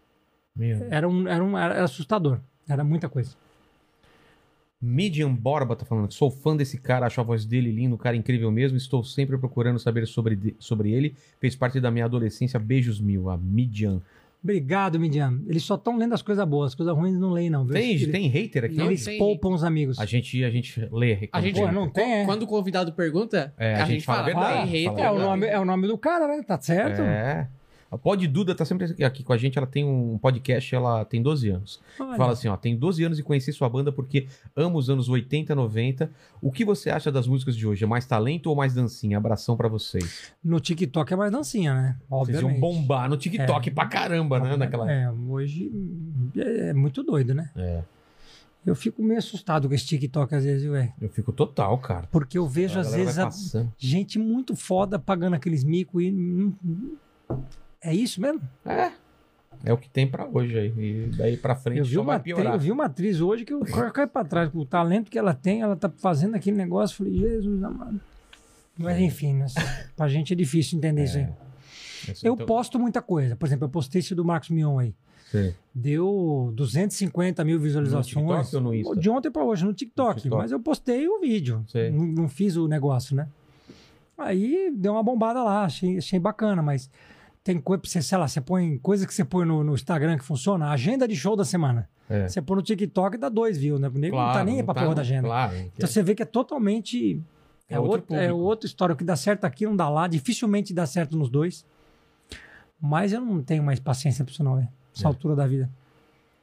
Era assustador. Era muita coisa.
Medium Borba tá falando que sou fã desse cara, acho a voz dele lindo, um cara incrível mesmo, estou sempre procurando saber sobre ele, fez parte da minha adolescência, beijos mil, a Medium.
Obrigado, Midian. Eles só estão lendo as coisas boas, as coisas ruins não leem, não. Viu?
Tem hater aqui?
Eles poupam os amigos.
A gente lê.
A gente,
não tem,
Quando o convidado pergunta,
a gente fala a verdade.
Tem hater.
É o nome do cara, né? Tá certo?
A Pod Duda tá sempre aqui com a gente, ela tem um podcast, ela tem 12 anos.
Olha.
Fala assim, ó, tem 12 anos e conheci sua banda porque amo os anos 80, 90. O que você acha das músicas de hoje? É mais talento ou mais dancinha? Abração pra vocês.
No TikTok é mais dancinha, né?
Vocês
Obviamente.
iam bombar no TikTok pra caramba, né? Naquela...
Hoje é muito doido, né? Eu fico meio assustado com esse TikTok às vezes, velho.
Eu fico total, cara.
Porque eu vejo às vezes gente muito foda pagando aqueles mico e... É isso mesmo?
É o que tem pra hoje aí. E daí pra frente só vai piorar.
Eu vi uma atriz hoje que eu caí pra trás. Com o talento que ela tem, ela tá fazendo aquele negócio. Falei, Jesus amado. Mas enfim, né? Pra gente é difícil entender isso aí. Eu posto muita coisa. Por exemplo, eu postei esse do Marcos Mion aí.
Sim.
Deu 250 mil visualizações.
No TikTok ou no Insta?
De ontem pra hoje, no TikTok. Mas eu postei o vídeo. Não fiz o negócio, né? Aí deu uma bombada lá. Achei bacana, mas... Tem coisa pra você, sei lá, você põe coisa que você põe no Instagram que funciona, a agenda de show da semana. Você põe no TikTok dá 2 views, né? O nego não tá nem aí pra porra da agenda.
Claro,
então você vê que é totalmente. É outra história. O que dá certo aqui não dá lá. Dificilmente dá certo nos dois. Mas eu não tenho mais paciência pra isso, não, velho. Essa altura da vida.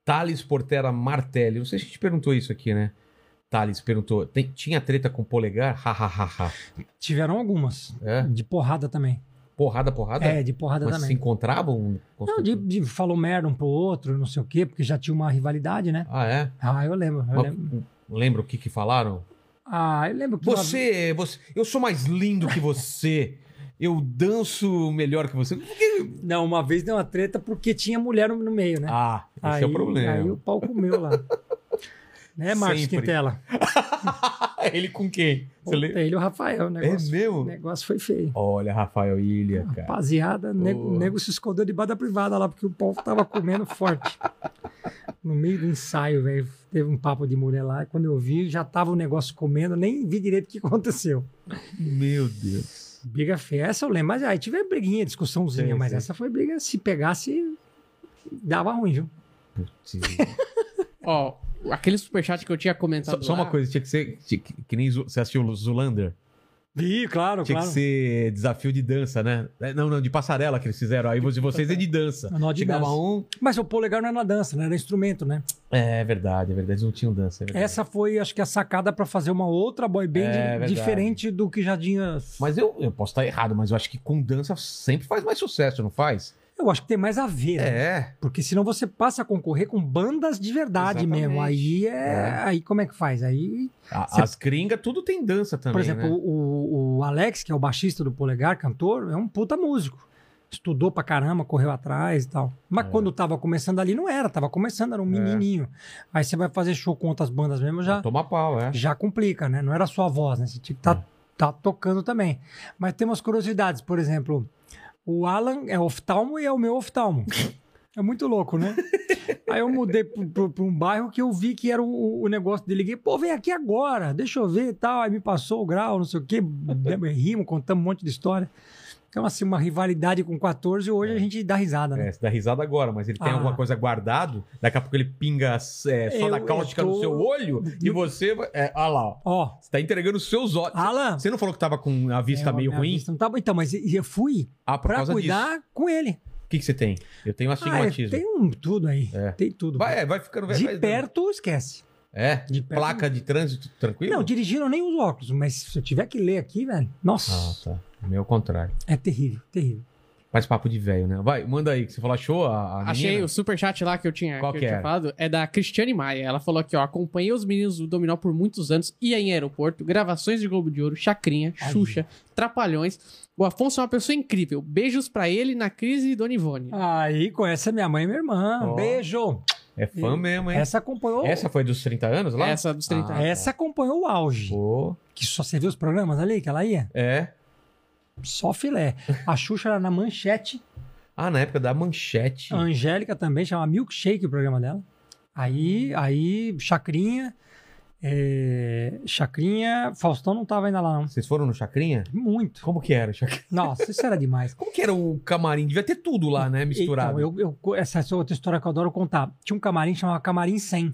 Thales Portela Martelli. Não sei se a gente perguntou isso aqui, né? Thales perguntou, tinha treta com polegar? Ha.
Tiveram algumas. De porrada também.
Porrada?
De porrada
Mas
também.
se encontravam?
Não, falou merda um pro outro, não sei o quê, porque já tinha uma rivalidade, né?
Ah, é?
Eu lembro.
Lembra o que falaram?
Eu lembro que...
Você, eu sou mais lindo que você. Eu danço melhor que você.
Não, uma vez deu uma treta porque tinha mulher no meio, né?
Esse é o problema.
Aí o pau comeu lá. Né, Marcos Quintela?
Ele com quem?
Ele e o Rafael.
É mesmo?
O negócio foi feio.
Olha, Rafael Ilha, cara.
Rapaziada, o nego se escondeu debaixo da privada lá, porque o povo tava comendo forte. No meio do ensaio, velho, teve um papo de mulher lá, e quando eu vi, já tava o negócio comendo, nem vi direito o que aconteceu.
Meu Deus.
Briga feia, essa eu lembro. Mas aí tive briguinha, discussãozinha, mas essa foi briga, se pegasse, dava ruim, viu?
Putz.
Ó, aquele superchat que eu tinha comentado
Só uma coisa, tinha que ser que nem você assistiu o Zoolander?
Vi, claro,
Tinha que ser desafio de dança, né? Não, de passarela que eles fizeram. Aí vocês é de dança.
Não, de
Chegava
dança. Mas o polegar não era na dança, né? Era instrumento, né?
É verdade. Eles não tinham dança.
Essa foi, acho que, a sacada pra fazer uma outra boy band diferente do que já tinha...
Mas eu posso estar errado, mas eu acho que com dança sempre faz mais sucesso, não faz?
Eu acho que tem mais a ver, né? Porque senão você passa a concorrer com bandas de verdade. Exatamente. Mesmo. Aí Aí como é que faz? Aí...
As gringas, tudo tem dança também,
por exemplo,
né?
o Alex, que é o baixista do Polegar, cantor, é um puta músico. Estudou pra caramba, correu atrás e tal. Mas quando tava começando ali, não era. Tava começando, era um menininho. Aí você vai fazer show com outras bandas mesmo, já...
Toma pau,
já complica, né? Não era só a voz, né? Você tinha que tá tocando também. Mas tem umas curiosidades, por exemplo... O Alan é oftalmo e é o meu oftalmo. É muito louco, né? Aí eu mudei pra um bairro que eu vi que era o negócio dele. Liguei, pô, vem aqui agora, deixa eu ver e tal. Aí me passou o grau, não sei o quê. Rimos, contamos um monte de história. Então, assim, uma rivalidade com 14, hoje a gente dá risada, né?
Você dá risada agora, mas ele tem alguma coisa guardado, daqui a pouco ele pinga só da cáustica no seu olho e você... olha lá, ó. Você tá entregando os seus olhos.
Alan,
você não falou que tava com a vista meio ruim?
Vista não tava, então, mas eu fui pra cuidar com ele.
O que você tem? Eu tenho astigmatismo.
Tem tudo aí. Tem tudo.
Vai ficando...
De perto, esquece.
De placa de trânsito tranquilo?
Não, dirigindo eu nem uso óculos, mas se eu tiver que ler aqui, velho, nossa.
Tá. O meu é o contrário.
É terrível, terrível.
Faz papo de velho, né? Vai, manda aí, que você falou, achou a
Achei
menina?
o superchat lá que eu tinha,
Qual que
tinha falado. É da Cristiane Maia. Ela falou aqui, ó. Acompanhei os meninos do Dominó por muitos anos. Ia em aeroporto, gravações de Globo de Ouro, Chacrinha, Xuxa, Trapalhões. O Afonso é uma pessoa incrível. Beijos pra ele na crise e Dona Ivone.
Aí, conhece a minha mãe e minha irmã. Beijo.
É fã mesmo, hein?
Essa acompanhou...
Essa foi dos 30 anos lá?
Essa dos 30 anos.
Essa acompanhou o auge.
Pô.
Que só você viu os programas ali que ela ia? Só filé. A Xuxa era na Manchete.
Na época da Manchete.
A Angélica também, chama Milkshake o programa dela. Aí Chacrinha... Chacrinha... Faustão não tava ainda lá, não.
Vocês foram no Chacrinha?
Muito.
Como que era, Chacrinha?
Nossa, isso era demais.
Como que era o camarim? Devia ter tudo lá, né? Misturado.
Então, essa é outra história que eu adoro contar. Tinha um camarim que chamava Camarim 100.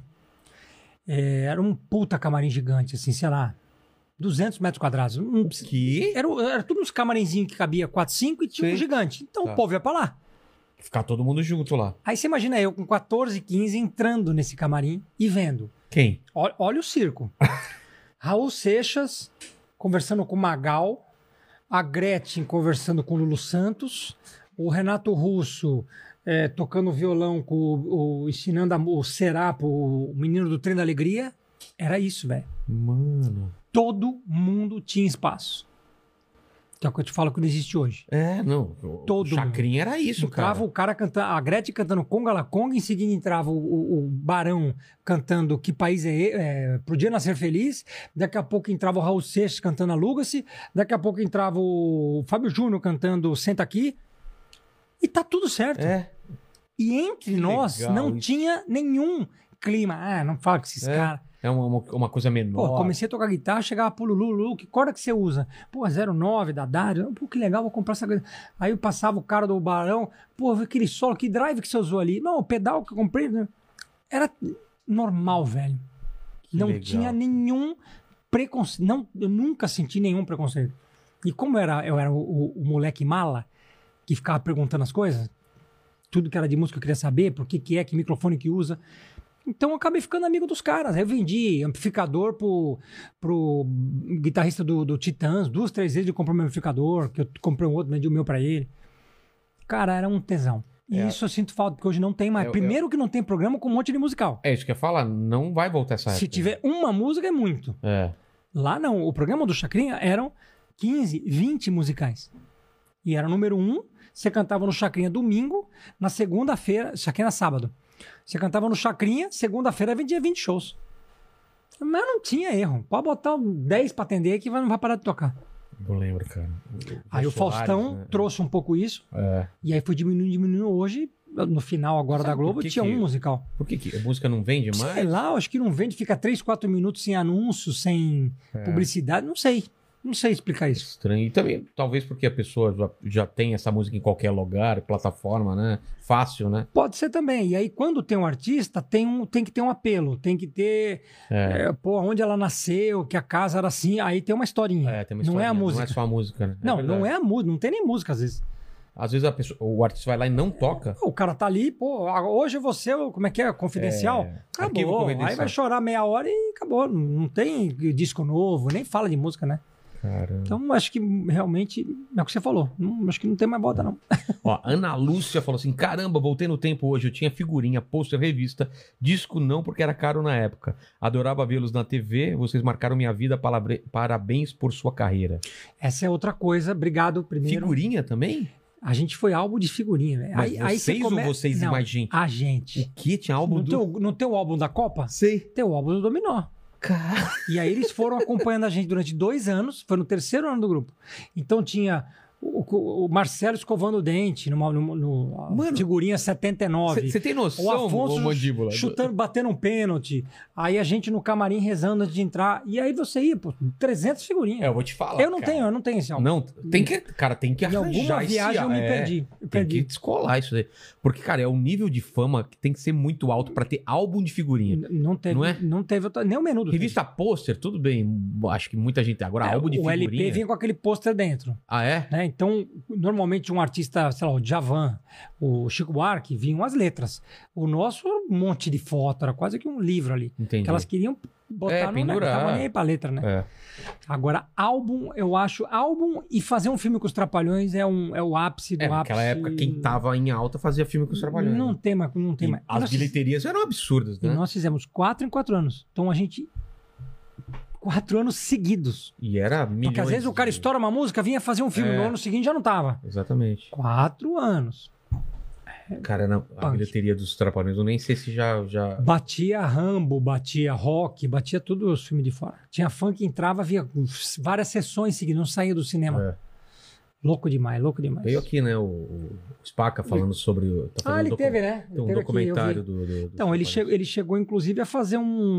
Era um puta camarim gigante, assim, sei lá, 200 metros quadrados.
Que?
Era tudo uns camarinzinhos que cabia 4, 5 e tinha um gigante. Então o povo ia pra lá.
Ficar todo mundo junto lá.
Aí você imagina eu com 14, 15 entrando nesse camarim e vendo.
Quem?
Olha o circo. Raul Seixas conversando com o Magal, a Gretchen conversando com o Lulu Santos, o Renato Russo tocando violão, ensinando o Será o menino do Trem da Alegria. Era isso, velho.
Mano.
Todo mundo tinha espaço. Que é o que eu te falo que não existe hoje.
Não.
Todo
Chacrinha era isso,
entrava
cara.
O cara cantando, a Gretchen cantando Conga La Conga, em seguida entrava o Barão cantando Que País Podia Nascer Feliz, daqui a pouco entrava o Raul Seixas cantando Aluga-se, daqui a pouco entrava o Fábio Júnior cantando Senta Aqui, e tá tudo certo. E entre nós não tinha nenhum clima. Não fala com esses caras.
É uma coisa menor.
Pô, comecei a tocar guitarra, chegava pro Lulu, que corda que você usa? Pô, 09 da Dário. Pô, que legal, vou comprar essa coisa. Aí eu passava o cara do Barão, pô, aquele solo, que drive que você usou ali? Não, o pedal que eu comprei. Era normal, velho. Não tinha nenhum preconceito. Eu nunca senti nenhum preconceito. E como eu era o moleque mala, que ficava perguntando as coisas, tudo que era de música eu queria saber, por que é, que microfone que usa. Então eu acabei ficando amigo dos caras. Eu vendi amplificador pro guitarrista do Titãs, 2, 3 vezes ele comprou meu amplificador, que eu comprei um outro, vendi o meu pra ele. Cara, era um tesão. E isso eu sinto falta, porque hoje não tem mais. Primeiro que não tem programa com um monte de musical.
É isso que eu ia falar, não vai voltar essa época.
Se tiver uma música, é muito. Lá não, o programa do Chacrinha eram 15, 20 musicais. E era número 1, você cantava no Chacrinha domingo, na segunda-feira, Chacrinha sábado. Você cantava no Chacrinha, segunda-feira vendia 20 shows. Mas não tinha erro. Pode botar 10 pra atender que não vai parar de tocar.
Eu lembro, cara.
Aí o Faustão trouxe um pouco isso. E aí foi diminuindo. Hoje, no final agora da Globo, tinha um musical.
Por que a música não vende mais?
Sei lá, eu acho que não vende. Fica 3, 4 minutos sem anúncio, sem publicidade. Não sei. Não sei explicar isso.
Estranho. E também, talvez porque a pessoa já tem essa música em qualquer lugar, plataforma, né? Fácil, né?
Pode ser também. E aí, quando tem um artista, tem que ter um apelo. Tem que ter... onde ela nasceu, que a casa era assim. Aí tem uma historinha.
Tem uma historinha.
Não é a música.
Não é só a música, né?
Não é a música. Não tem nem música, às vezes.
Às vezes o artista vai lá e não toca.
O cara tá ali, hoje você, como é que é? Confidencial? Acabou. Confidencial. Aí vai chorar meia hora e acabou. Não tem disco novo, nem fala de música, né?
Caramba.
Então, acho que realmente é o que você falou. Acho que não tem mais volta, não.
Ó, Ana Lúcia falou assim: caramba, voltei no tempo hoje. Eu tinha figurinha, pôster, revista, disco não, porque era caro na época. Adorava vê-los na TV. Vocês marcaram minha vida. Parabéns por sua carreira.
Essa é outra coisa. Obrigado primeiro.
Figurinha também?
A gente foi álbum de figurinha, velho.
Mas vocês ou vocês
não,
mais gente?
A gente.
O que? Tinha álbum
no teu álbum da Copa?
Sei.
Tem o álbum do Dominó.
Cara.
E aí eles foram acompanhando a gente durante 2 anos, foi no 3º ano do grupo. Então tinha o Marcelo escovando o dente no figurinha 79.
Você tem noção,
o Afonso
Mandíbula?
chutando, batendo um pênalti. Aí a gente no camarim rezando antes de entrar. E aí você ia, 300 figurinhas.
Eu vou te falar.
Eu não tenho esse álbum.
Não, tem que arranjar.
Em alguma viagem eu me perdi.
Tem que descolar isso daí. Porque, cara, é um nível de fama que tem que ser muito alto pra ter álbum de figurinha.
Não teve.
Não é?
Não teve nem o Menudo.
Revista pôster, tudo bem. Acho que muita gente tem. Agora, álbum de figurinha.
O LP vinha com aquele pôster dentro.
Ah, é?
Né? Então, normalmente um artista, sei lá, o Djavan, o Chico Buarque, vinham as letras. O nosso era um monte de foto, era quase que um livro ali.
Entendi.
Que elas queriam botar
pendurar.
Não tava nem aí pra letra, né? Agora, álbum, eu acho... Álbum e fazer um filme com os Trapalhões é o ápice do ápice.
Naquela época, quem tava em alta fazia filme com os Trapalhões.
Não tem mais.
As bilheterias eram absurdas, né?
E nós fizemos 4 em 4 anos. Então, a gente... 4 anos seguidos.
E era milhões.
Porque às vezes o cara estoura uma música, vinha fazer um filme, no ano seguinte já não tava.
Exatamente.
4 anos.
Cara, a bilheteria dos Trapalhões, eu nem sei se já...
Batia Rambo, batia Rock, batia tudo os filmes de fora. Tinha fã que entrava, via várias sessões seguidas, não saía do cinema. Louco demais.
Veio aqui, né, o Spaca falando sobre...
ele teve, né?
Tem um documentário do
Então, ele chegou inclusive a fazer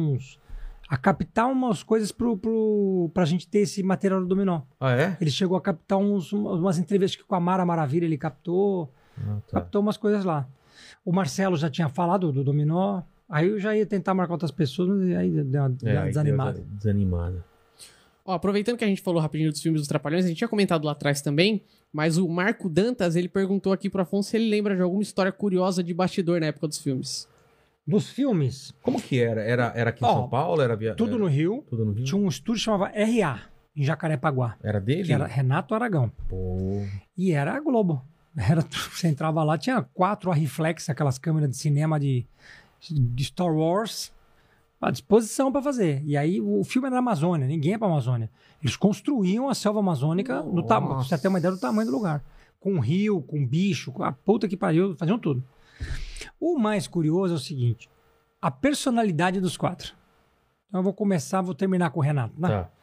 a captar umas coisas pra gente ter esse material do Dominó.
Ah, é?
Ele chegou a captar umas entrevistas que com a Mara Maravilha ele captou. Captou umas coisas lá. O Marcelo já tinha falado do Dominó. Aí eu já ia tentar marcar outras pessoas, mas aí deu uma desanimada.
Desanimada.
Ó, aproveitando que a gente falou rapidinho dos filmes dos Trapalhões, a gente tinha comentado lá atrás também, mas o Marco Dantas, ele perguntou aqui pro Afonso se ele lembra de alguma história curiosa de bastidor na época dos filmes.
Dos filmes?
Como que era? Era aqui em São Paulo?
Tudo no Rio.
Tudo no Rio.
Tinha um estúdio que chamava RA, em Jacarepaguá.
Era dele?
Que era Renato Aragão.
Pô.
E era a Globo. Você entrava lá, tinha 4 Arriflex, aquelas câmeras de cinema de Star Wars, à disposição para fazer. E aí o filme era na Amazônia, ninguém é pra Amazônia. Eles construíam a selva amazônica, pra você ter uma ideia do tamanho do lugar. Com rio, com bicho, com a puta que pariu, faziam tudo. O mais curioso é o seguinte, a personalidade dos 4. Então eu vou terminar com o Renato. Né?
Tá.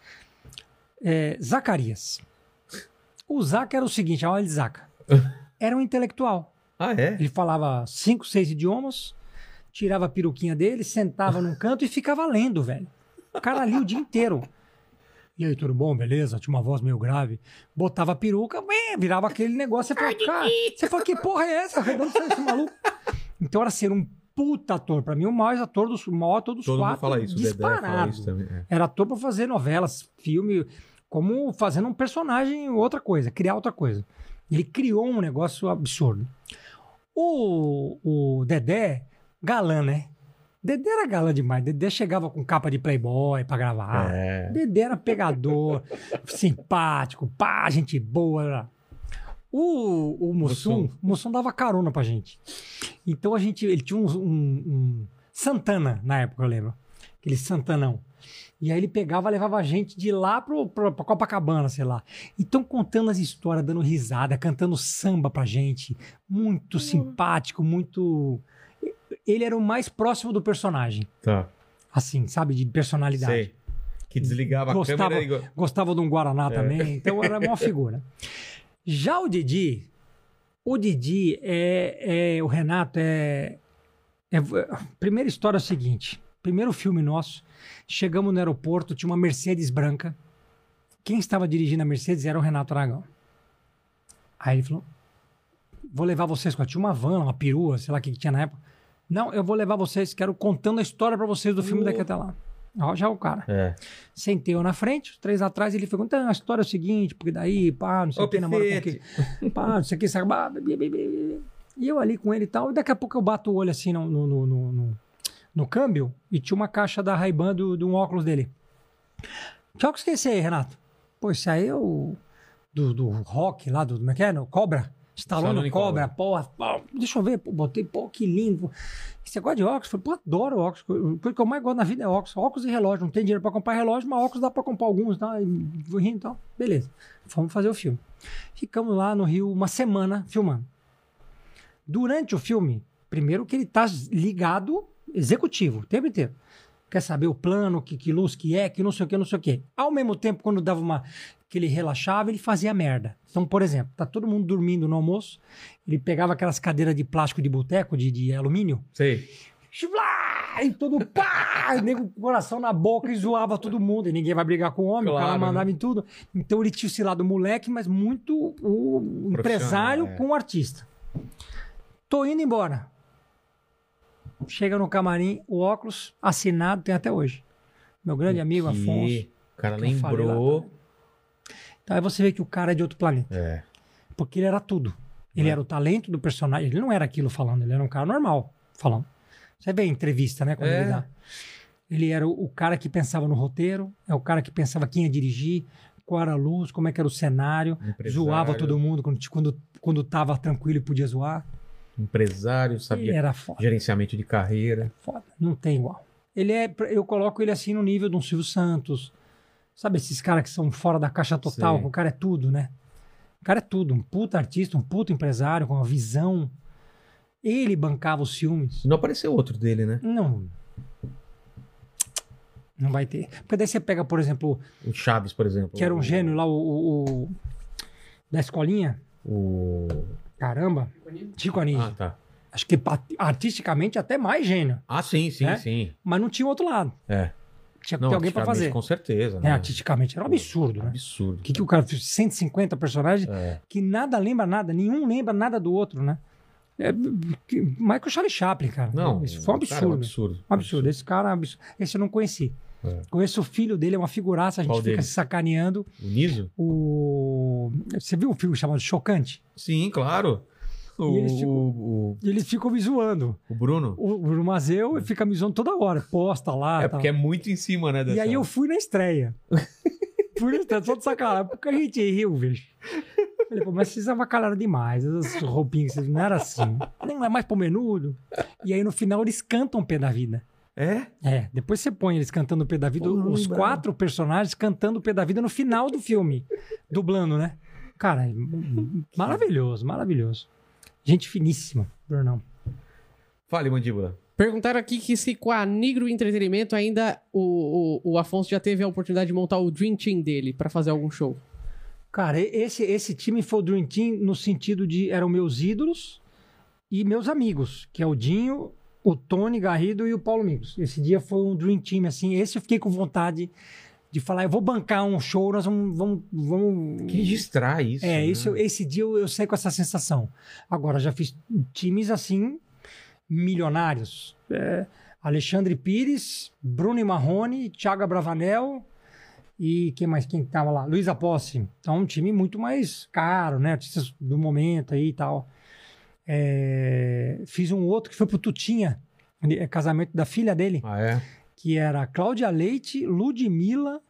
Zacarias. O Zaca era o seguinte, olha de Zaca. Era um intelectual.
Ah, é?
Ele falava 5, 6 idiomas, tirava a peruquinha dele, sentava num canto e ficava lendo, velho. O cara lia o dia inteiro. E aí, tudo bom? Beleza? Tinha uma voz meio grave. Botava a peruca, virava aquele negócio. Você fala, que porra é essa? Esse maluco. Então era ser um puta ator. Pra mim, o maior ator dos 4.
Todo mundo fala isso.
Disparado.
Fala isso também,
Era ator pra fazer novelas, filme, como fazendo um personagem, outra coisa, criar outra coisa. Ele criou um negócio absurdo. O Dedé, galã, né? Dedé era galã demais. Dedé chegava com capa de Playboy pra gravar. Dedé era pegador, simpático, pá, gente boa. O Mussum dava carona pra gente. Então ele tinha um Santana na época, eu lembro. Aquele Santanão. E aí ele pegava, levava a gente de lá pra Copacabana, sei lá. Então contando as histórias, dando risada, cantando samba pra gente. Muito simpático, muito... Ele era o mais próximo do personagem.
Tá.
Assim, sabe? De personalidade.
Sei. Que desligava a câmera e...
Gostava de um Guaraná também. Então era uma figura. Já o Didi o Renato a primeira história é o seguinte. Primeiro filme nosso, chegamos no aeroporto, tinha uma Mercedes branca. Quem estava dirigindo a Mercedes era o Renato Aragão. Aí ele falou, vou levar vocês, tinha uma van, uma perua, sei lá o que tinha na época. Não, eu vou levar vocês, quero contando a história pra vocês do filme daqui até lá. Ó, já o cara. Sentei eu na frente, os 3 atrás, ele foi contando, a história é o seguinte, porque daí, pá, não sei o que, namora com que, pá, não sei o que, sabe, e eu ali com ele e tal, e daqui a pouco eu bato o olho assim no câmbio, e tinha uma caixa da Ray-Ban de um óculos dele. Que óculos que é esse aí, Renato? Pô, esse aí é o do rock lá, como é que é? No Cobra. Stallone Cobra, porra, deixa eu ver, pô, botei, pô, que lindo. Você gosta de óculos? Eu falei, pô, adoro óculos. O que eu mais gosto na vida é óculos. Óculos e relógio. Não tem dinheiro pra comprar relógio, mas óculos dá pra comprar alguns, tá? Vou rindo e tal. Beleza. Fomos fazer o filme. Ficamos lá no Rio uma semana filmando. Durante o filme, primeiro que ele tá ligado, executivo, o tempo inteiro. Quer saber o plano, que luz que é, que não sei o que, não sei o que. Ao mesmo tempo, quando dava que ele relaxava, ele fazia merda. Então, por exemplo, tá todo mundo dormindo no almoço, ele pegava aquelas cadeiras de plástico de boteco, de alumínio.
Sei.
E todo pá! E nego com o coração na boca e zoava todo mundo. E ninguém vai brigar com o homem, claro, o cara mandava em tudo. Então ele tinha esse lado moleque, mas muito o empresário com o artista. Tô indo embora. Chega no camarim, o óculos assinado tem até hoje. Meu grande amigo Afonso.
O cara lembrou.
Então aí você vê que o cara é de outro planeta. Porque ele era tudo. Ele era o talento do personagem. Ele não era aquilo falando, ele era um cara normal falando. Você vê a entrevista, né? Quando ele dá. Ele era o cara que pensava no roteiro, é o cara que pensava quem ia dirigir, qual era a luz, como é que era o cenário, zoava todo mundo quando tava tranquilo e podia zoar.
Empresário, sabia
era foda.
Gerenciamento de carreira.
Foda, não tem igual. Eu coloco ele assim no nível de um Silvio Santos. Sabe esses caras que são fora da caixa total? O cara é tudo, né? O cara é tudo. Um puta artista, um puta empresário com uma visão. Ele bancava os filmes.
Não apareceu outro dele, né?
Não vai ter. Porque daí você pega, por exemplo...
O Chaves, por exemplo.
Que era um gênio lá, o da escolinha. Caramba. Chico Anísio.
Ah, tá.
Acho que artisticamente até mais gênio.
Ah, sim.
Mas não tinha o outro lado. Tinha que ter alguém pra fazer.
Com certeza. Né?
Artisticamente. Era um absurdo, né?
Absurdo.
Que o cara fez 150 personagens que nada lembra nada. Nenhum lembra nada do outro, né? Mais que o Charlie Chaplin, cara.
Não.
Isso foi um absurdo. Um absurdo. Esse cara é um absurdo. Esse eu não conheci. Conheço o filho dele, é uma figuraça, a gente fica se sacaneando.
O Niso?
Você viu um filme chamado Chocante?
Sim, claro.
Eles ficam me zoando.
O Bruno?
O Bruno Mazeu fica me zoando toda hora. Posta lá.
Porque é muito em cima, né?
E aí eu fui na estreia. Só de sacanagem. Porque a gente riu, bicho. Falei, pô, mas vocês avacalharam demais. As roupinhas, não era assim. Não é mais pro menudo. E aí no final eles cantam o Pé da Vida. Depois você põe eles cantando o Pé da Vida, os 4 personagens cantando o Pé da Vida no final do filme, dublando, né? Cara, maravilhoso. Gente finíssima, Brunão.
Fale, Mandíbula.
Perguntaram aqui que se com a Nigro Entretenimento ainda o Afonso já teve a oportunidade de montar o Dream Team dele pra fazer algum show.
Cara, esse time foi o Dream Team no sentido de eram meus ídolos e meus amigos, que é o Dinho, o Tony Garrido e o Paulo Migos. Esse dia foi um Dream Team, assim. Esse eu fiquei com vontade de falar, eu vou bancar um show, nós vamos...
Que registrar isso.
Né? Esse dia eu saí com essa sensação. Agora, já fiz times, assim, milionários. Alexandre Pires, Bruno Marrone, Thiago Bravanel e quem tava lá? Luiz Aposse. Então, um time muito mais caro, né? Artistas do momento aí e tal. Fiz um outro que foi pro Tutinha, casamento da filha dele.
Ah, é?
Que era Cláudia Leite, Ludmilla,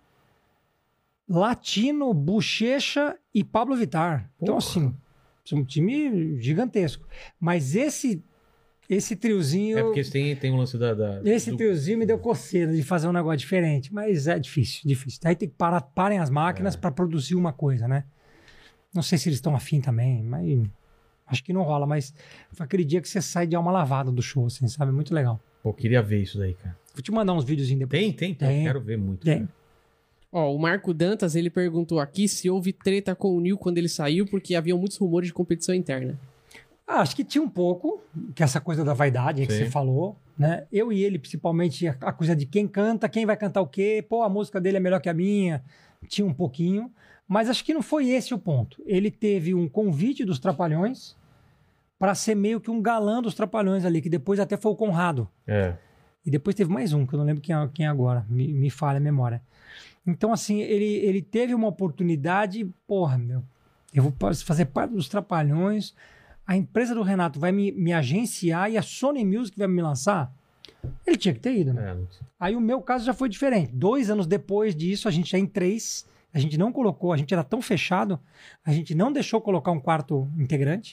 Latino, Bochecha e Pablo Vittar. Então, assim, um time gigantesco. Mas esse triozinho...
É porque tem um lance
Esse triozinho me deu coceira de fazer um negócio diferente. Mas é difícil. Aí tem que parem as máquinas para produzir uma coisa, né? Não sei se eles estão afim também, mas... Acho que não rola, mas foi aquele dia que você sai de alma lavada do show, assim, sabe? Muito legal.
Pô, queria ver isso daí, cara.
Vou te mandar uns videozinhos depois.
Tem. Quero ver muito.
Tem.
Ó, o Marco Dantas, ele perguntou aqui se houve treta com o Nil quando ele saiu, porque havia muitos rumores de competição interna.
Acho que tinha um pouco, que essa coisa da vaidade que você falou, né? Eu e ele, principalmente, a coisa de quem canta, quem vai cantar o quê, pô, a música dele é melhor que a minha, tinha um pouquinho, mas acho que não foi esse o ponto. Ele teve um convite dos Trapalhões para ser meio que um galã dos Trapalhões ali, que depois até foi o Conrado. E depois teve mais um, que eu não lembro quem é agora, me falha a memória. Então, assim, ele teve uma oportunidade, porra, meu, eu vou fazer parte dos Trapalhões, a empresa do Renato vai me agenciar e a Sony Music vai me lançar? Ele tinha que ter ido, né? Aí o meu caso já foi diferente. 2 anos depois disso, a gente já em 3, a gente não colocou, a gente era tão fechado, a gente não deixou colocar um quarto integrante.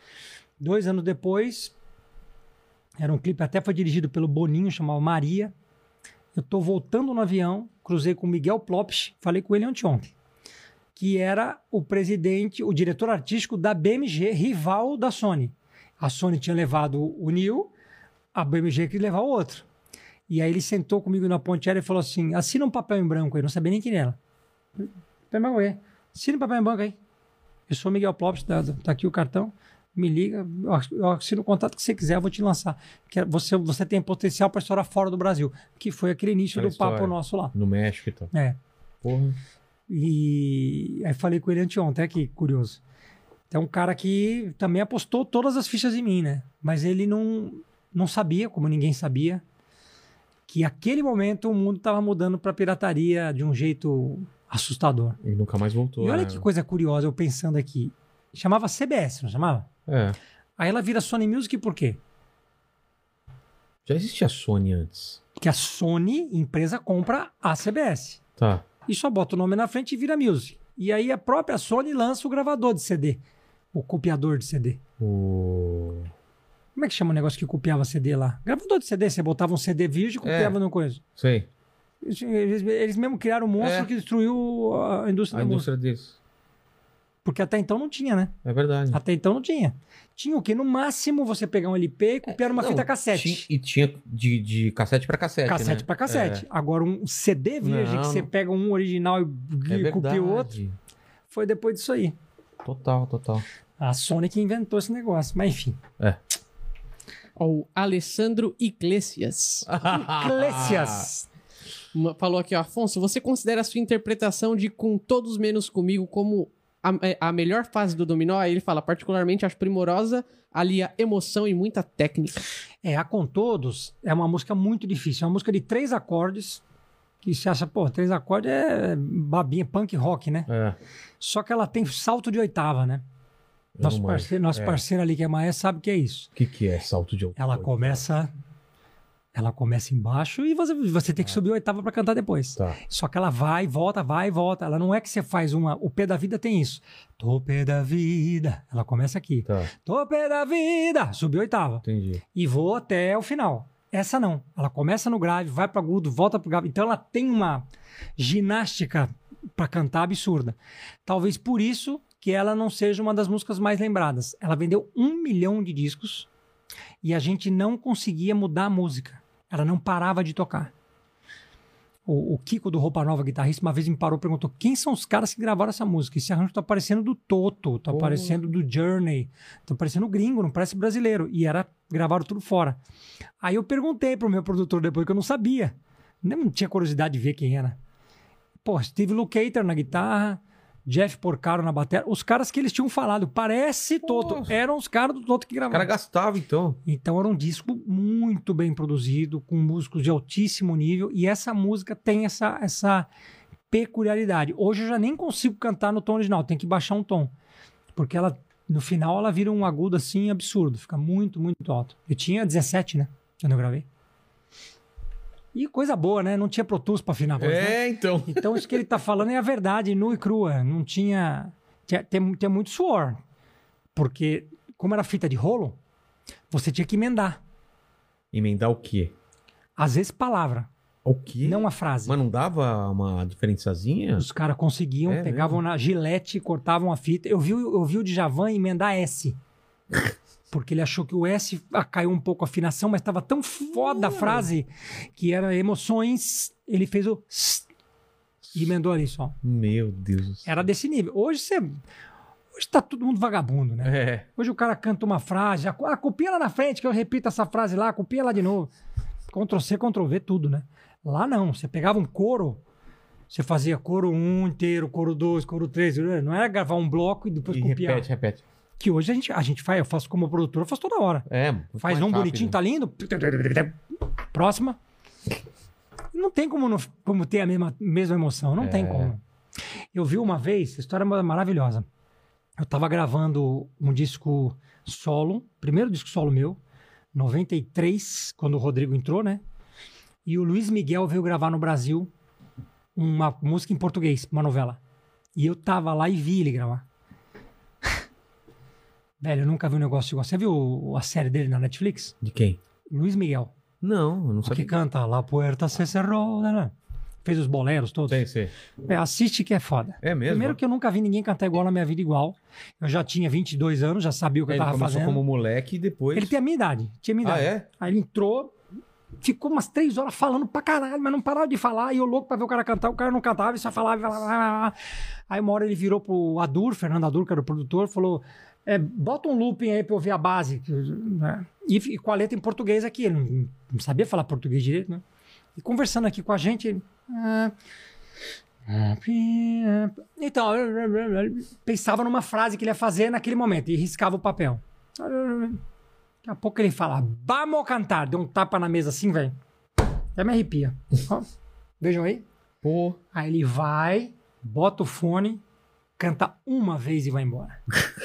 2 anos depois, era um clipe, até foi dirigido pelo Boninho, chamava Maria. Eu tô voltando no avião, cruzei com o Miguel Plopsch, falei com ele ontem, que era o presidente, o diretor artístico da BMG, rival da Sony. A Sony tinha levado o Nil, a BMG queria levar o outro. E aí ele sentou comigo na ponte aérea e falou assim, assina um papel em branco aí, não sabia nem quem era. Assina um papel em branco aí. Eu sou o Miguel Plopsch, tá aqui o cartão. Me liga, eu assino o contato que você quiser, eu vou te lançar. Você tem potencial para estourar fora do Brasil. Que foi aquele início do papo nosso lá.
No México e tal.
Porra. E aí falei com ele anteontem, que curioso. Então, um cara que também apostou todas as fichas em mim, né? Mas ele não sabia, como ninguém sabia, que aquele momento o mundo estava mudando para pirataria de um jeito assustador.
E nunca mais voltou.
E olha que coisa curiosa, eu pensando aqui. Chamava CBS, não chamava? Aí ela vira Sony Music por quê?
Já existia a Sony antes.
Que a Sony, empresa, compra a CBS.
Tá.
E só bota o nome na frente e vira Music. E aí a própria Sony lança o gravador de CD. O copiador de CD. Como é que chama o negócio que copiava CD lá? Gravador de CD, você botava um CD virgem e copiava numa coisa.
Sei.
Eles mesmo criaram um monstro que destruiu a indústria da música.
deles.
Porque até então não tinha, né?
É verdade.
Até então não tinha. Tinha o quê? No máximo você pegar um LP e copiar uma fita cassete.
E tinha de cassete pra cassete,
cassete, né? Pra cassete. Agora um CD virgem que você pega um original e copia o outro. Foi depois disso aí.
Total.
A Sony que inventou esse negócio. Mas enfim.
O Alessandro Iglesias. Falou aqui, ó, Afonso, você considera a sua interpretação de Com Todos Menos Comigo como a melhor fase do Dominó? Aí ele fala, particularmente acho primorosa, alia emoção e muita técnica.
A Com Todos é uma música muito difícil. É uma música de 3 acordes, que você acha, 3 acordes é babinha, punk rock, né? Só que ela tem salto de oitava, né? Nosso parceiro ali, que é maestro, sabe o que é isso.
O que é salto de oitava?
Ela começa embaixo e você tem que subir a oitava para cantar depois. Só que ela vai e volta. Ela não é que você faz uma... O pé da vida tem isso. Tô pé da vida. Ela começa aqui. Tô pé da vida. Subiu a oitava.
Entendi.
E vou até o final. Essa não. Ela começa no grave, vai para agudo, volta pro grave. Então ela tem uma ginástica para cantar absurda. Talvez por isso que ela não seja uma das músicas mais lembradas. Ela vendeu 1 milhão de discos e a gente não conseguia mudar a música. Ela não parava de tocar. O Kiko do Roupa Nova, guitarrista, uma vez me parou e perguntou quem são os caras que gravaram essa música. Esse arranjo tá parecendo do Toto, tá parecendo do Journey, tá parecendo gringo, não parece brasileiro. E gravaram tudo fora. Aí eu perguntei pro meu produtor depois, que eu não sabia. Não tinha curiosidade de ver quem era. Steve Lukather na guitarra, Jeff Porcaro na bateria, os caras que eles tinham falado, parece Toto, eram os caras do Toto que gravaram.
O cara gastava, então.
Então era um disco muito bem produzido, com músicos de altíssimo nível, e essa música tem essa peculiaridade. Hoje eu já nem consigo cantar no tom original, tem que baixar um tom, porque ela no final ela vira um agudo assim absurdo. Fica muito, muito alto. Eu tinha 17, né? Quando eu gravei. E coisa boa, né? Não tinha Pro Tools pra afinar a voz, né?
então.
Então isso que ele tá falando é a verdade, nua e crua. Não tinha... Tem muito suor. Porque, como era fita de rolo, você tinha que emendar.
Emendar o quê?
Às vezes palavra.
O quê?
Não a frase.
Mas não dava uma diferenciazinha?
Os caras conseguiam, pegavam na gilete, cortavam a fita. Eu vi o Djavan emendar S. Porque ele achou que o S caiu um pouco a afinação, mas estava tão foda a frase que era emoções. Ele fez o s e emendou ali só.
Meu Deus do céu.
Era desse nível. Hoje tá todo mundo vagabundo, né?
É.
Hoje o cara canta uma frase, copia lá na frente que eu repito essa frase lá, copia lá de novo. Ctrl-C, Ctrl-V, tudo, né? Lá não, você pegava um coro, você fazia coro 1 inteiro, coro 2, coro 3, não era gravar um bloco e depois copiar.
Repete.
Que hoje a gente faz, eu faço como produtor, eu faço toda hora. Faz um bonitinho, tá lindo, próxima. Não tem como ter a mesma emoção, não tem como. Eu vi uma vez, a história é maravilhosa. Eu tava gravando um disco solo, primeiro disco solo meu, 93, quando o Rodrigo entrou, né? E o Luiz Miguel veio gravar no Brasil uma música em português, uma novela. E eu tava lá e vi ele gravar. Velho, eu nunca vi um negócio igual. Você viu a série dele na Netflix?
De quem?
Luiz Miguel.
Não, eu não sabia.
Que canta La Puerta se cerró, né? Fez os boleros todos.
Sei.
Assiste que é foda.
É mesmo?
Primeiro que eu nunca vi ninguém cantar igual na minha vida igual. Eu já tinha 22 anos, já sabia o que eu tava fazendo.
Ele começou como moleque e depois...
Ele tem a minha idade. Tinha a minha idade.
Ah, é?
Aí ele entrou, ficou umas 3 horas falando pra caralho, mas não parava de falar. E eu louco pra ver o cara cantar. O cara não cantava e só falava. Aí uma hora ele virou pro Adur, Fernando Adur, que era o produtor, falou... bota um looping aí pra eu ouvir a base. Né? E com a letra em português aqui. Ele não sabia falar português direito, né? E conversando aqui com a gente... Então, ele pensava numa frase que ele ia fazer naquele momento e riscava o papel. Daqui a pouco ele fala, vamos cantar. Deu um tapa na mesa assim, velho. Até me arrepia. Ó, vejam aí.
Pô.
Aí ele vai, bota o fone, canta uma vez e vai embora.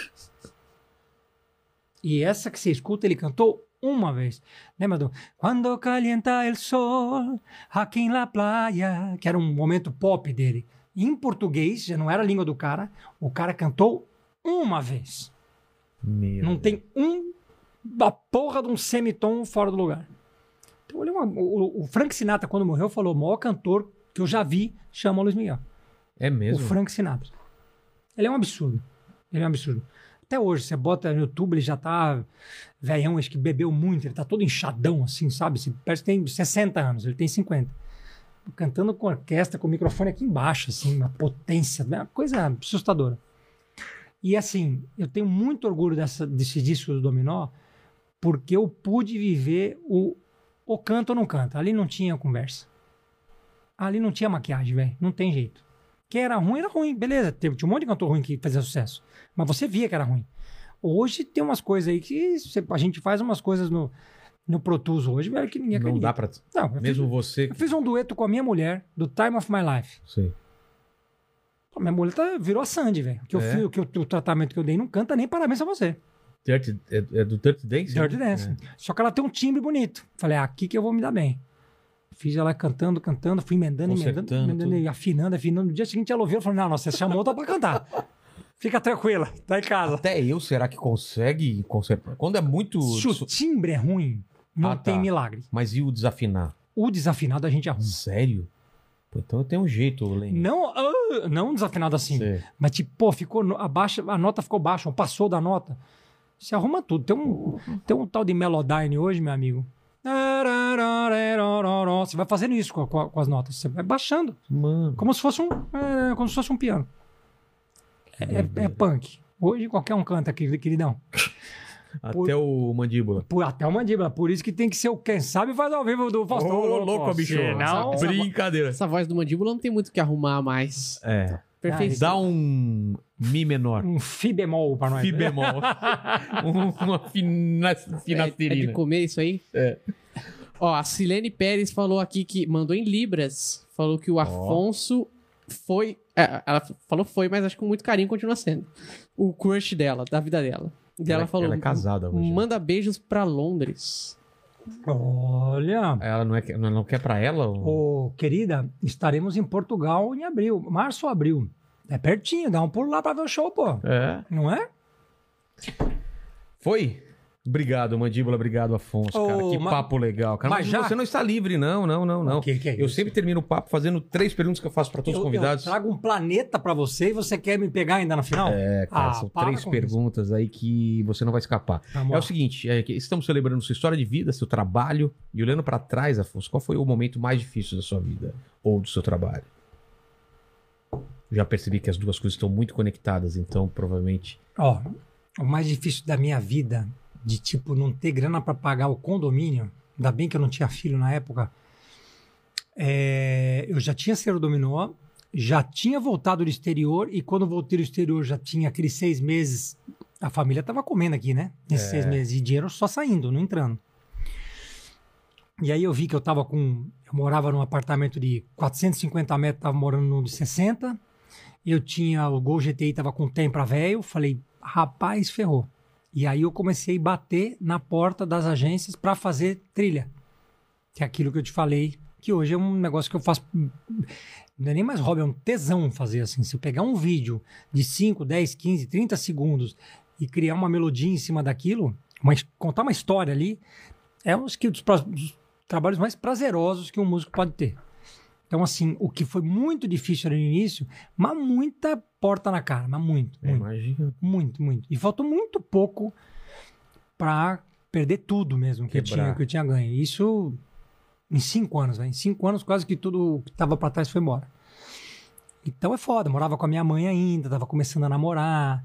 E essa que você escuta, ele cantou uma vez. Lembra do Quando calienta el sol aqui em la playa, que era um momento pop dele. Em português, já não era a língua do cara, o cara cantou uma vez. Não tem a porra de um semitom fora do lugar. Então, o Frank Sinatra, quando morreu, falou: o maior cantor que eu já vi chama Luiz Miguel.
É mesmo?
O Frank Sinatra. Ele é um absurdo. Até hoje, você bota no YouTube, ele já tá velhão, acho que bebeu muito, ele tá todo inchadão, assim, sabe? Parece que tem 60 anos, ele tem 50. Cantando com orquestra, com o microfone aqui embaixo, assim, uma potência, uma coisa assustadora. E assim, eu tenho muito orgulho desse disco do Dominó, porque eu pude viver o canto ou não canta. Ali não tinha conversa. Ali não tinha maquiagem, velho. Não tem jeito. Que era ruim, beleza. Tinha um monte de cantor ruim que fazia sucesso. Mas você via que era ruim. Hoje tem umas coisas aí que a gente faz umas coisas no Pro Tools hoje, velho, que ninguém acredita.
Não dá pra...
Não,
você...
Eu fiz um dueto com a minha mulher, do Time of My Life.
Sim.
Minha mulher virou a Sandy, velho. O tratamento que eu dei não canta nem parabéns a você.
É do Dirty Dance?
Dirty Dance. Só que ela tem um timbre bonito. Falei, aqui que eu vou me dar bem. Fiz ela cantando, fui emendando e afinando. No dia seguinte ela ouviu e falou, não, você chamou outra pra cantar. Fica tranquila, tá em casa.
Até eu, será que consegue consertar? Quando é muito...
Se o timbre é ruim, não tem milagre.
Mas e o desafinar?
O desafinado a gente arruma.
Sério? Pô, então eu tenho um jeito, Lenny.
Não desafinado assim. Sei. Mas tipo, ficou a nota ficou baixa, ou passou da nota. Você arruma tudo. Tem um tal de Melodyne hoje, meu amigo. Você vai fazendo isso com as notas. Você vai baixando.
Mano.
Como se fosse um piano. É punk. Hoje qualquer um canta, queridão.
Até o Mandíbula.
Até o Mandíbula. Por isso que tem que ser quem sabe faz ao vivo do Faustão.
Ô, louco, bicho.
Não,
brincadeira.
Essa voz do Mandíbula não tem muito o que arrumar mais.
É.
Perfeito.
Dá um Mi menor.
Um Fi bemol pra nós.
Fi bemol. Uma finasterina.
É de comer isso aí?
É.
Ó, a Silene Pérez falou aqui que mandou em Libras. Falou que o Afonso foi... ela falou foi, mas acho que com muito carinho continua sendo. O crush dela, da vida dela. E ela falou...
Ela é casada hoje.
Manda beijos pra Londres.
Olha...
Ela não quer pra ela?
Ô, querida, estaremos em Portugal em abril. Março ou abril. É pertinho, dá um pulo lá pra ver o show, pô.
É.
Não é?
Foi? Obrigado, Mandíbula. Obrigado, Afonso, cara. Que papo legal, cara. Mas
já...
você não está livre, não.
O que é isso?
Eu sempre termino o papo fazendo 3 perguntas que eu faço para todos os convidados.
Eu trago um planeta para você e você quer me pegar ainda na final?
É, cara, são 3 perguntas isso aí que você não vai escapar. É o seguinte, estamos celebrando sua história de vida, seu trabalho, e olhando para trás, Afonso, qual foi o momento mais difícil da sua vida ou do seu trabalho? Já percebi que as duas coisas estão muito conectadas, então provavelmente...
O mais difícil da minha vida... de tipo não ter grana para pagar o condomínio, ainda bem que eu não tinha filho na época, eu já tinha sido dominó, já tinha voltado do exterior e quando voltei do exterior já tinha aqueles 6 meses, a família tava comendo aqui, né? Nesses 6 meses e dinheiro só saindo, não entrando. E aí eu vi que eu morava num apartamento de 450 metros, tava morando num de 60, eu tinha o Gol GTI, tava com tempo pra velho, falei, rapaz, ferrou. E aí eu comecei a bater na porta das agências para fazer trilha. Que é aquilo que eu te falei, que hoje é um negócio que eu faço... Não é nem mais hobby, é um tesão fazer assim. Se eu pegar um vídeo de 5, 10, 15, 30 segundos e criar uma melodia em cima daquilo, contar uma história ali, é um dos trabalhos mais prazerosos que um músico pode ter. Então, assim, o que foi muito difícil no início, mas muita porta na cara, mas muito.
Imagina.
Muito. E faltou muito pouco para perder tudo mesmo que eu tinha ganho. Isso em 5 anos, né? Em 5 anos quase que tudo que tava para trás foi embora. Então é foda, morava com a minha mãe ainda, tava começando a namorar,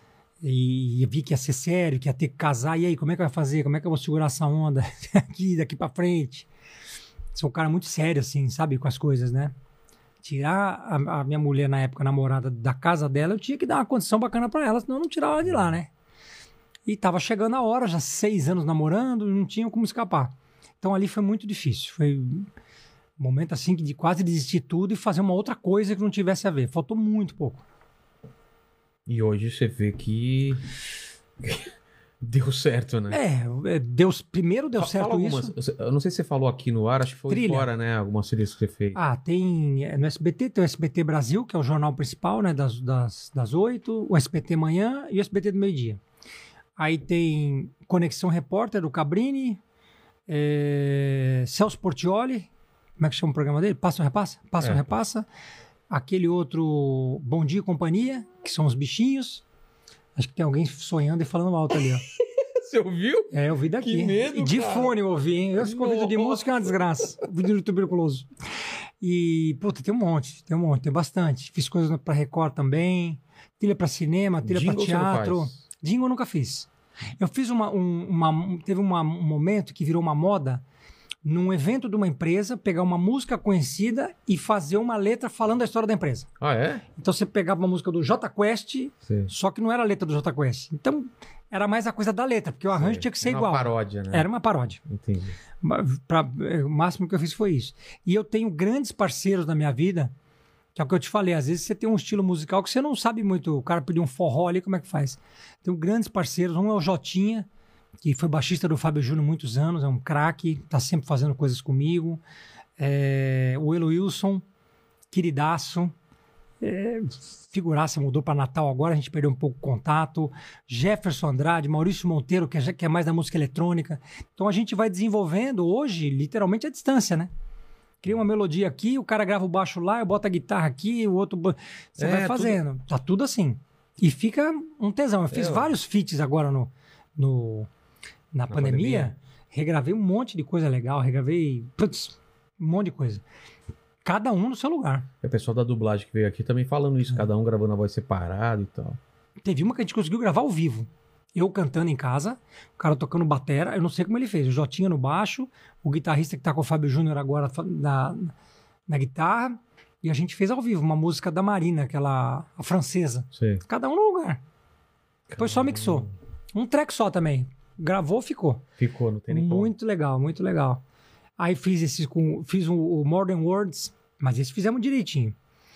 e vi que ia ser sério, que ia ter que casar, e aí, como é que vai fazer? Como é que eu vou segurar essa onda daqui para frente? Sou um cara muito sério, assim, sabe, com as coisas, né? Tirar a minha mulher, na época, namorada, da casa dela, eu tinha que dar uma condição bacana pra ela, senão eu não tirava ela de lá, né? E tava chegando a hora, já 6 anos namorando, não tinha como escapar. Então ali foi muito difícil. Foi um momento, assim, de quase desistir tudo e fazer uma outra coisa que não tivesse a ver. Faltou muito pouco.
E hoje você vê que... Deu certo, né?
Primeiro deu certo
isso. Eu não sei se você falou aqui no ar, acho que foi fora, né? Algumas trilhas que você fez.
Tem no SBT, tem o SBT Brasil, que é o jornal principal, né? Das 8, o SBT Manhã e o SBT do meio-dia. Aí tem Conexão Repórter, do Cabrini, Celso Portioli, como é que chama o programa dele? Passa ou Repassa? Passa ou Repassa. Aquele outro Bom Dia e Companhia, que são os bichinhos. Acho que tem alguém sonhando e falando alto ali, ó.
Você ouviu?
Eu ouvi daqui.
Que medo,
e de
cara.
fone eu ouvi, hein? Eu fico ouvindo de música é uma desgraça. Ouvindo tuberculoso. E, puta, tem um monte, tem bastante. Fiz coisas pra Record também, trilha pra cinema, trilha pra teatro. Jingle eu nunca fiz. Eu fiz teve um momento que virou uma moda, num evento de uma empresa, pegar uma música conhecida e fazer uma letra falando da história da empresa.
Ah, é?
Então você pegava uma música do Jota Quest, só que não era a letra do Jota Quest. Então era mais a coisa da letra, porque o arranjo tinha que ser igual.
Era uma paródia, né?
Era uma paródia.
Entendi.
O máximo que eu fiz foi isso. E eu tenho grandes parceiros na minha vida, que é o que eu te falei, às vezes você tem um estilo musical que você não sabe muito, o cara pediu um forró ali, como é que faz? Tenho grandes parceiros, um é o Jotinha, que foi baixista do Fábio Júnior há muitos anos, é um craque, tá sempre fazendo coisas comigo. O Elo Wilson, queridaço, figuraça, mudou para Natal agora, a gente perdeu um pouco o contato. Jefferson Andrade, Maurício Monteiro, que é mais da música eletrônica. Então a gente vai desenvolvendo hoje, literalmente, à distância, né? Cria uma melodia aqui, o cara grava o baixo lá, eu boto a guitarra aqui, o outro... Você vai fazendo. Tá tudo assim. E fica um tesão. Eu fiz vários feats agora na pandemia, regravei um monte de coisa legal, um monte de coisa. Cada um no seu lugar.
O pessoal da dublagem que veio aqui também falando isso, cada um gravando a voz separada e tal.
Teve uma que a gente conseguiu gravar ao vivo. Eu cantando em casa, o cara tocando batera, eu não sei como ele fez. O Jotinha no baixo, o guitarrista que tá com o Fábio Júnior agora na guitarra, e a gente fez ao vivo uma música da Marina, a francesa.
Sim.
Cada um no lugar. Depois só mixou. Um track só também. Gravou, ficou.
Ficou, não tem nem como.
Muito legal, muito legal. Aí fiz o Modern Words, mas esse fizemos direitinho.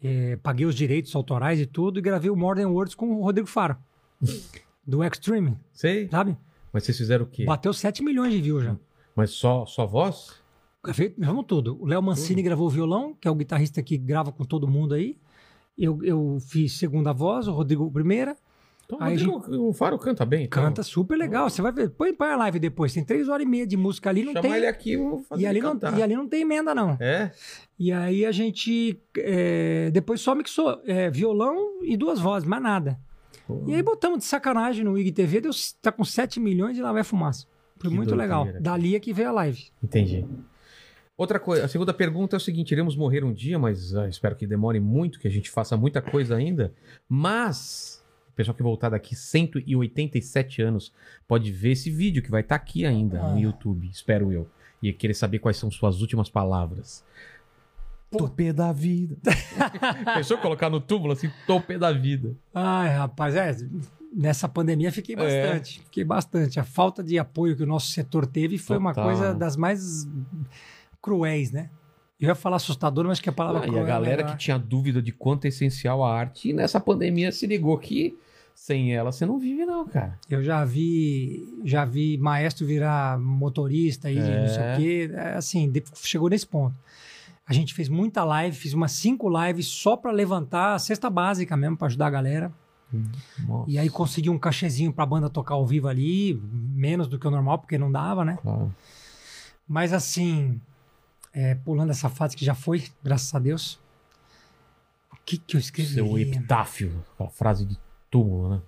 paguei os direitos autorais e tudo, e gravei o Modern Words com o Rodrigo Faro, do Extreme,
Sei.
sabe?
Mas vocês fizeram o quê?
Bateu 7 milhões de views já.
Mas só voz?
Gravamos tudo. O Léo Mancini gravou o violão, que é o guitarrista que grava com todo mundo aí. Eu fiz segunda voz, o Rodrigo primeira.
Então,
Aí
o Faro canta bem. Então.
Canta super legal. Você vai ver. Põe a live depois. Tem 3h30 de música ali. Não
Chama
tem...
ele aqui, eu vou fazer
e ali
ele cantar.
e ali não tem emenda, não.
É?
E aí a gente depois só mixou violão e 2 vozes, mais nada.
Pô.
E aí botamos de sacanagem no IGTV, tá com 7 milhões e lá vai fumaça. Foi
Que
muito
doideira,
legal.
cara.
Dali é que veio a live.
Entendi. Outra coisa, a segunda pergunta é o seguinte: iremos morrer um dia, mas espero que demore muito, que a gente faça muita coisa ainda. Mas o pessoal que voltar daqui 187 anos pode ver esse vídeo que vai estar aqui ainda no YouTube, espero eu. E querer saber quais são suas últimas palavras. Topê da vida. Pensou em colocar no túmulo assim, topê da vida.
Ai, rapaz, nessa pandemia fiquei bastante. Fiquei bastante. A falta de apoio que o nosso setor teve foi uma coisa das mais cruéis, né? Eu ia falar assustador, mas que a palavra cruel
e a galera
é
que tinha dúvida de quanto é essencial a arte, e nessa pandemia se ligou que sem ela você não vive não, cara.
Eu já vi maestro virar motorista e não sei o quê. Assim, chegou nesse ponto. A gente fez muita live, fiz umas 5 lives só para levantar a cesta básica mesmo, para ajudar a galera.
Nossa.
E aí consegui um cachezinho pra banda tocar ao vivo ali, menos do que o normal, porque não dava, né?
Claro.
Mas assim, pulando essa fase que já foi, graças a Deus, o que eu escrevi?
Seu epitáfio, aquela frase de túmulo, né?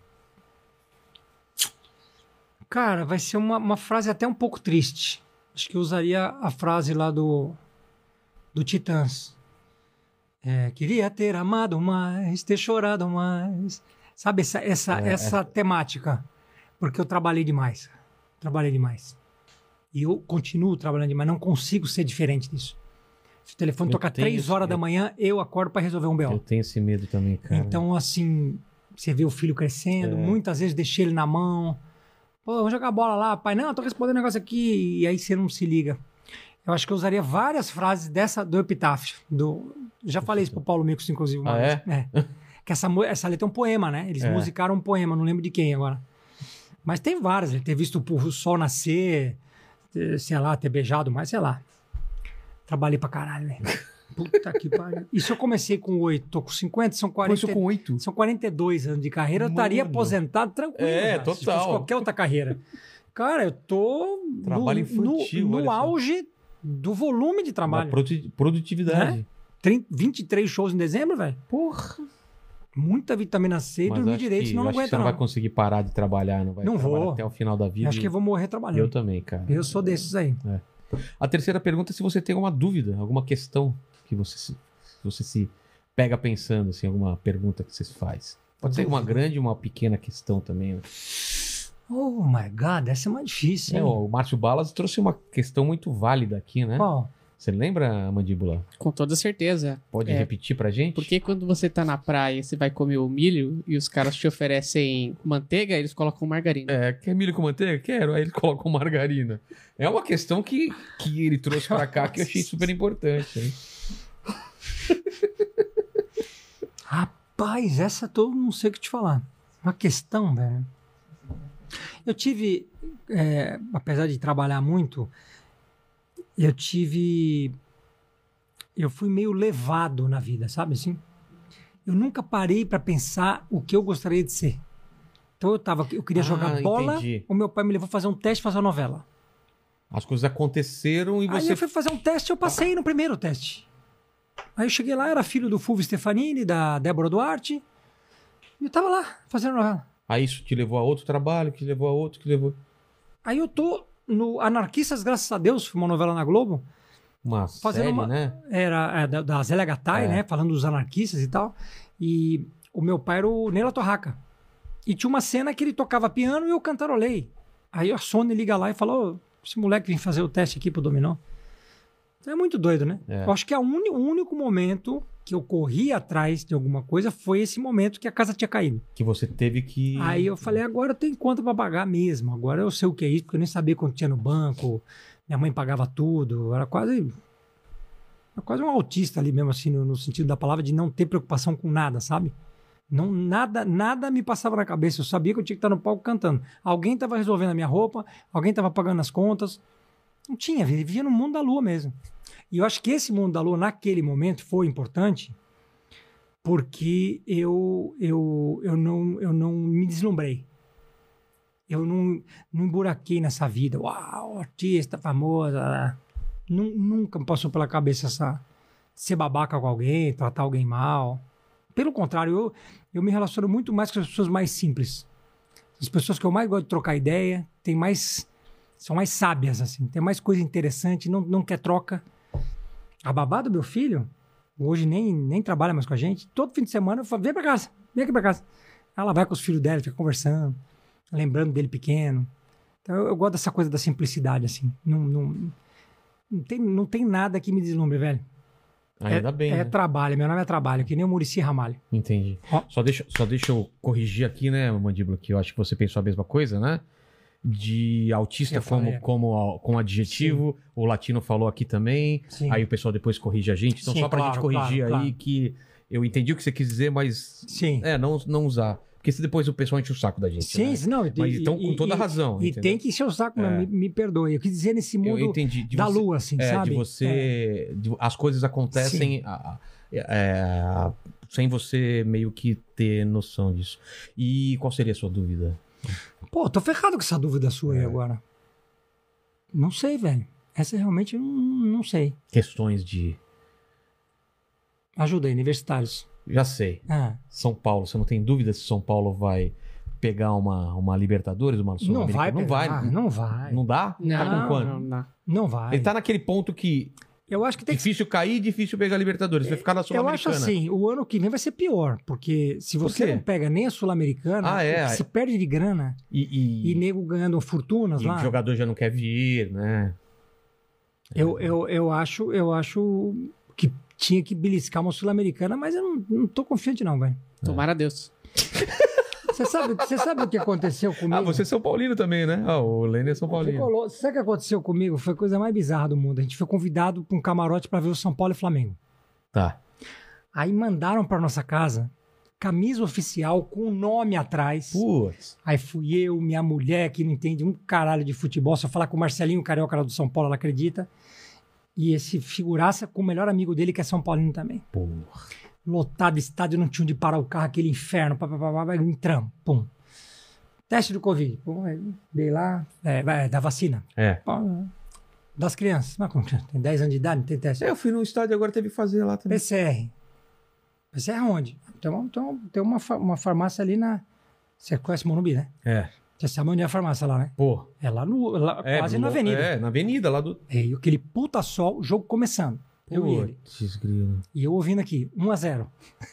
Cara, vai ser uma frase até um pouco triste. Acho que eu usaria a frase lá do Titãs. Queria ter amado mais, ter chorado mais. Sabe, essa temática. Porque eu trabalhei demais. E eu continuo trabalhando demais. Não consigo ser diferente disso. Se o telefone tocar 3 horas da manhã, eu acordo para resolver um BO.
Eu tenho esse medo também, cara.
Então, assim, você vê o filho crescendo. Muitas vezes deixei ele na mão. Pô, vamos jogar bola lá, pai. Não, tô respondendo um negócio aqui. E aí você não se liga. Eu acho que eu usaria várias frases do epitáfio. Já falei isso pro Paulo Micos, inclusive. Uma vez. Que essa letra é um poema, né? Eles musicaram um poema, não lembro de quem agora. Mas tem várias. Ele ter visto o sol nascer, sei lá, ter beijado mais, sei lá. Trabalhei pra caralho, velho. Puta que pariu. Isso eu comecei com 8, tô com 50, são 40.
Começou com 8?
São 42 anos de carreira. Eu estaria aposentado tranquilo.
Total.
Se fosse qualquer outra carreira. Cara, eu tô
Trabalho infantil,
no auge do volume de trabalho.
Produtividade.
23 shows em dezembro, velho.
Porra.
Muita vitamina C e dormir direito, senão não aguenta,
você não vai conseguir parar de trabalhar, não vai
não
trabalhar
vou.
até o final da vida.
Acho que eu vou morrer trabalhando.
Eu também, cara.
Eu sou desses aí.
A terceira pergunta é se você tem alguma dúvida, alguma questão que você se pega pensando, assim, alguma pergunta que você faz. Pode ser uma grande e uma pequena questão também, né?
Oh my God, essa é mais difícil, hein?
O Márcio Balas trouxe uma questão muito válida aqui, né?
Qual?
Você lembra, Mandíbula?
Com toda certeza.
Pode repetir pra gente?
Porque quando você tá na praia e você vai comer o milho e os caras te oferecem manteiga, eles colocam margarina.
Quer milho com manteiga? Quero. Aí eles colocam margarina. É uma questão que ele trouxe pra cá que eu achei super importante, hein?
Rapaz, essa eu não sei o que te falar. Uma questão, velho. Eu tive, apesar de trabalhar muito, eu fui meio levado na vida, sabe assim? Eu nunca parei para pensar o que eu gostaria de ser. Então eu queria jogar bola,
entendi.
O meu pai me levou fazer um teste, fazer uma novela.
As coisas aconteceram e você...
Aí eu fui fazer um teste, eu passei no primeiro teste. Aí eu cheguei lá, era filho do Fulvio Stefanini, da Débora Duarte, e eu tava lá, fazendo novela.
Aí isso te levou a outro trabalho, que levou a outro, que levou...
Aí eu tô no Anarquistas, graças a Deus, foi uma novela na Globo.
Uma série, né?
Era da Zélia Gattai, né? Falando dos anarquistas e tal. E o meu pai era o Neila Torraca. E tinha uma cena que ele tocava piano e eu cantarolei. Aí a Sony liga lá e falou, esse moleque vem fazer o teste aqui pro Dominó. É muito doido, né? Eu acho que o único momento que eu corri atrás de alguma coisa foi esse momento que a casa tinha caído.
Que você teve que...
Aí eu falei, agora eu tenho conta pra pagar mesmo. Agora eu sei o que é isso, porque eu nem sabia quanto tinha no banco. Minha mãe pagava tudo. Era quase... É quase um autista ali mesmo, assim, no sentido da palavra, de não ter preocupação com nada, sabe? Não, nada me passava na cabeça. Eu sabia que eu tinha que estar no palco cantando. Alguém estava resolvendo a minha roupa, alguém estava pagando as contas. Não tinha, vivia no mundo da lua mesmo. E eu acho que esse mundo da lua, naquele momento, foi importante porque eu não me deslumbrei. Eu não emburaquei nessa vida. Uau, artista, famosa. Nunca me passou pela cabeça ser babaca com alguém, tratar alguém mal. Pelo contrário, eu me relaciono muito mais com as pessoas mais simples. As pessoas que eu mais gosto de trocar ideia, são mais sábias, assim. Tem mais coisa interessante, não quer troca. A babá do meu filho, hoje nem trabalha mais com a gente. Todo fim de semana eu falo, vem aqui pra casa. Ela vai com os filhos dela, fica conversando, lembrando dele pequeno. Então eu gosto dessa coisa da simplicidade, assim. Não tem nada que me deslumbre, velho.
Ainda bem, né?
Trabalho, meu nome é Trabalho, que nem o Muricy Ramalho.
Entendi. Só deixa eu corrigir aqui, né, Mandíbula, que eu acho que você pensou a mesma coisa, né? De autista como adjetivo, sim. O Latino falou aqui também, sim. Aí o pessoal depois corrige a gente. Então, sim, só pra gente corrigir aí, que eu entendi o que você quis dizer, mas
sim.
Não usar. Porque se depois o pessoal enche o saco da gente.
Sim, né? Não.
Mas então, com toda razão.
E tem que encher o saco, me perdoe. Eu quis dizer nesse mundo da lua, assim, sabe?
De você... as coisas acontecem sem você meio que ter noção disso. E qual seria a sua dúvida?
Pô, tô ferrado com essa dúvida sua aí agora. Não sei, velho. Essa realmente eu não sei.
Questões de...
Ajuda aí, universitários.
Já sei. São Paulo, você não tem dúvida se São Paulo vai pegar uma Libertadores, uma Sul-Americana?
Não vai.
Não dá?
Não vai.
Ele tá naquele ponto que
eu acho que tem
difícil cair, difícil pegar a Libertadores. Vai ficar na Sul-Americana.
Eu acho assim, o ano que vem vai ser pior, porque se você não pega nem a Sul-Americana, se perde de grana e nego ganhando fortunas lá.
E o jogador já não quer vir, né?
Eu acho que tinha que beliscar uma Sul-Americana, mas eu não tô confiante não, velho.
Tomara a Deus.
Você sabe o que aconteceu comigo?
Você é São Paulino também, né? O Lênin é São Paulino.
Sabe o que aconteceu comigo? Foi a coisa mais bizarra do mundo. A gente foi convidado para um camarote para ver o São Paulo e Flamengo.
Tá.
Aí mandaram para nossa casa camisa oficial com o nome atrás.
Putz.
Aí fui eu, minha mulher, que não entende um caralho de futebol. Se eu falar com o Marcelinho, o carioca lá do São Paulo, ela acredita. E esse figuraça com o melhor amigo dele, que é São Paulino também.
Porra.
Lotado, estádio, não tinha onde parar o carro, aquele inferno, entramos, pum. Teste do Covid, pum, dei lá, da vacina. Pum, das crianças, mas como tem 10 anos de idade, não tem teste.
Eu fui no estádio, agora teve que fazer lá também.
PCR onde? Tem uma farmácia ali você conhece Morumbi, né? Você sabe onde é a farmácia lá, né?
Pô.
É lá quase na avenida.
Na avenida, lá do...
E aquele puta sol, o jogo começando. Eu e ele. E eu ouvindo aqui, 1-0.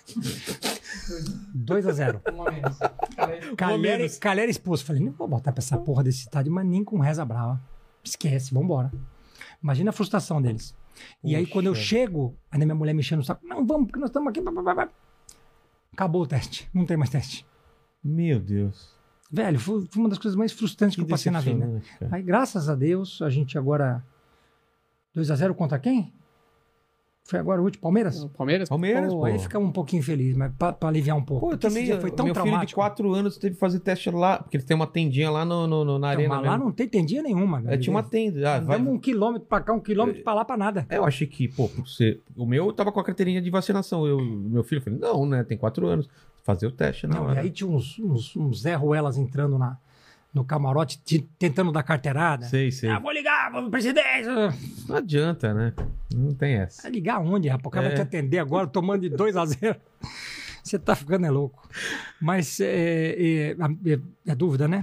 2-0. Calhera expulso. Falei, não vou botar pra essa porra desse estádio, mas nem com reza brava. Esquece, vambora. Imagina a frustração deles. E aí, quando eu chego, ainda minha mulher me enchendo o saco. Não, vamos, porque nós estamos aqui. Acabou o teste. Não tem mais teste.
Meu Deus.
Velho, foi uma das coisas mais frustrantes que eu passei na vida. Cara. Aí, graças a Deus, a gente agora... 2-0 contra quem? Foi agora o último, Palmeiras?
Palmeiras,
pô. Aí ficamos um pouquinho felizes, mas pra aliviar um pouco.
Pô, eu também,
foi tão
meu
traumático.
Filho de 4 anos teve que fazer teste lá, porque ele tem uma tendinha lá na arena.
Mas lá não tem tendinha nenhuma.
Tinha uma tenda.
Vamos 1 quilômetro pra cá, 1 quilômetro pra lá, pra nada.
Eu achei que, o meu tava com a carteirinha de vacinação. Meu filho falou, não, né, tem 4 anos. Fazer o teste,
não. E aí tinha uns Zé Ruelas entrando no camarote, tentando dar carteirada.
Sei.
Vou ligar, presidente.
Não adianta, né? Não tem essa.
Vai ligar onde, rapaz? O cara vai te atender agora, tomando de 2-0. Você tá ficando louco. Mas é dúvida, né?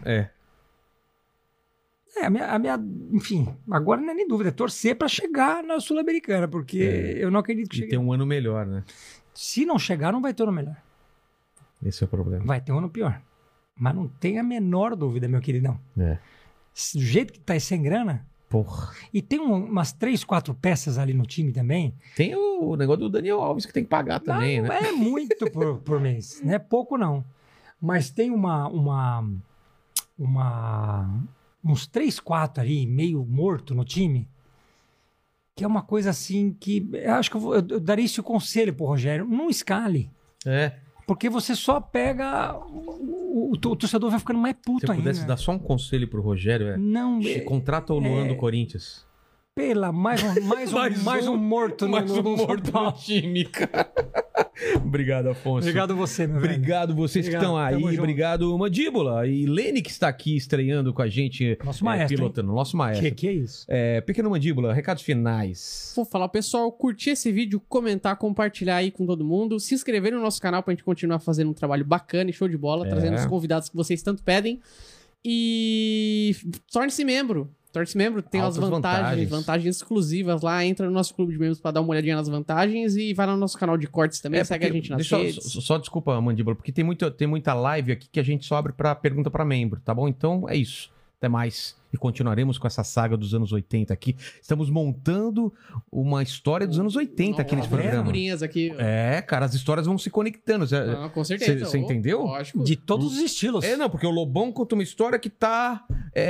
A minha, enfim, agora não é nem dúvida, é torcer pra chegar na Sul-Americana, porque eu não acredito que chegue.
E ter um ano melhor, né?
Se não chegar, não vai ter um ano melhor.
Esse é o problema.
Vai ter um ano pior. Mas não tem a menor dúvida, meu queridão. Do jeito que tá sem grana.
Porra.
E tem umas 3, 4 peças ali no time também.
Tem o negócio do Daniel Alves que tem que pagar também,
não,
né?
É muito por mês. Não é pouco, não. Mas tem uns 3, 4 ali, meio morto no time. que é uma coisa assim que... Eu acho que eu daria esse conselho pro Rogério. Não escale. Porque você só pega... O torcedor vai ficando mais puto ainda. Se eu
pudesse dar só um conselho pro Rogério,
não,
contrata o Luan do Corinthians.
Mais um morto
no time, cara. Obrigado, Afonso.
Obrigado você, meu velho.
Obrigado vocês que estão aí. Obrigado, Mandíbula. E Lene, que está aqui estreando com a gente.
Nosso maestro.
Pilotando. Nosso maestro.
Que é isso?
Pequeno Mandíbula, recados finais.
Vou falar, pessoal, curtir esse vídeo, comentar, compartilhar aí com todo mundo. Se inscrever no nosso canal pra gente continuar fazendo um trabalho bacana e show de bola, trazendo os convidados que vocês tanto pedem. E torne-se membro. Tem as vantagens exclusivas lá. Entra no nosso clube de membros pra dar uma olhadinha nas vantagens e vai no nosso canal de cortes também. Segue a gente nas redes.
Só desculpa, Mandíbula, porque tem muita live aqui que a gente só abre pra pergunta pra membro, tá bom? Então é isso. Até mais. E continuaremos com essa saga dos anos 80 aqui. Estamos montando uma história dos anos 80 aqui nesse programa.
Aqui.
Cara, as histórias vão se conectando.
Com certeza.
Você entendeu?
Lógico.
De todos os estilos.
Não, porque o Lobão conta uma história que tá...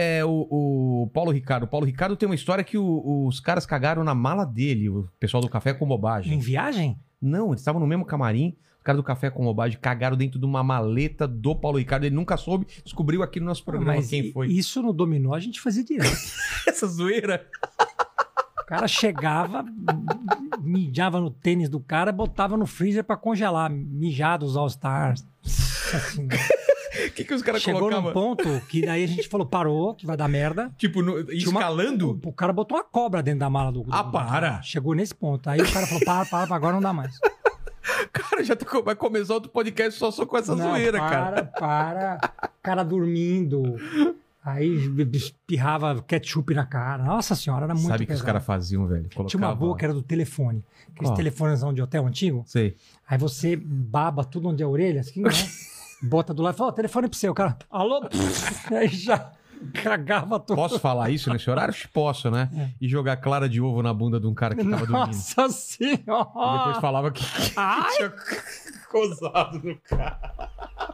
o Paulo Ricardo. O Paulo Ricardo tem uma história que os caras cagaram na mala dele, o pessoal do Café com Bobagem.
Em viagem?
Não, eles estavam no mesmo camarim. Os caras do Café com Bobagem cagaram dentro de uma maleta do Paulo Ricardo. Ele nunca soube, descobriu aqui no nosso programa quem foi.
Isso no Dominó a gente fazia direto.
Essa zoeira.
O cara chegava, mijava no tênis do cara, botava no freezer pra congelar. Mijados All-Stars. Assim.
O que os caras
colocavam? Chegou num ponto que daí a gente falou, parou, que vai dar merda.
Tipo, escalando?
O cara botou uma cobra dentro da mala do
para!
Chegou nesse ponto. Aí o cara falou, para, agora não dá mais.
Cara, vai começar outro podcast só com essa zoeira, cara.
Para. Cara dormindo. Aí espirrava ketchup na cara. Nossa senhora, era muito
Sabe o que os caras faziam, velho?
Tinha uma boa que era do telefone. Aqueles telefones de hotel antigo.
Sei.
Aí você baba tudo onde é a orelha, assim, né? Bota do lado e fala, telefone pro seu, cara. Alô? Aí já cagava tudo.
Posso falar isso nesse horário? Posso, né? E jogar clara de ovo na bunda de um cara que tava dormindo.
Nossa senhora!
E depois falava que tinha cozado no cara.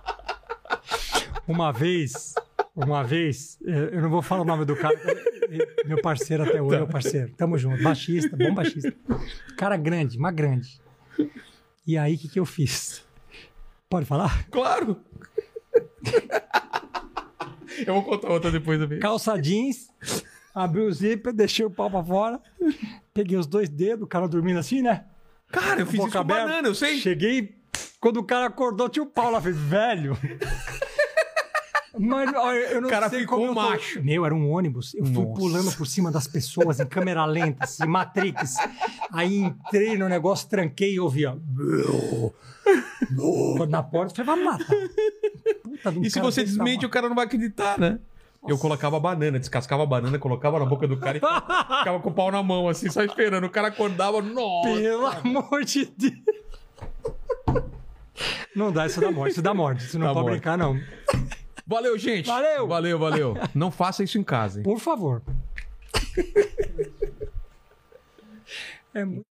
Uma vez, eu não vou falar o nome do cara, meu parceiro até hoje, meu parceiro. Tamo junto, baixista, bom baixista. Cara grande, uma grande. E aí, o que eu fiz? Pode falar?
Claro! Eu vou contar outra depois também.
Calça jeans, abri o zíper, deixei o pau pra fora, peguei os 2 dedos, o cara dormindo assim, né?
Cara, eu fiz isso com banana, eu sei.
Cheguei, quando o cara acordou, tinha o pau lá, fez, velho. Mas eu não
o cara
sei
ficou
como
macho.
Meu, era um ônibus. Eu fui pulando por cima das pessoas em câmera lenta, assim, Matrix. Aí entrei no negócio, tranquei e ouvia. Na porta, eu falei, vai matar.
E se você desmente, o cara não vai acreditar, né? Eu colocava a banana, descascava a banana, colocava na boca do cara e ficava com o pau na mão, assim, só esperando. O cara acordava, nossa!
Pelo amor de Deus! Não dá, isso dá morte. Isso não pode brincar, não.
Valeu, gente! Valeu! Não faça isso em casa, hein?
Por favor. É muito...